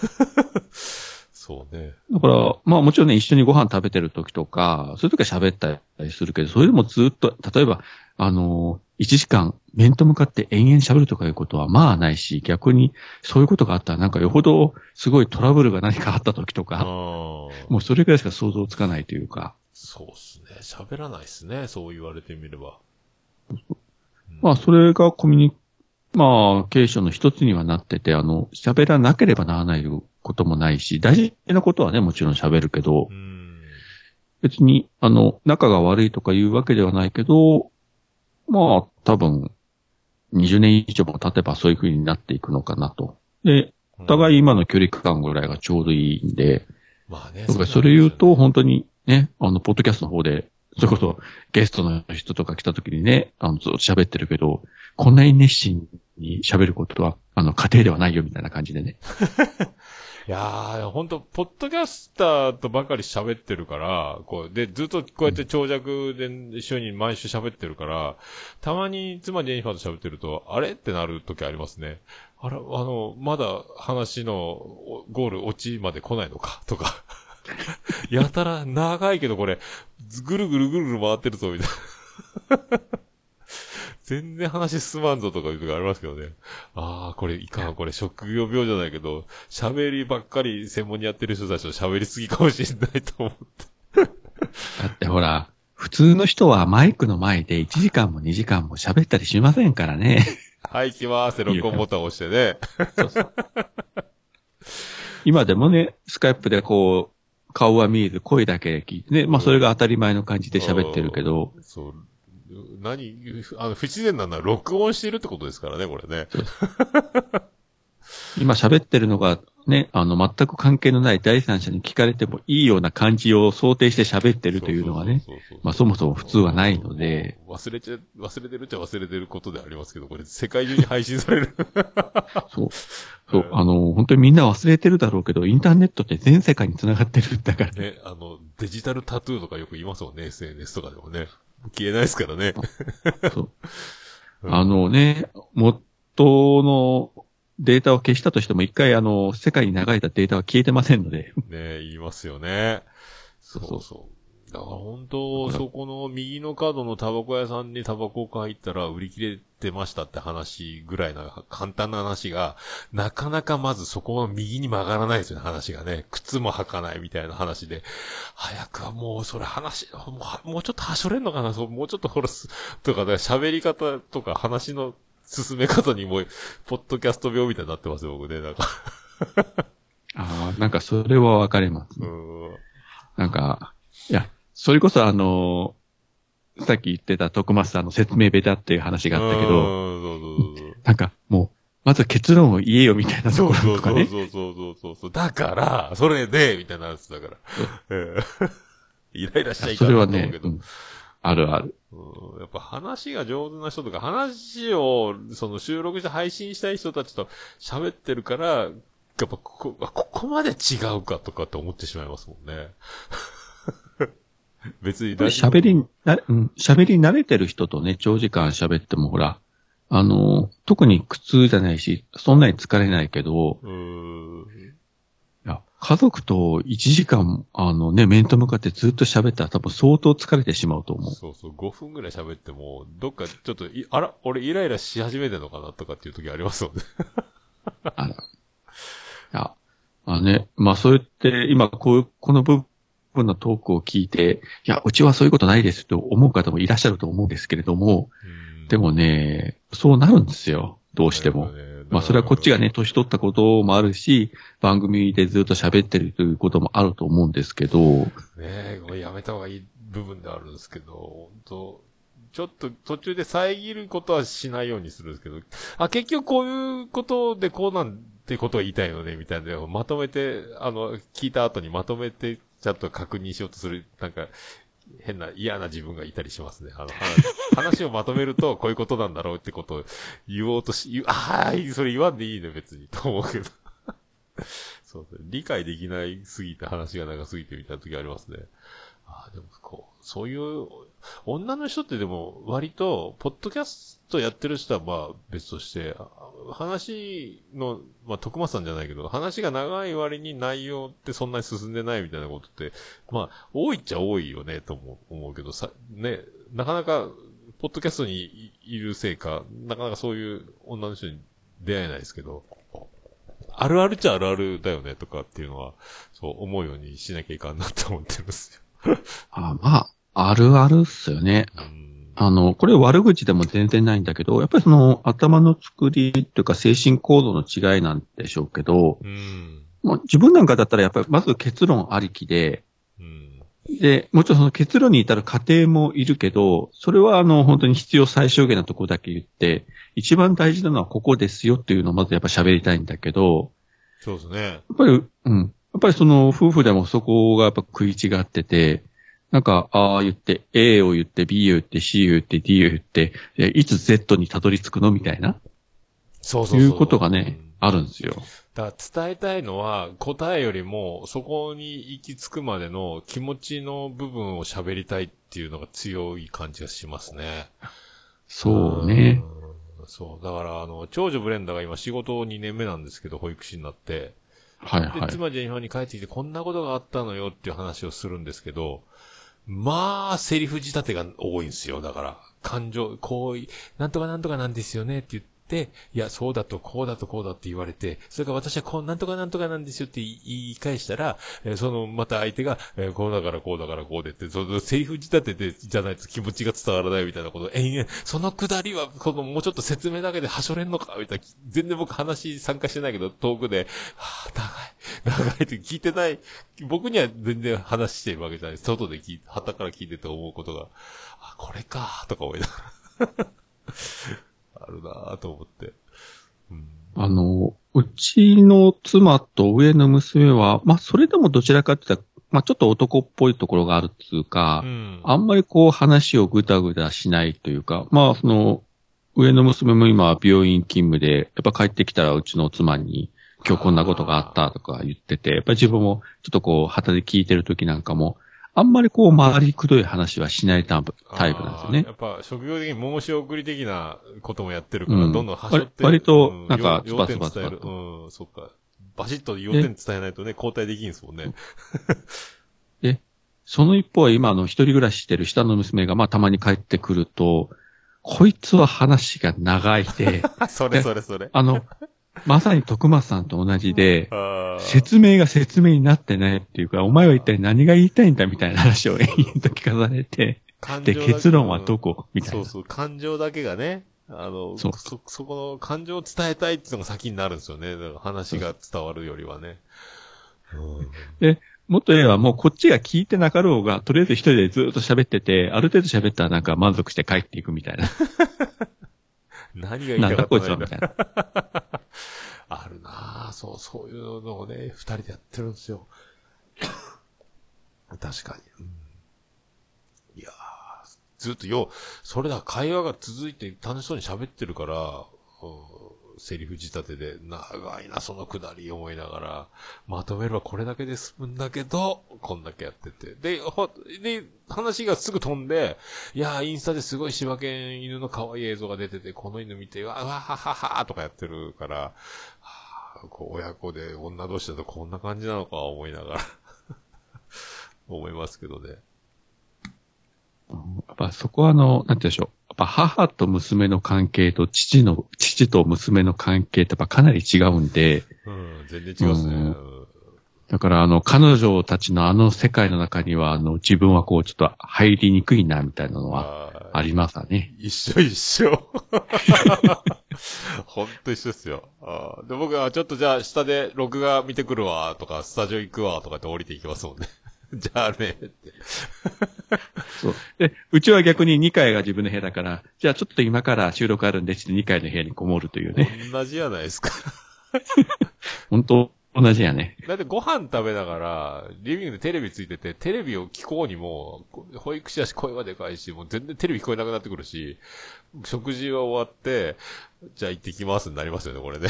そうね。 だから、まあもちろんね、一緒にご飯食べてる時とか、そういう時は喋ったりするけど、それでもずっと、例えば、1時間面と向かって延々喋るとかいうことはまあないし、逆にそういうことがあったらなんかよほどすごいトラブルが何かあった時とか、もうそれくらいしか想像つかないというか。 そうっすね。喋らないっすね。そう言われてみれば。 まあそれがコミュニケーションの一つにはなってて、喋らなければならないこともないし、大事なことはね、もちろん喋るけど、別に、仲が悪いとかいうわけではないけど、まあ、多分、20年以上も経てばそういう風になっていくのかなと。で、お互い今の距離感ぐらいがちょうどいいんで、まあね。それ言うと、本当にね、ポッドキャストの方で、それこそゲストの人とか来た時にね、ずっと喋ってるけど、こんなに熱心に喋ることは、家庭ではないよみたいな感じでね。 いやー、ほんと、ポッドキャスターとばかり喋ってるから、で、ずっとこうやって長尺で一緒に毎週喋ってるから、たまに妻ジェニファーと喋ってると、あれってなる時ありますね。まだ話のゴール落ちまで来ないのかとか。やたら長いけどこれ、ぐるぐるぐるぐる回ってるぞ、みたいな。全然話進まんぞとかいう時ありますけどね。これいかん、これ職業病じゃないけど、喋りばっかり専門にやってる人たちと喋りすぎかもしれないと思って。 だってほら、普通の人はマイクの前で1時間も2時間も喋ったりしませんからね。 はい、行きます。録音ボタンを押してね。 そうそう。今でもね、スカイプでこう、顔は見えず声だけ聞いてね、まあそれが当たり前の感じで喋ってるけど。 そう。不自然なのは録音してるってことですからね、これね。今喋ってるのがね、全く関係のない第三者に聞かれてもいいような感じを想定して喋ってるというのはね、まあそもそも普通はないので。 忘れてるっちゃ忘れてることでありますけど、これ世界中に配信される。 そう。そう、本当にみんな忘れてるだろうけど、インターネットって全世界に繋がってるんだからね。デジタルタトゥーとかよく言いますもんね、SNS とかでもね。消えないですからね。 そう。元のデータを消したとしても一回世界に流れたデータは消えてませんので。 ね言いますよね。そうそう。だから本当、そこの右の角のタバコ屋さんにタバコを買いったら売り切れてましたって話ぐらいな簡単な話が、なかなかまずそこの右に曲がらないですよね、話がね。靴も履かないみたいな話で。早くはもうそれ話、もうちょっとはしょれんのかな、もうちょっととかね、喋り方とか話の進め方にも、ポッドキャスト病みたいになってますよ、僕ね、なんか。 なんかそれは分かります。なんか、いや、それこそさっき言ってた徳松さんの説明ベタっていう話があったけど、なんかもう、まず結論を言えよみたいなところとかね。 そう。だから、それで、みたいなやつだから。イライラしちゃいかんと思うけど。 あるある。 やっぱ話が上手な人とか、話を、収録して配信したい人たちと喋ってるから、やっぱここまで違うかとかって思ってしまいますもんね。別に喋り慣れてる人とね、長時間喋ってもほら、特に苦痛じゃないし、そんなに疲れないけど、いや、家族と1時間、面と向かってずっと喋ったら多分相当疲れてしまうと思う。 そうそう、5分ぐらい喋っても、どっかちょっと、俺イライラし始めてんのかなとかっていう時ありますもんね。 あら。いや、そう言って、今、この部分のトークを聞いて、いや、うちはそういうことないですと思う方もいらっしゃると思うんですけれども、でもね、そうなるんですよ。どうしても。それはこっちがね、年取ったこともあるし、番組でずっと喋ってるということもあると思うんですけど。ねえ、これやめた方がいい部分であるんですけど、本当ちょっと途中で遮ることはしないようにするんですけど、結局こういうことでこうなんてことを言いたいのね、みたいなのをまとめて、聞いた後にまとめて、ちゃんと確認しようとする、なんか、変な嫌な自分がいたりしますね。話をまとめるとこういうことなんだろうってことを言おうとそれ言わんでいいね別にと思うけどそう、理解できないすぎて話が長すぎてみたいな時ありますね。でもそういう女の人ってでも割とポッドキャストやってる人はまあ別として、話の徳松さんじゃないけど話が長い割に内容ってそんなに進んでないみたいなことって多いっちゃ多いよねと思うけどね、なかなかポッドキャストにいるせいかなかなかそういう女の人に出会えないですけど、あるあるっちゃあるあるだよねとかっていうのはそう思うようにしなきゃいかんなって思ってるんですよ。 あるあるっすよね。これ悪口でも全然ないんだけど、やっぱり頭の作りというか精神構造の違いなんでしょうけど、自分なんかだったらやっぱりまず結論ありきで、で、もちろんその結論に至る過程もいるけど、それは本当に必要最小限なところだけ言って、一番大事なのはここですよっていうのをまずやっぱ喋りたいんだけど、 そうですね。 やっぱり夫婦でもそこがやっぱ食い違ってて、なんか、言って、A を言って、B を言って、C を言って、D を言って、いつ Z にたどり着くのみたいな。 そういうことがね、あるんですよ。 だから伝えたいのは、答えよりも、そこに行き着くまでの気持ちの部分を喋りたいっていうのが強い感じがしますね。 そうね。 そう。だから、長女ブレンダーが今仕事2年目なんですけど、保育士になって。 はいはい。 で、妻ジェニファーに帰ってきて、こんなことがあったのよっていう話をするんですけど、セリフ仕立てが多いんですよ。だから、感情、なんとかなんとかなんですよねって言って、いや、そうだと、こうだと、こうだって言われて、それから私はなんとかなんとかなんですよって言い返したら、また相手が、こうだからこうだからこうでって、セリフ仕立てで、じゃないと気持ちが伝わらないみたいなこと、そのくだりは、もうちょっと説明だけではしょれんのかみたいな、全然僕話参加してないけど、遠くで、長いって聞いてない、僕には全然話してるわけじゃない。外で旗から聞いてて思うことが、これかとか思いながら。あるなぁと思って。 うちの妻と上の娘は、それでもどちらかって言ったら、ちょっと男っぽいところがあるっていうか、あんまり話をぐだぐだしないというか、上の娘も今病院勤務で、やっぱ帰ってきたらうちの妻に、今日こんなことがあったとか言ってて、やっぱり自分もちょっと旗で聞いてる時なんかも、あんまり回りくどい話はしないタイプなんですよね。 やっぱ職業的に申し送り的なこともやってるから、どんどんはしょって。 割と、なんか、 要点伝える。そっか。バシッと要点伝えないとね、交代できんすもんね。 で、その一方は今一人暮らししてる下の娘がたまに帰ってくると、こいつは話が長いで。 それ。 まさに徳松さんと同じで、説明が説明になってないっていうか、お前は一体何が言いたいんだみたいな話を延々と聞かされて、で、結論はどこみたいな。 そう、感情だけがね、そこの感情を伝えたいっていうのが先になるんですよね。だから話が伝わるよりはね。 で、もっと言えばもうこっちが聞いてなかろうが、とりあえず一人でずっと喋ってて、ある程度喋ったらなんか満足して帰っていくみたいな。 何が言いたかったんだみたいな。 あるなぁ。そういうのをね、二人でやってるんですよ。確かに。いやずっとそれだ、会話が続いて楽しそうに喋ってるから、セリフ仕立てで、長いな、そのくだり思いながら、まとめればこれだけで済むんだけど、こんだけやってて。で、話がすぐ飛んで、いやー、インスタですごい柴犬犬の可愛い映像が出てて、この犬見て、わはははとかやってるから、こう親子で女同士だとこんな感じなのか思いながら、思いますけどね。 やっぱそこはなんて言うんでしょう。やっぱ母と娘の関係と父と娘の関係ってやっぱかなり違うんで。 全然違いますね。 だから彼女たちの世界の中には自分はこうちょっと入りにくいなみたいなのはありますね。 一緒。ほんと一緒ですよ。で、僕はちょっとじゃあ下で録画見てくるわとか、スタジオ行くわとかって降りていきますもんね。じゃあねって。 そう。で、うちは逆に2階が自分の部屋だから、じゃあちょっと今から収録あるんで、ちょっと2階の部屋にこもるというね。 同じやないですか。 本当同じやね。 だってご飯食べながら、リビングでテレビついてて、テレビを聞こうにも、保育士だし声はでかいし、もう全然テレビ聞こえなくなってくるし、食事が終わって、じゃあ行ってきますになりますよね、これね。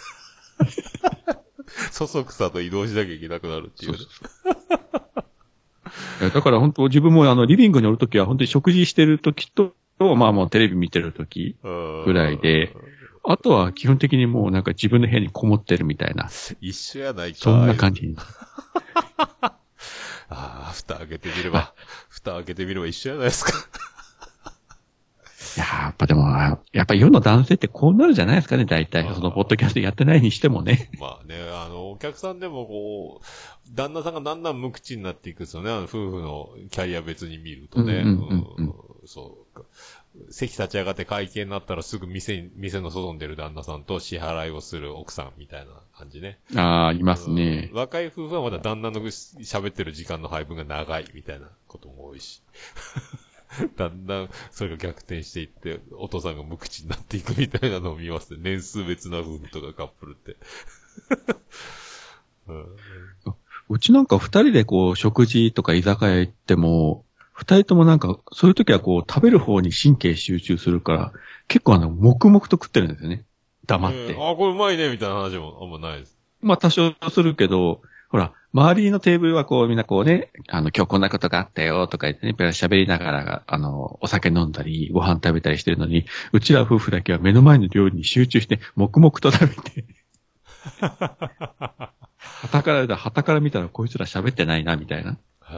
そそくさと移動しなきゃいけなくなるっていうね。 だから本当自分もリビングにおるときは本当に食事してるときと、まあもうテレビ見てるときぐらいで、あとは基本的にもうなんか自分の部屋にこもってるみたいな。 一緒やないか。 そんな感じ。 蓋開けてみれば一緒やないですか。 いややっぱでも、やっぱ世の男性ってこうなるじゃないですかね、大体。そのポッドキャストやってないにしてもね。 まあね、お客さんでもこう、旦那さんがだんだん無口になっていくんですよね。夫婦のキャリア別に見るとね。そう。席立ち上がって会計になったらすぐ店の外に出る旦那さんと支払いをする奥さんみたいな感じね。 いますね。 若い夫婦はまだ旦那の喋ってる時間の配分が長いみたいなことも多いし。だんだんそれが逆転していって、お父さんが無口になっていくみたいなのを見ますね。年数別な夫婦とかカップルって。 うちなんか二人でこう食事とか居酒屋行っても、二人ともなんかそういう時はこう食べる方に神経集中するから、結構黙々と食ってるんですよね。黙って。 これうまいねみたいな話もあんまないです。 まあ多少するけど、ほら、周りのテーブルはこうみんなこうね、今日こんなことがあったよとか言ってね、喋りながら、お酒飲んだり、ご飯食べたりしてるのに、うちら夫婦だけは目の前の料理に集中して、黙々と食べて。旗から見たらこいつら喋ってないな、みたいな。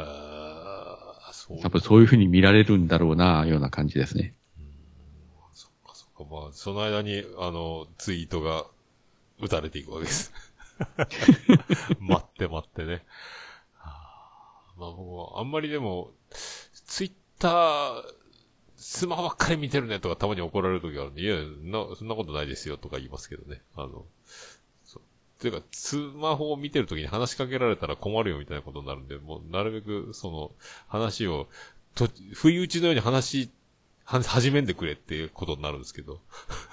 やっぱそういう風に見られるんだろうな、ような感じですね。 そっか。まあ、その間に、ツイートが打たれていくわけです。待ってね。まあ僕はあんまりでも、ツイッター、スマホばっかり見てるねとかたまに怒られる時があるんで、いや、そんなことないですよとか言いますけどね。ていうか、スマホを見てる時に話しかけられたら困るよみたいなことになるんで、もうなるべく話を、不意打ちのように始めんでくれっていうことになるんですけど。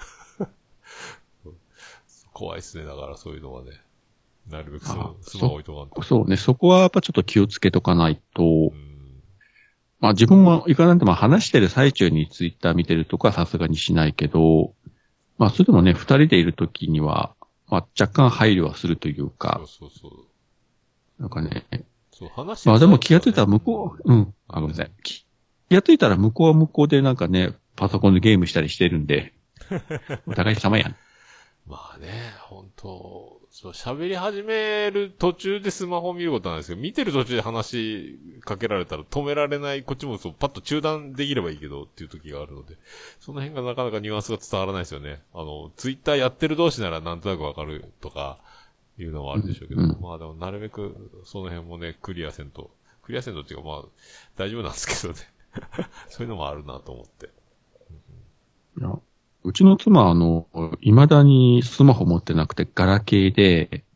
怖いっすね、だからそういうのはね。なるべくスマホ置いとかんと。 そうね、そこはやっぱちょっと気をつけとかないと、まあ自分もいかなんでも話してる最中にツイッター見てるとかさすがにしないけど、まあそれでもね、二人でいるときには、まあ若干配慮はするというか。 そう。 なんかね。 そう、話まあでも気がついたら向こう、ごめんなさい。気がついたら向こうは向こうでなんかね、パソコンでゲームしたりしてるんで、お互い様やん。 まあね、本当喋り始める途中でスマホを見ることなんですけど、見てる途中で話しかけられたら止められない、こっちもパッと中断できればいいけどっていう時があるので、その辺がなかなかニュアンスが伝わらないですよね。ツイッターやってる同士ならなんとなくわかるとか、いうのはあるでしょうけど、まあでもなるべくその辺もね、クリアせんとっていうかまあ、大丈夫なんですけどね。そういうのもあるなと思って。 うちの妻は未だにスマホ持ってなくてガラケーで、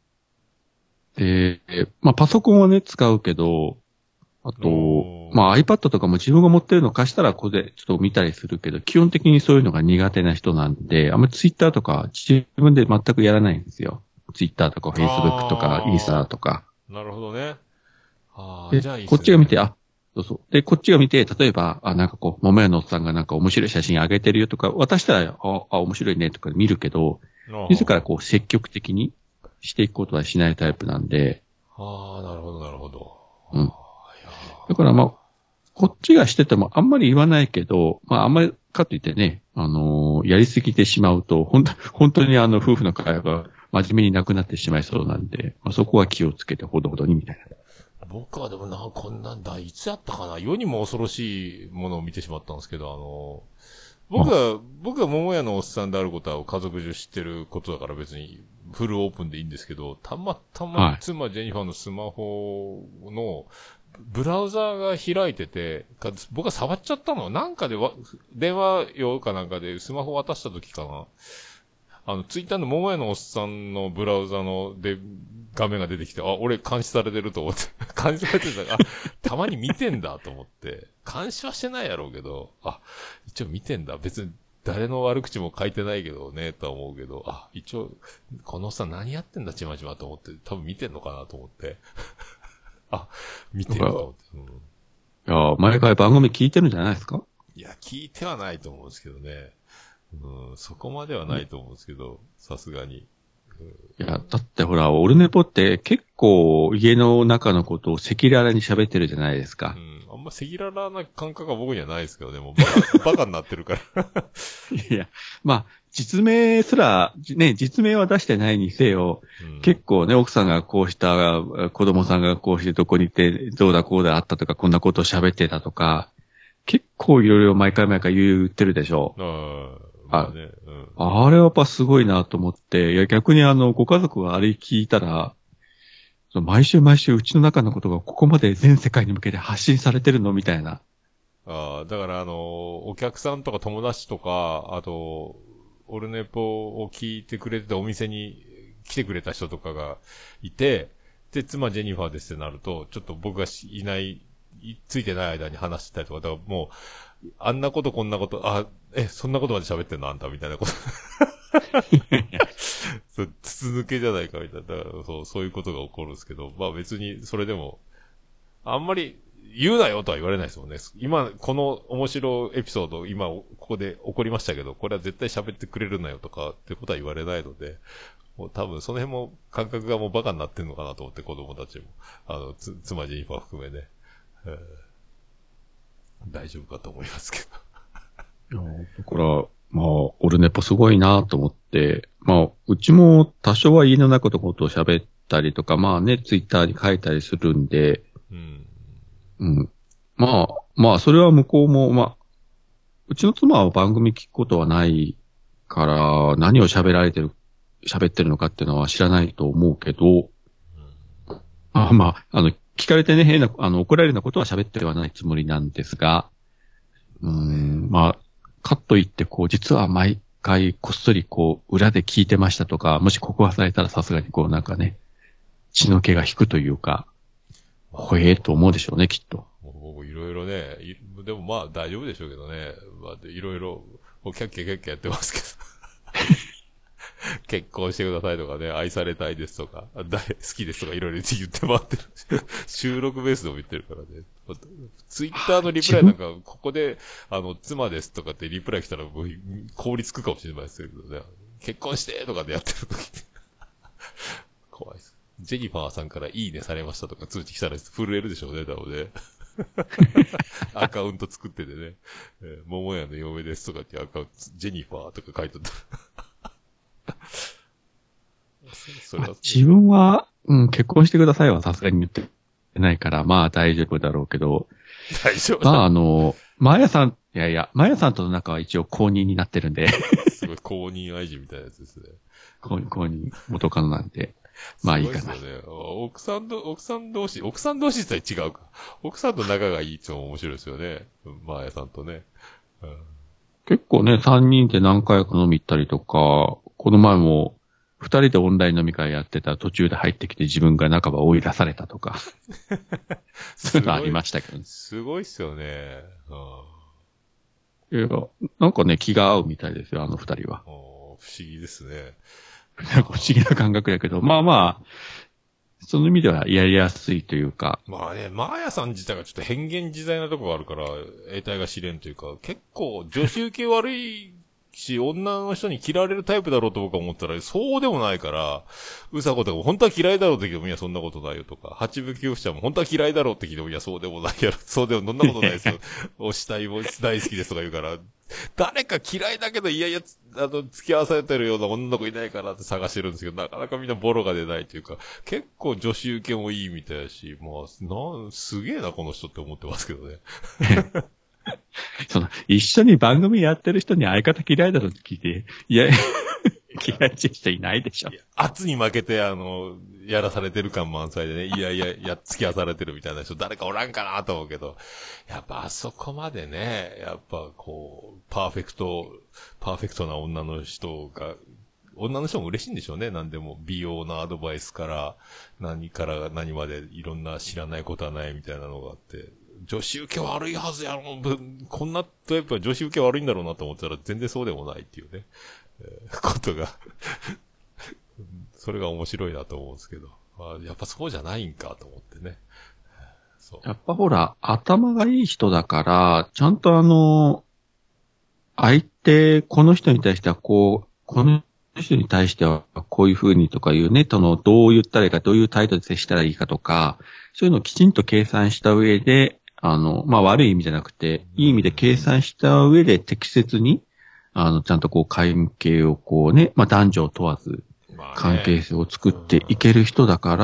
まあパソコンはね、使うけど、あと、まあ iPad とかも自分が持ってるの貸したらここでちょっと見たりするけど、基本的にそういうのが苦手な人なんで、あんまり Twitter とか自分で全くやらないんですよ。Twitter とか Facebook とかイーサーとか。 なるほどね。 じゃあいいっすね。こっちが見て、 そうそう。で、こっちが見て、例えば、なんかこう、桃屋のおっさんがなんか面白い写真あげてるよとか、渡したら、面白いねとか見るけど、自らこう、積極的にしていくことはしないタイプなんで。 ああ、なるほど、なるほど。 うん。だからまあ、こっちがしててもあんまり言わないけど、まああんまりかといってね、やりすぎてしまうと、本当に夫婦の会話が真面目になくなってしまいそうなんで、まあそこは気をつけてほどほどにみたいな。 僕はでもこんなんだ、いつやったかな、世にも恐ろしいものを見てしまったんですけど、僕が桃屋のおっさんであることは家族中知ってることだから別にフルオープンでいいんですけど、たまたま妻ジェニファーのスマホのブラウザーが開いてて、僕が触っちゃったのなんかで電話用かなんかでスマホ渡した時かな。ツイッターの桃屋のおっさんのブラウザで画面が出てきて、俺監視されてると思って、監視されてたたまに見てんだと思って、監視はしてないやろうけど、一応見てんだ。別に誰の悪口も書いてないけどね、とは思うけど、一応、このおっさん何やってんだちまちまと思って、多分見てんのかなと思って。見てると思って。 いや、毎回番組聞いてるんじゃないですか？ いや、聞いてはないと思うんですけどね。そこまではないと思うんですけど、さすがに。 いや、だってほら、オルネポって結構家の中のことを赤裸々に喋ってるじゃないですか。 あんま赤裸々な感覚は僕にはないですけどね、もうバカになってるから。 いや、まあ、実名すら、ね、実名は出してないにせよ、結構ね、奥さんがこうした、子供さんがこうしてどこにいて、どうだこうだあったとか、こんなことを喋ってたとか、結構いろいろ毎回言ってるでしょ。あれはやっぱすごいなと思って、いや逆にご家族があれ聞いたら、毎週うちの中のことがここまで全世界に向けて発信されてるのみたいな。 だからお客さんとか友達とか、あと、オルネポを聞いてくれてたお店に来てくれた人とかがいて、で、妻ジェニファーですってなると、ちょっと僕がついてない間に話してたりとか、だからもう、あんなことこんなこと、そんなことまで喋ってんのあんたみたいなこと。筒抜けじゃないかみたいな。だからそういうことが起こるんですけど、まあ別にそれでも、あんまり言うなよとは言われないですもんね。今、この面白いエピソード、今、ここで起こりましたけど、これは絶対喋ってくれるなよとかってことは言われないので、もう多分その辺も感覚がもうバカになってんのかなと思って、子供たちも。妻ジェニファー含めね。大丈夫かと思いますけど。だから、まあ、オルネポすごいなと思って、まあ、うちも多少は家の中のことを喋ったりとか、まあね、ツイッターに書いたりするんで、まあ、それは向こうも、まあ、うちの妻は番組聞くことはないから、何を喋ってるのかっていうのは知らないと思うけど、聞かれてね、変な、怒られるようなことは喋ってはないつもりなんですが、まあ、かといって、実は毎回こっそり裏で聞いてましたとか、もし告発されたらさすがになんかね、血の気が引くというか、怖えと思うでしょうね、きっと。 僕いろいろね、でもまあ大丈夫でしょうけどね、いろいろ、キャッキャやってますけど。結婚してくださいとかね、愛されたいですとか、好きですとかいろいろ言って回ってる。収録ベースでも言ってるからね。ツイッターのリプライなんか、ここで、妻ですとかってリプライ来たら凍りつくかもしれないですけどね。結婚してとかでやってる時怖いです。ジェニファーさんからいいねされましたとか通知来たら震えるでしょうね、多分ね。アカウント作っててね。桃屋の嫁ですとかっていうアカウント、ジェニファーとか書いとった。 自分は、結婚してくださいはさすがに言ってないから、まあ大丈夫だろうけど。 大丈夫まあマヤさんとの仲は一応公認になってるんで。 すごい公認愛人みたいなやつですね。 公認、元カノなんで。まあいいかな。 そうですよね。奥さん同士って違うか。奥さんと仲がいいって面白いですよね。マーヤさんとね。 結構ね、3人で何回か飲み行ったりとか、この前も2人でオンライン飲み会やってた途中で入ってきて自分が半ば追い出されたとか。そういうのありましたけどね。 すごいっすよね。 いや、なんかね、気が合うみたいですよ、2人は。 不思議ですね。 不思議な感覚やけど、まあまあ、 その意味ではやりやすいというか。 まあね、マーヤさん自体がちょっと変幻自在なところがあるから、得体が知れんというか、結構女子受け悪いし、女の人に嫌われるタイプだろうと僕は思ったら、そうでもないから、うさことか、本当は嫌いだろうって聞いても、いや、そんなことないよとか、八部九夫者も本当は嫌いだろうって聞いても、いや、そうでもないやろ、そうでも、そんなことないですよ。推したいも大好きですとか言うから、誰か嫌いだけど、いやいや、付き合わされてるような女の子いないかなって探してるんですけど、なかなかみんなボロが出ないというか、結構女子受けもいいみたいだし、まあ、すげえな、この人って思ってますけどね。 一緒に番組やってる人に相方嫌いだろって聞いて、いや、嫌いって人いないでしょ。 圧に負けて、やらされてる感満載でね、いや、付き合わされてるみたいな人、誰かおらんかなと思うけど、やっぱあそこまでね、やっぱこう、パーフェクトな女の人も嬉しいんでしょうね、なんでも。美容のアドバイスから、何までいろんな知らないことはないみたいなのがあって、女子受け悪いはずやろ、こんなタイプは女子受け悪いんだろうなと思ったら全然そうでもないっていうね、ことがそれが面白いなと思うんですけど、やっぱそうじゃないんかと思ってね。 そう。やっぱほら、頭がいい人だから、ちゃんと相手、この人に対してはこの人に対してはこういう風にとかいうね、どう言ったらいいか、どういう態度で接したらいいかとか、そういうのをきちんと計算した上で、悪い意味じゃなくて、いい意味で計算した上で適切に、ちゃんと関係を男女を問わず、関係性を作っていける人だから、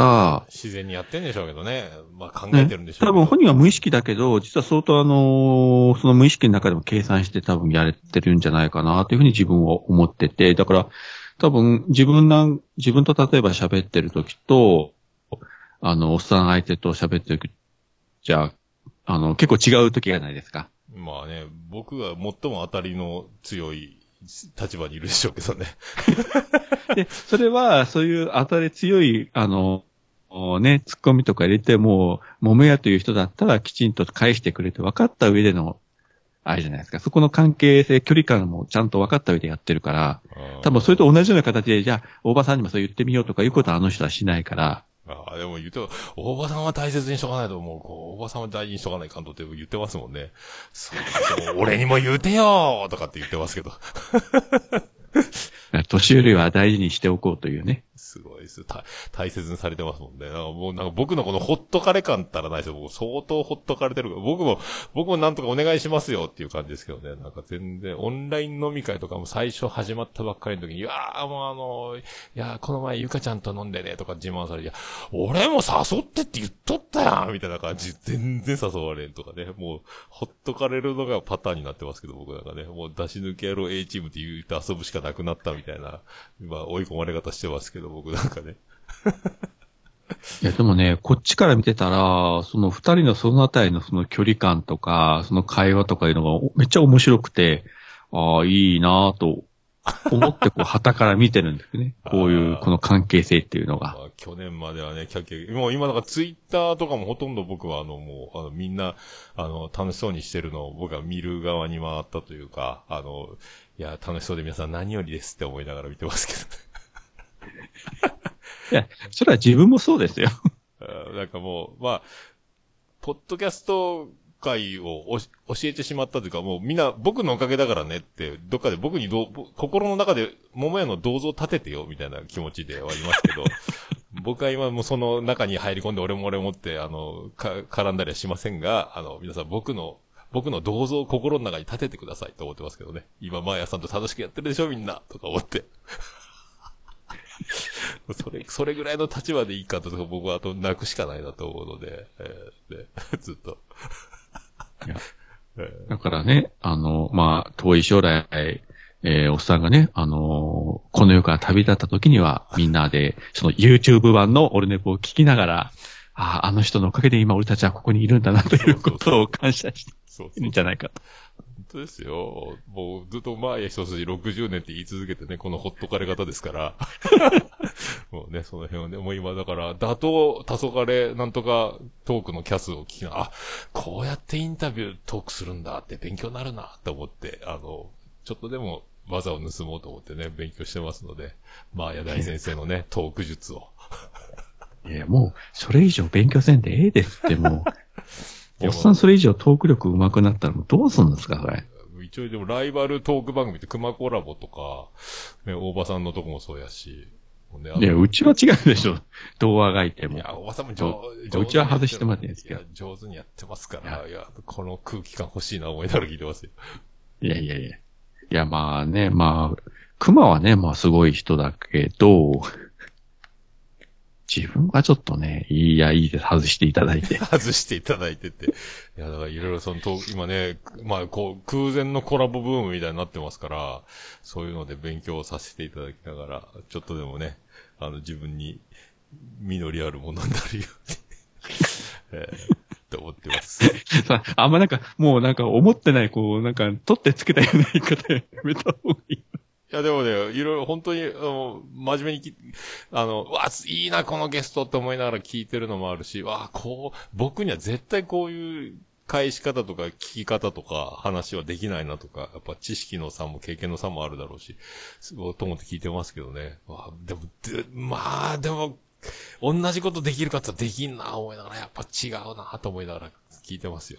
自然にやってんでしょうけどね。考えてるんでしょうけど、 多分本人は無意識だけど、実は相当その無意識の中でも計算して多分やれてるんじゃないかなというふうに自分は思ってて、だから多分自分と例えば喋ってる時と、おっさん相手と喋ってる時、じゃあ、結構違う時がないですか。 まあね、僕が最も当たりの強い立場にいるでしょうけどね。 で、それは、そういう当たり強い、ツッコミとか入れても、揉めやという人だったらきちんと返してくれて分かった上での、あれじゃないですか。そこの関係性、距離感もちゃんと分かった上でやってるから、多分それと同じような形で、じゃあ、大場さんにもそう言ってみようとかいうことはあの人はしないから。 でも大場さんは大切にしとかないと、もう、大場さんは大事にしとかないかんとって言ってますもんね。そう、俺にも言うてよーとかって言ってますけど。 年寄りは大事にしておこうというね。 すごいです。大切にされてますもんね。なんか僕のこのほっとかれ感ったらないですよ。僕相当ほっとかれてるから。僕もなんとかお願いしますよっていう感じですけどね。なんか全然、オンライン飲み会とかも最初始まったばっかりの時に、この前ゆかちゃんと飲んでねとか自慢されて、俺も誘ってって言っとったやんみたいな感じ。全然誘われんとかね。もう、ほっとかれるのがパターンになってますけど、僕なんかね。もう出し抜け野郎 A チームって言って遊ぶしかなくなったみたいな、今追い込まれ方してますけど、僕なんかね。 いや、でもね、こっちから見てたら、その二人のそのあたりのその距離感とか、その会話とかいうのがめっちゃ面白くて、ああ、いいなぁと思って旗から見てるんですね。この関係性っていうのが。 去年まではね、もう今なんかツイッターとかもほとんど僕はみんな、楽しそうにしてるのを僕は見る側に回ったというか、いや、楽しそうで皆さん何よりですって思いながら見てますけどね。 いや、それは自分もそうですよ。 なんかもう、ポッドキャスト界を教えてしまったというか、もうみんな僕のおかげだからねって、どっかで僕に心の中で桃屋の銅像立ててよみたいな気持ちではいますけど、僕は今もうその中に入り込んで俺もって絡んだりはしませんが、皆さん僕の銅像を心の中に立ててくださいと思ってますけどね。今マーヤさんと楽しくやってるでしょみんなとか思って。それぐらいの立場でいいかと僕は泣くしかないなと思うので、ずっと。 だからね、遠い将来、おっさんがね、この世から旅立った時には、みんなで、その YouTube 版のオルネポを聞きながら、あの人のおかげで今俺たちはここにいるんだなということを感謝しているんじゃないかと。 本当ですよ。もうずっとマーヤ一筋60年って言い続けてね、このほっとかれ方ですから。もうね、その辺はね、もう今だから、打倒、黄昏なんとかトークのキャスを聞きこうやってインタビュートークするんだって勉強になるなって思って、ちょっとでも技を盗もうと思ってね、勉強してますので、マーヤ大先生のね、トーク術を。 いや、もう、それ以上勉強せんでええですって、もう。おっさんそれ以上トーク力上手くなったらもうどうすんですか、それ。 一応でもライバルトーク番組って熊コラボとか、ね、大場さんのとこもそうやし。 いや、うちは違うでしょ。童話がいても。 いや、大場さんもうちは外してもらっていいですけど。 いや、上手にやってますから、いや、この空気感欲しいな思いながら聞いてますよ。 いやいやいや。いや、まあね、まあ、熊はね、まあすごい人だけど、自分はちょっとね、いいです。外していただいて。 外していただいてて。いや、だからいろいろ今ね、まあこう、空前のコラボブームみたいになってますから、そういうので勉強させていただきながら、ちょっとでもね、自分に実りあるものになるように、って思ってます。 あんまなんか、もうなんか思ってない、こう、なんか、取ってつけたような言い方やめた方がいい。 いや、でもね、いろいろ本当に、真面目にいいな、このゲストって思いながら聞いてるのもあるし、僕には絶対こういう返し方とか聞き方とか話はできないなとか、やっぱ知識の差も経験の差もあるだろうし、と思って聞いてますけどね。でも、同じことできるかってできんな、思いながら、やっぱ違うな、と思いながら聞いてますよ。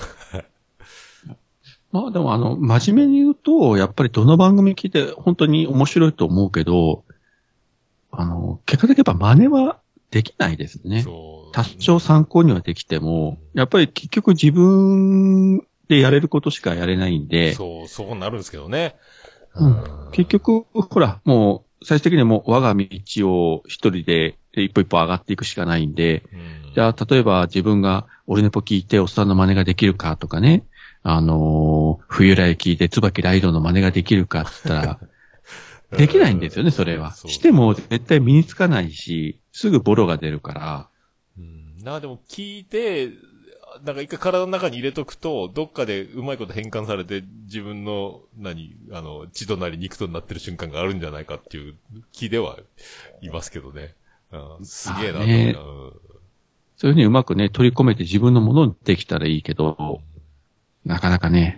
まあでも真面目に言うと、やっぱりどの番組聞いて本当に面白いと思うけど、結果的にやっぱ真似はできないですね。多少参考にはできても、やっぱり結局自分でやれることしかやれないんで。 そうなるんですけどね。 結局、ほら、もう、最終的にはもう我が道を一人で一歩一歩上がっていくしかないんで、じゃあ例えば自分がオルネポ聞いておっさんの真似ができるかとかね、冬来聞いて椿ライドの真似ができるかって言ったら、できないんですよね、それは。しても絶対身につかないし、すぐボロが出るから。 でも聞いて、なんか一回体の中に入れとくと、どっかでうまいこと変換されて、自分の、血となり肉となってる瞬間があるんじゃないかっていう気ではいますけどね。すげえなと思う。 そういうふうにうまくね、取り込めて自分のものにできたらいいけど、なかなかね、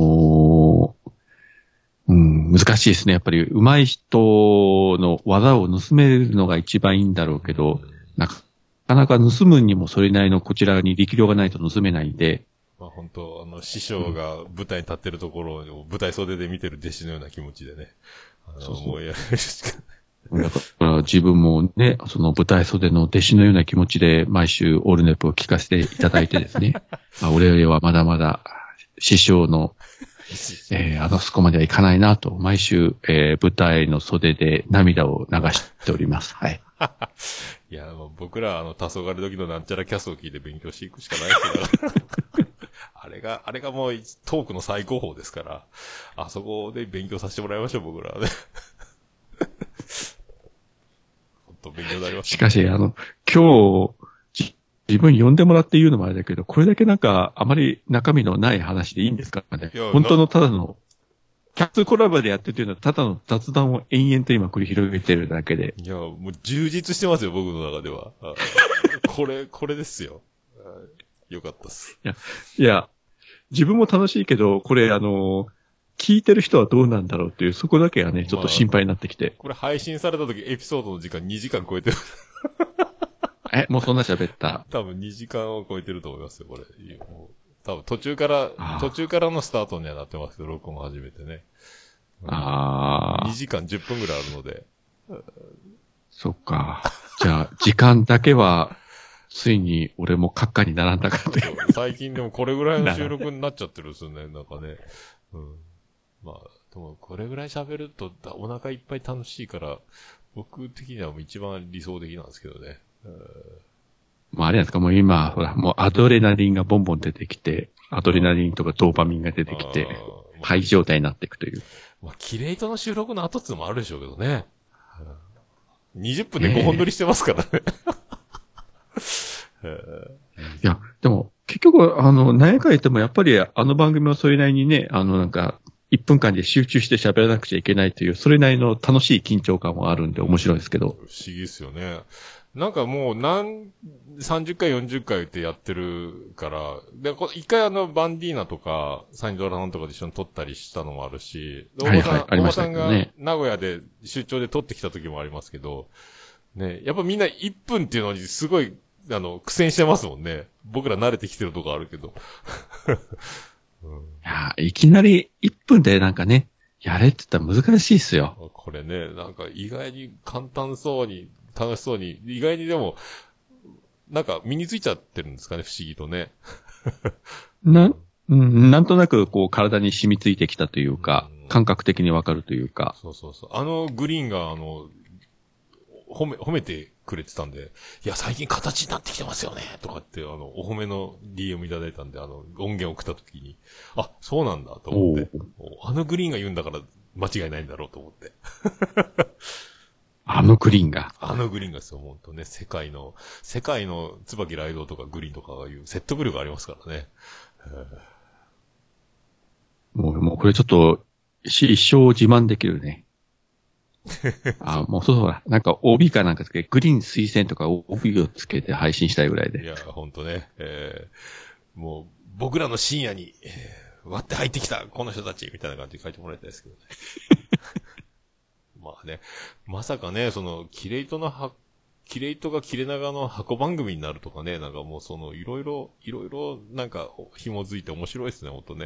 難しいですね。やっぱり上手い人の技を盗めるのが一番いいんだろうけど、なかなか盗むにもそれなりのこちらに力量がないと盗めないんで。 まあ本当師匠が舞台に立ってるところを舞台袖で見てる弟子のような気持ちでね。もうやるしかだから自分もね、その舞台袖の弟子のような気持ちで毎週オールネップを聞かせていただいてですね。俺はまだまだ師匠のそこまではいかないなと、毎週、舞台の袖で涙を流しております。はい。 いや、僕ら黄昏時のなんちゃらキャスを聞いて勉強していくしかないですよ。あれがもうトークの最高峰ですから、あそこで勉強させてもらいましょう、僕らはね。本当勉強になります、ね。 しかし、今日、自分呼んでもらって言うのもあれだけど、これだけなんか、あまり中身のない話でいいんですかね。本当のただの、キャッツコラボでやってるというのは、ただの雑談を延々と今繰り広げてるだけで。 いや、もう充実してますよ、僕の中では。これですよ。よかったっす。 いや、自分も楽しいけど、これ聞いてる人はどうなんだろうっていう、そこだけがね、ちょっと心配になってきて。 これ配信された時エピソードの時間2時間超えてる。 もうそんな喋った。 多分2時間を超えてると思いますよ、これ。多分途中からのスタートにはなってますけど、録音始めてね。2時間10分ぐらいあるので。 そっか。じゃあ、時間だけは、ついに俺も閣下に並んだかって。 最近でもこれぐらいの収録になっちゃってるんですよね、なんかね。まあ、でもこれぐらい喋るとお腹いっぱい楽しいから、僕的には一番理想的なんですけどね。 もうあれなんですか、もう今、ほら、もうアドレナリンがボンボン出てきて、アドレナリンとかドーパミンが出てきて、ハイ状態になっていくという。 まあ、キレイトの収録の後ってのもあるでしょうけどね。20分で5本撮りしてますからね。 いや、でも、結局、何回言ってもやっぱり番組はそれなりにね、なんか、1分間で集中して喋らなくちゃいけないという、それなりの楽しい緊張感もあるんで面白いですけど。不思議ですよね。なんかもう30回40回ってやってるから、で、一回バンディーナとか、サインドラなんとかで一緒に撮ったりしたのもあるし、大場さんが名古屋で出張で撮ってきた時もありますけど、 ね、やっぱみんな1分っていうのにすごい、苦戦してますもんね。僕ら慣れてきてるとこあるけど。 うん、いきなり1分でなんかね、やれって言ったら難しいっすよ。 これね、なんか意外に簡単そうに、楽しそうに、意外にでも、なんか身についちゃってるんですかね、不思議とね。 なんとなくこう体に染みついてきたというか、感覚的にわかるというか。 そうそうそう。グリーンが褒めてくれてたんで、いや、最近形になってきてますよねとかって、お褒めの DM いただいたんで、音源を送った時に、あ、そうなんだと思って、グリーンが言うんだから間違いないんだろうと思って。 グリーンが。 グリーンがそう思うとね、世界の椿ライドとかグリーンとかがいう説得力ありますからね。 もうこれちょっと、一生自慢できるね。もうそうだ。なんか OB かなんかつけて、グリーン推薦とか OB をつけて配信したいぐらいで。 いや、ほんとね、もう、僕らの深夜に、割って入ってきた、この人たち、みたいな感じで書いてもらいたいですけどね。まあね、まさかね、キレイトが切れ長の箱番組になるとかね、なんかもういろいろ、なんか、紐づいて面白いですね、ほんとね。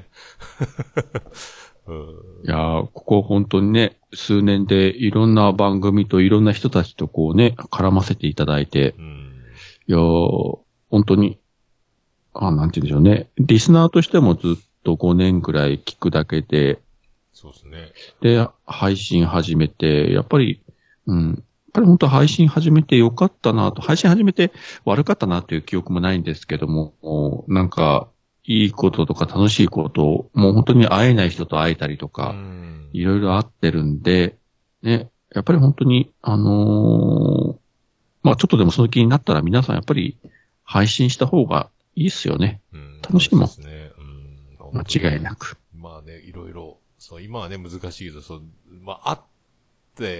いやー、ここ本当にね、数年でいろんな番組といろんな人たちとこうね、絡ませていただいて、いやー、本当に、なんて言うんでしょうね。リスナーとしてもずっと5年くらい聞くだけで、 そうですね。 で、配信始めて、やっぱり本当配信始めてよかったなと、配信始めて悪かったなという記憶もないんですけども、なんか、いいこととか楽しいこと、もう本当に会えない人と会えたりとか、いろいろあってるんで、ね、やっぱり本当に、ちょっとでもその気になったら皆さんやっぱり配信した方がいいっすよね。楽しいもん。 そうですね。 間違いなく。 まあね、いろいろ、今はね、難しいけど、あって、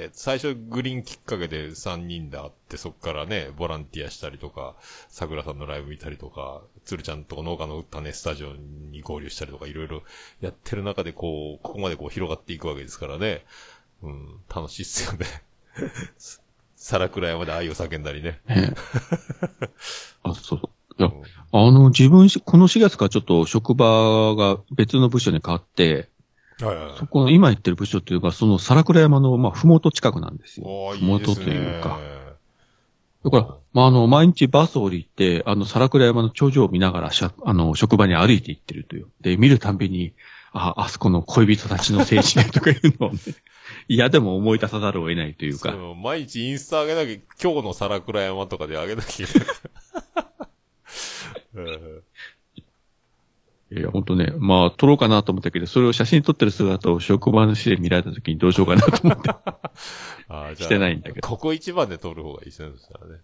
最初グリーンきっかけで3人で会って、そっからね、ボランティアしたりとか、桜さんのライブ見たりとか、鶴ちゃんと農家の種スタジオに合流したりとか、いろいろやってる中でここまで広がっていくわけですからね。楽しいっすよね。皿倉山で愛を叫んだりね。 そう。いや、自分、この4月からちょっと職場が別の部署に変わって、そこの今言ってる部署っていうか、その皿倉山の、ふもと近くなんですよ。ふもとというか。だから、毎日バス降りて、皿倉山の頂上を見ながら、職場に歩いて行ってるという。で、見るたんびに、あそこの恋人たちの聖地ねとかいうのをね、いやでも思い出さざるを得ないというか。 毎日インスタ上げなきゃ、今日の皿倉山とかで上げなきゃいけない。 いや、ほんとね、撮ろうかなと思ったけど、それを写真撮ってる姿を職場の市で見られた時にどうしようかなと思って。してないんだけど。 ここ一番で撮る方がいいですね、そしたらね。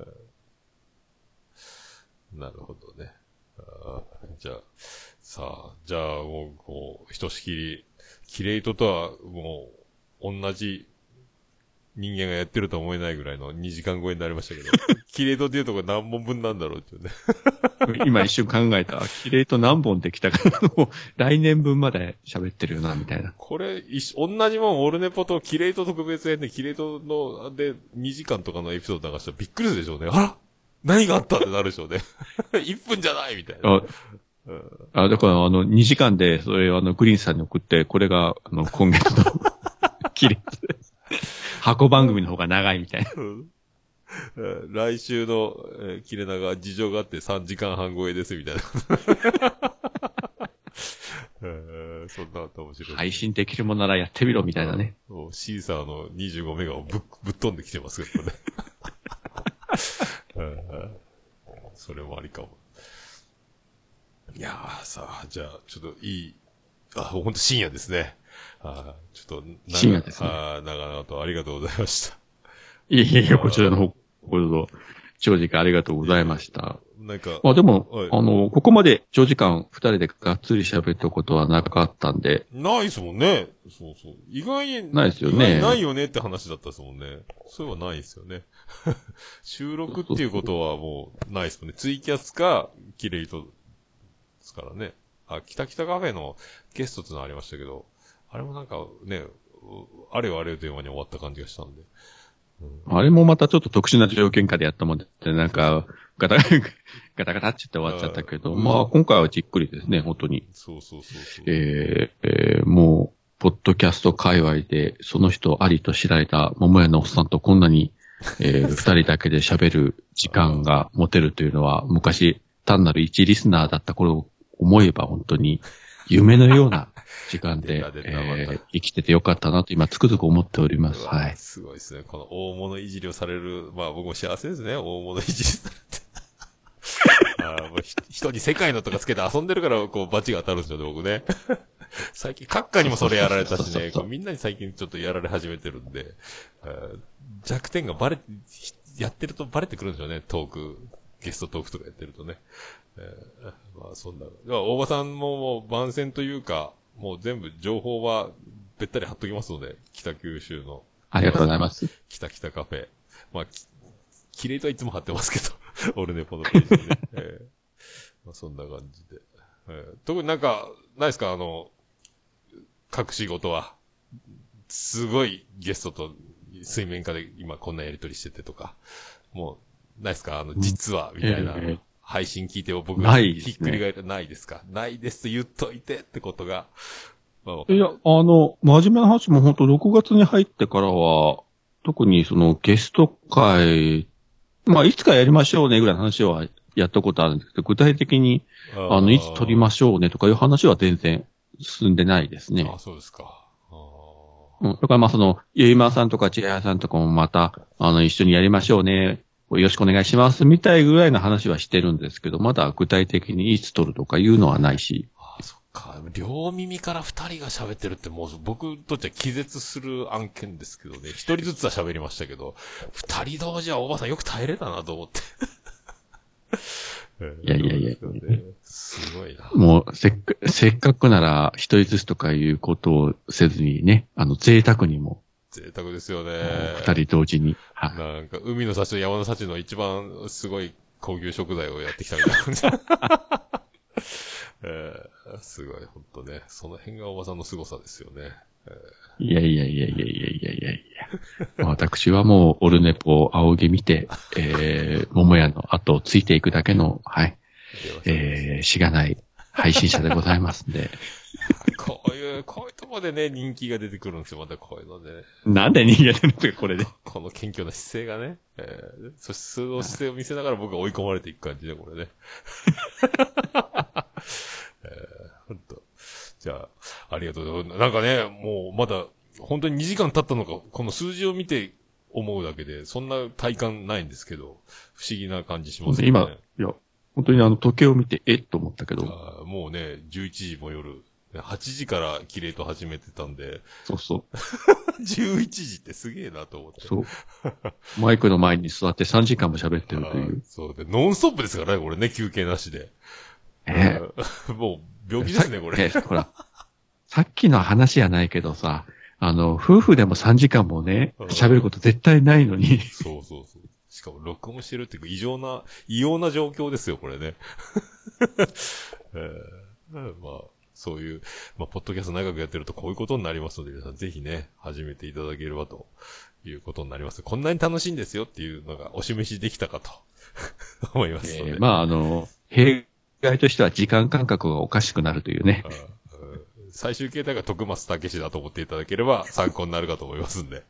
なるほどね。じゃあ、もう、ひとしきり、キレイトとは、もう、同じ人間がやってると思えないぐらいの2時間超えになりましたけど、キレイトっていうところ何本分なんだろうっていうね。 今一瞬考えた。キレイト何本できたかもう来年分まで喋ってるよな、みたいな。 これ、同じもん、オルネポとキレイト特別編で、キレイトの、で、2時間とかのエピソード流したらびっくりするでしょうね。あら何があったってなるでしょうね。1分じゃないみたいな。 だから2時間で、それグリーンさんに送って、これが、今月のキレイトです。箱番組の方が長いみたいな。 来週の、切れ長事情があって3時間半超えですみたいな。そんなあった面白い。 配信できるもんならやってみろみたいなね。 シーサーの25メガをぶっ飛んできてますけどね。それもありかも。いやーさあ、じゃあ、ちょっといい、ほんと深夜ですね。ちょっと、 深夜ですね。 長々とありがとうございました。 いえ、こちらの方、これぞ、長時間ありがとうございました。 なんか、 でも、ここまで長時間二人でがっつり喋ったことはなかったんで。 ないですもんね。そう。意外に、 ないですよね。 ないよねって話だったですもんね。そういえばないですよね。収録っていうことはもうないですもんね。ツイキャスか、キレイトですからね。キタカフェのゲストってのありましたけど、あれもなんかね、あれよという間に終わった感じがしたんで。 あれもまたちょっと特殊な条件下でやったもんで、なんか、ガタガタって言って終わっちゃったけど、まあ今回はじっくりですね、本当に。 そう。 もう、ポッドキャスト界隈で、その人ありと知られた桃屋のおっさんとこんなに、二人だけで喋る時間が持てるというのは、昔、単なる一リスナーだった頃を思えば本当に夢のような時間で、生きててよかったなと今つくづく思っております。はい。 すごいですね。この大物いじりをされる、まあ僕も幸せですね。大物いじりされて。もう人に世界のとかつけて遊んでるから、こう、バチが当たるんですよね、僕ね。最近、閣下にもそれやられたしね、みんなに最近ちょっとやられ始めてるんで、弱点がやってるとバレてくるんですよね、ゲストトークとかやってるとね。まあそんな。大場さんももう番宣というか、もう全部情報はべったり貼っときますので、北九州の。 ありがとうございます。 北カフェ。まあ、キレイとはいつも貼ってますけど、オルネポのページでね。まあ、そんな感じで。特になんか、ないですか隠し事は。すごいゲストと水面下で今こんなやりとりしててとか。もう、ないですか実は、みたいな。配信聞いても僕がひっくり返ってないですかないですと言っといてってことが。 いや、真面目な話も本当6月に入ってからは、特にそのゲスト会、まあいつかやりましょうねぐらいの話はやったことあるんですけど、具体的に、いつ撮りましょうねとかいう話は全然進んでないですね。 あ、そうですか。 だからまあゆいまさんとかちはやさんとかもまた、一緒にやりましょうね。よろしくお願いします。みたいぐらいの話はしてるんですけど、まだ具体的にいつ撮るとかいうのはないし。 あ、そっか。両耳から二人が喋ってるってもう僕にとっては気絶する案件ですけどね。一人ずつは喋りましたけど、二人同時はおばさんよく耐えれたなと思って。 いや。 すごいな。 もう、せっかくなら一人ずつとかいうことをせずにね、贅沢にも。 贅沢ですよね。 二人同時に。 はい。なんか、海の幸と山の幸の一番すごい高級食材をやってきたみたいな。すごい、ほんとね。その辺がおばさんの凄さですよね。 いや。私はもう、オルネポを仰ぎ見て、桃屋の後をついていくだけの、はい。しがない配信者でございますんで。 こういうとこでね、人気が出てくるんですよ、またこういうので、ね。 なんで人気が出るんですか、これで。 この謙虚な姿勢がね。その姿勢を見せながら僕が追い込まれていく感じね、これね。ほんと。じゃあ、ありがとうございます。なんかね、もうまだ、本当に2時間経ったのか、この数字を見て思うだけで、そんな体感ないんですけど、不思議な感じしますね。 今、いや、本当に時計を見て、と思ったけど。 もうね、11時も夜、8時からキレイと始めてたんで。 そうそう。 11時ってすげえなと思って。 そう。マイクの前に座って3時間も喋ってるという。 そうで、ノンストップですからね、これね、休憩なしで。もう、病気ですね、これ。 ほら。さっきの話やないけどさ、夫婦でも3時間もね、喋ること絶対ないのに。 そう。しかも録音してるっていう異様な状況ですよ、これね。まあ、そういう、まあ、ポッドキャスト長くやってるとこういうことになりますので、皆さんぜひね、始めていただければということになります。こんなに楽しいんですよっていうのがお示しできたかと思いますので。 まあ、弊害としては時間感覚がおかしくなるというね。 最終形態が徳松武史だと思っていただければ参考になるかと思いますんで。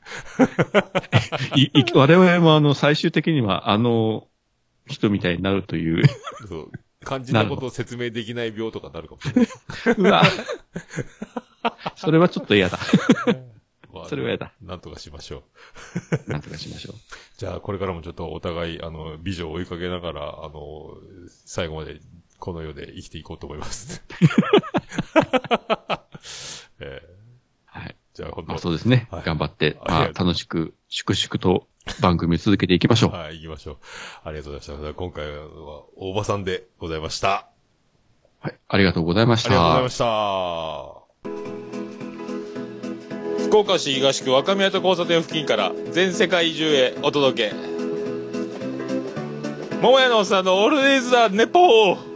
我々も最終的には人みたいになるという。 そう。肝心なことを説明できない病とかなるかもしれない。 うわ。それはちょっと嫌だ。まあ、それは嫌だ。 なんとかしましょう。なんとかしましょう。 じゃあ、これからもちょっとお互い、美女を追いかけながら、最後までこの世で生きていこうと思います。 はい。 じゃあ、本当そうですね。はい、頑張って、楽しく、粛々と番組を続けていきましょう。 はい、行きましょう。ありがとうございました。今回は、大場さんでございました。 はい、ありがとうございました。 ありがとうございました。福岡市東区若宮と交差点付近から全世界中へお届け。桃屋のおっさんのオールディーズ・ザ・ネポー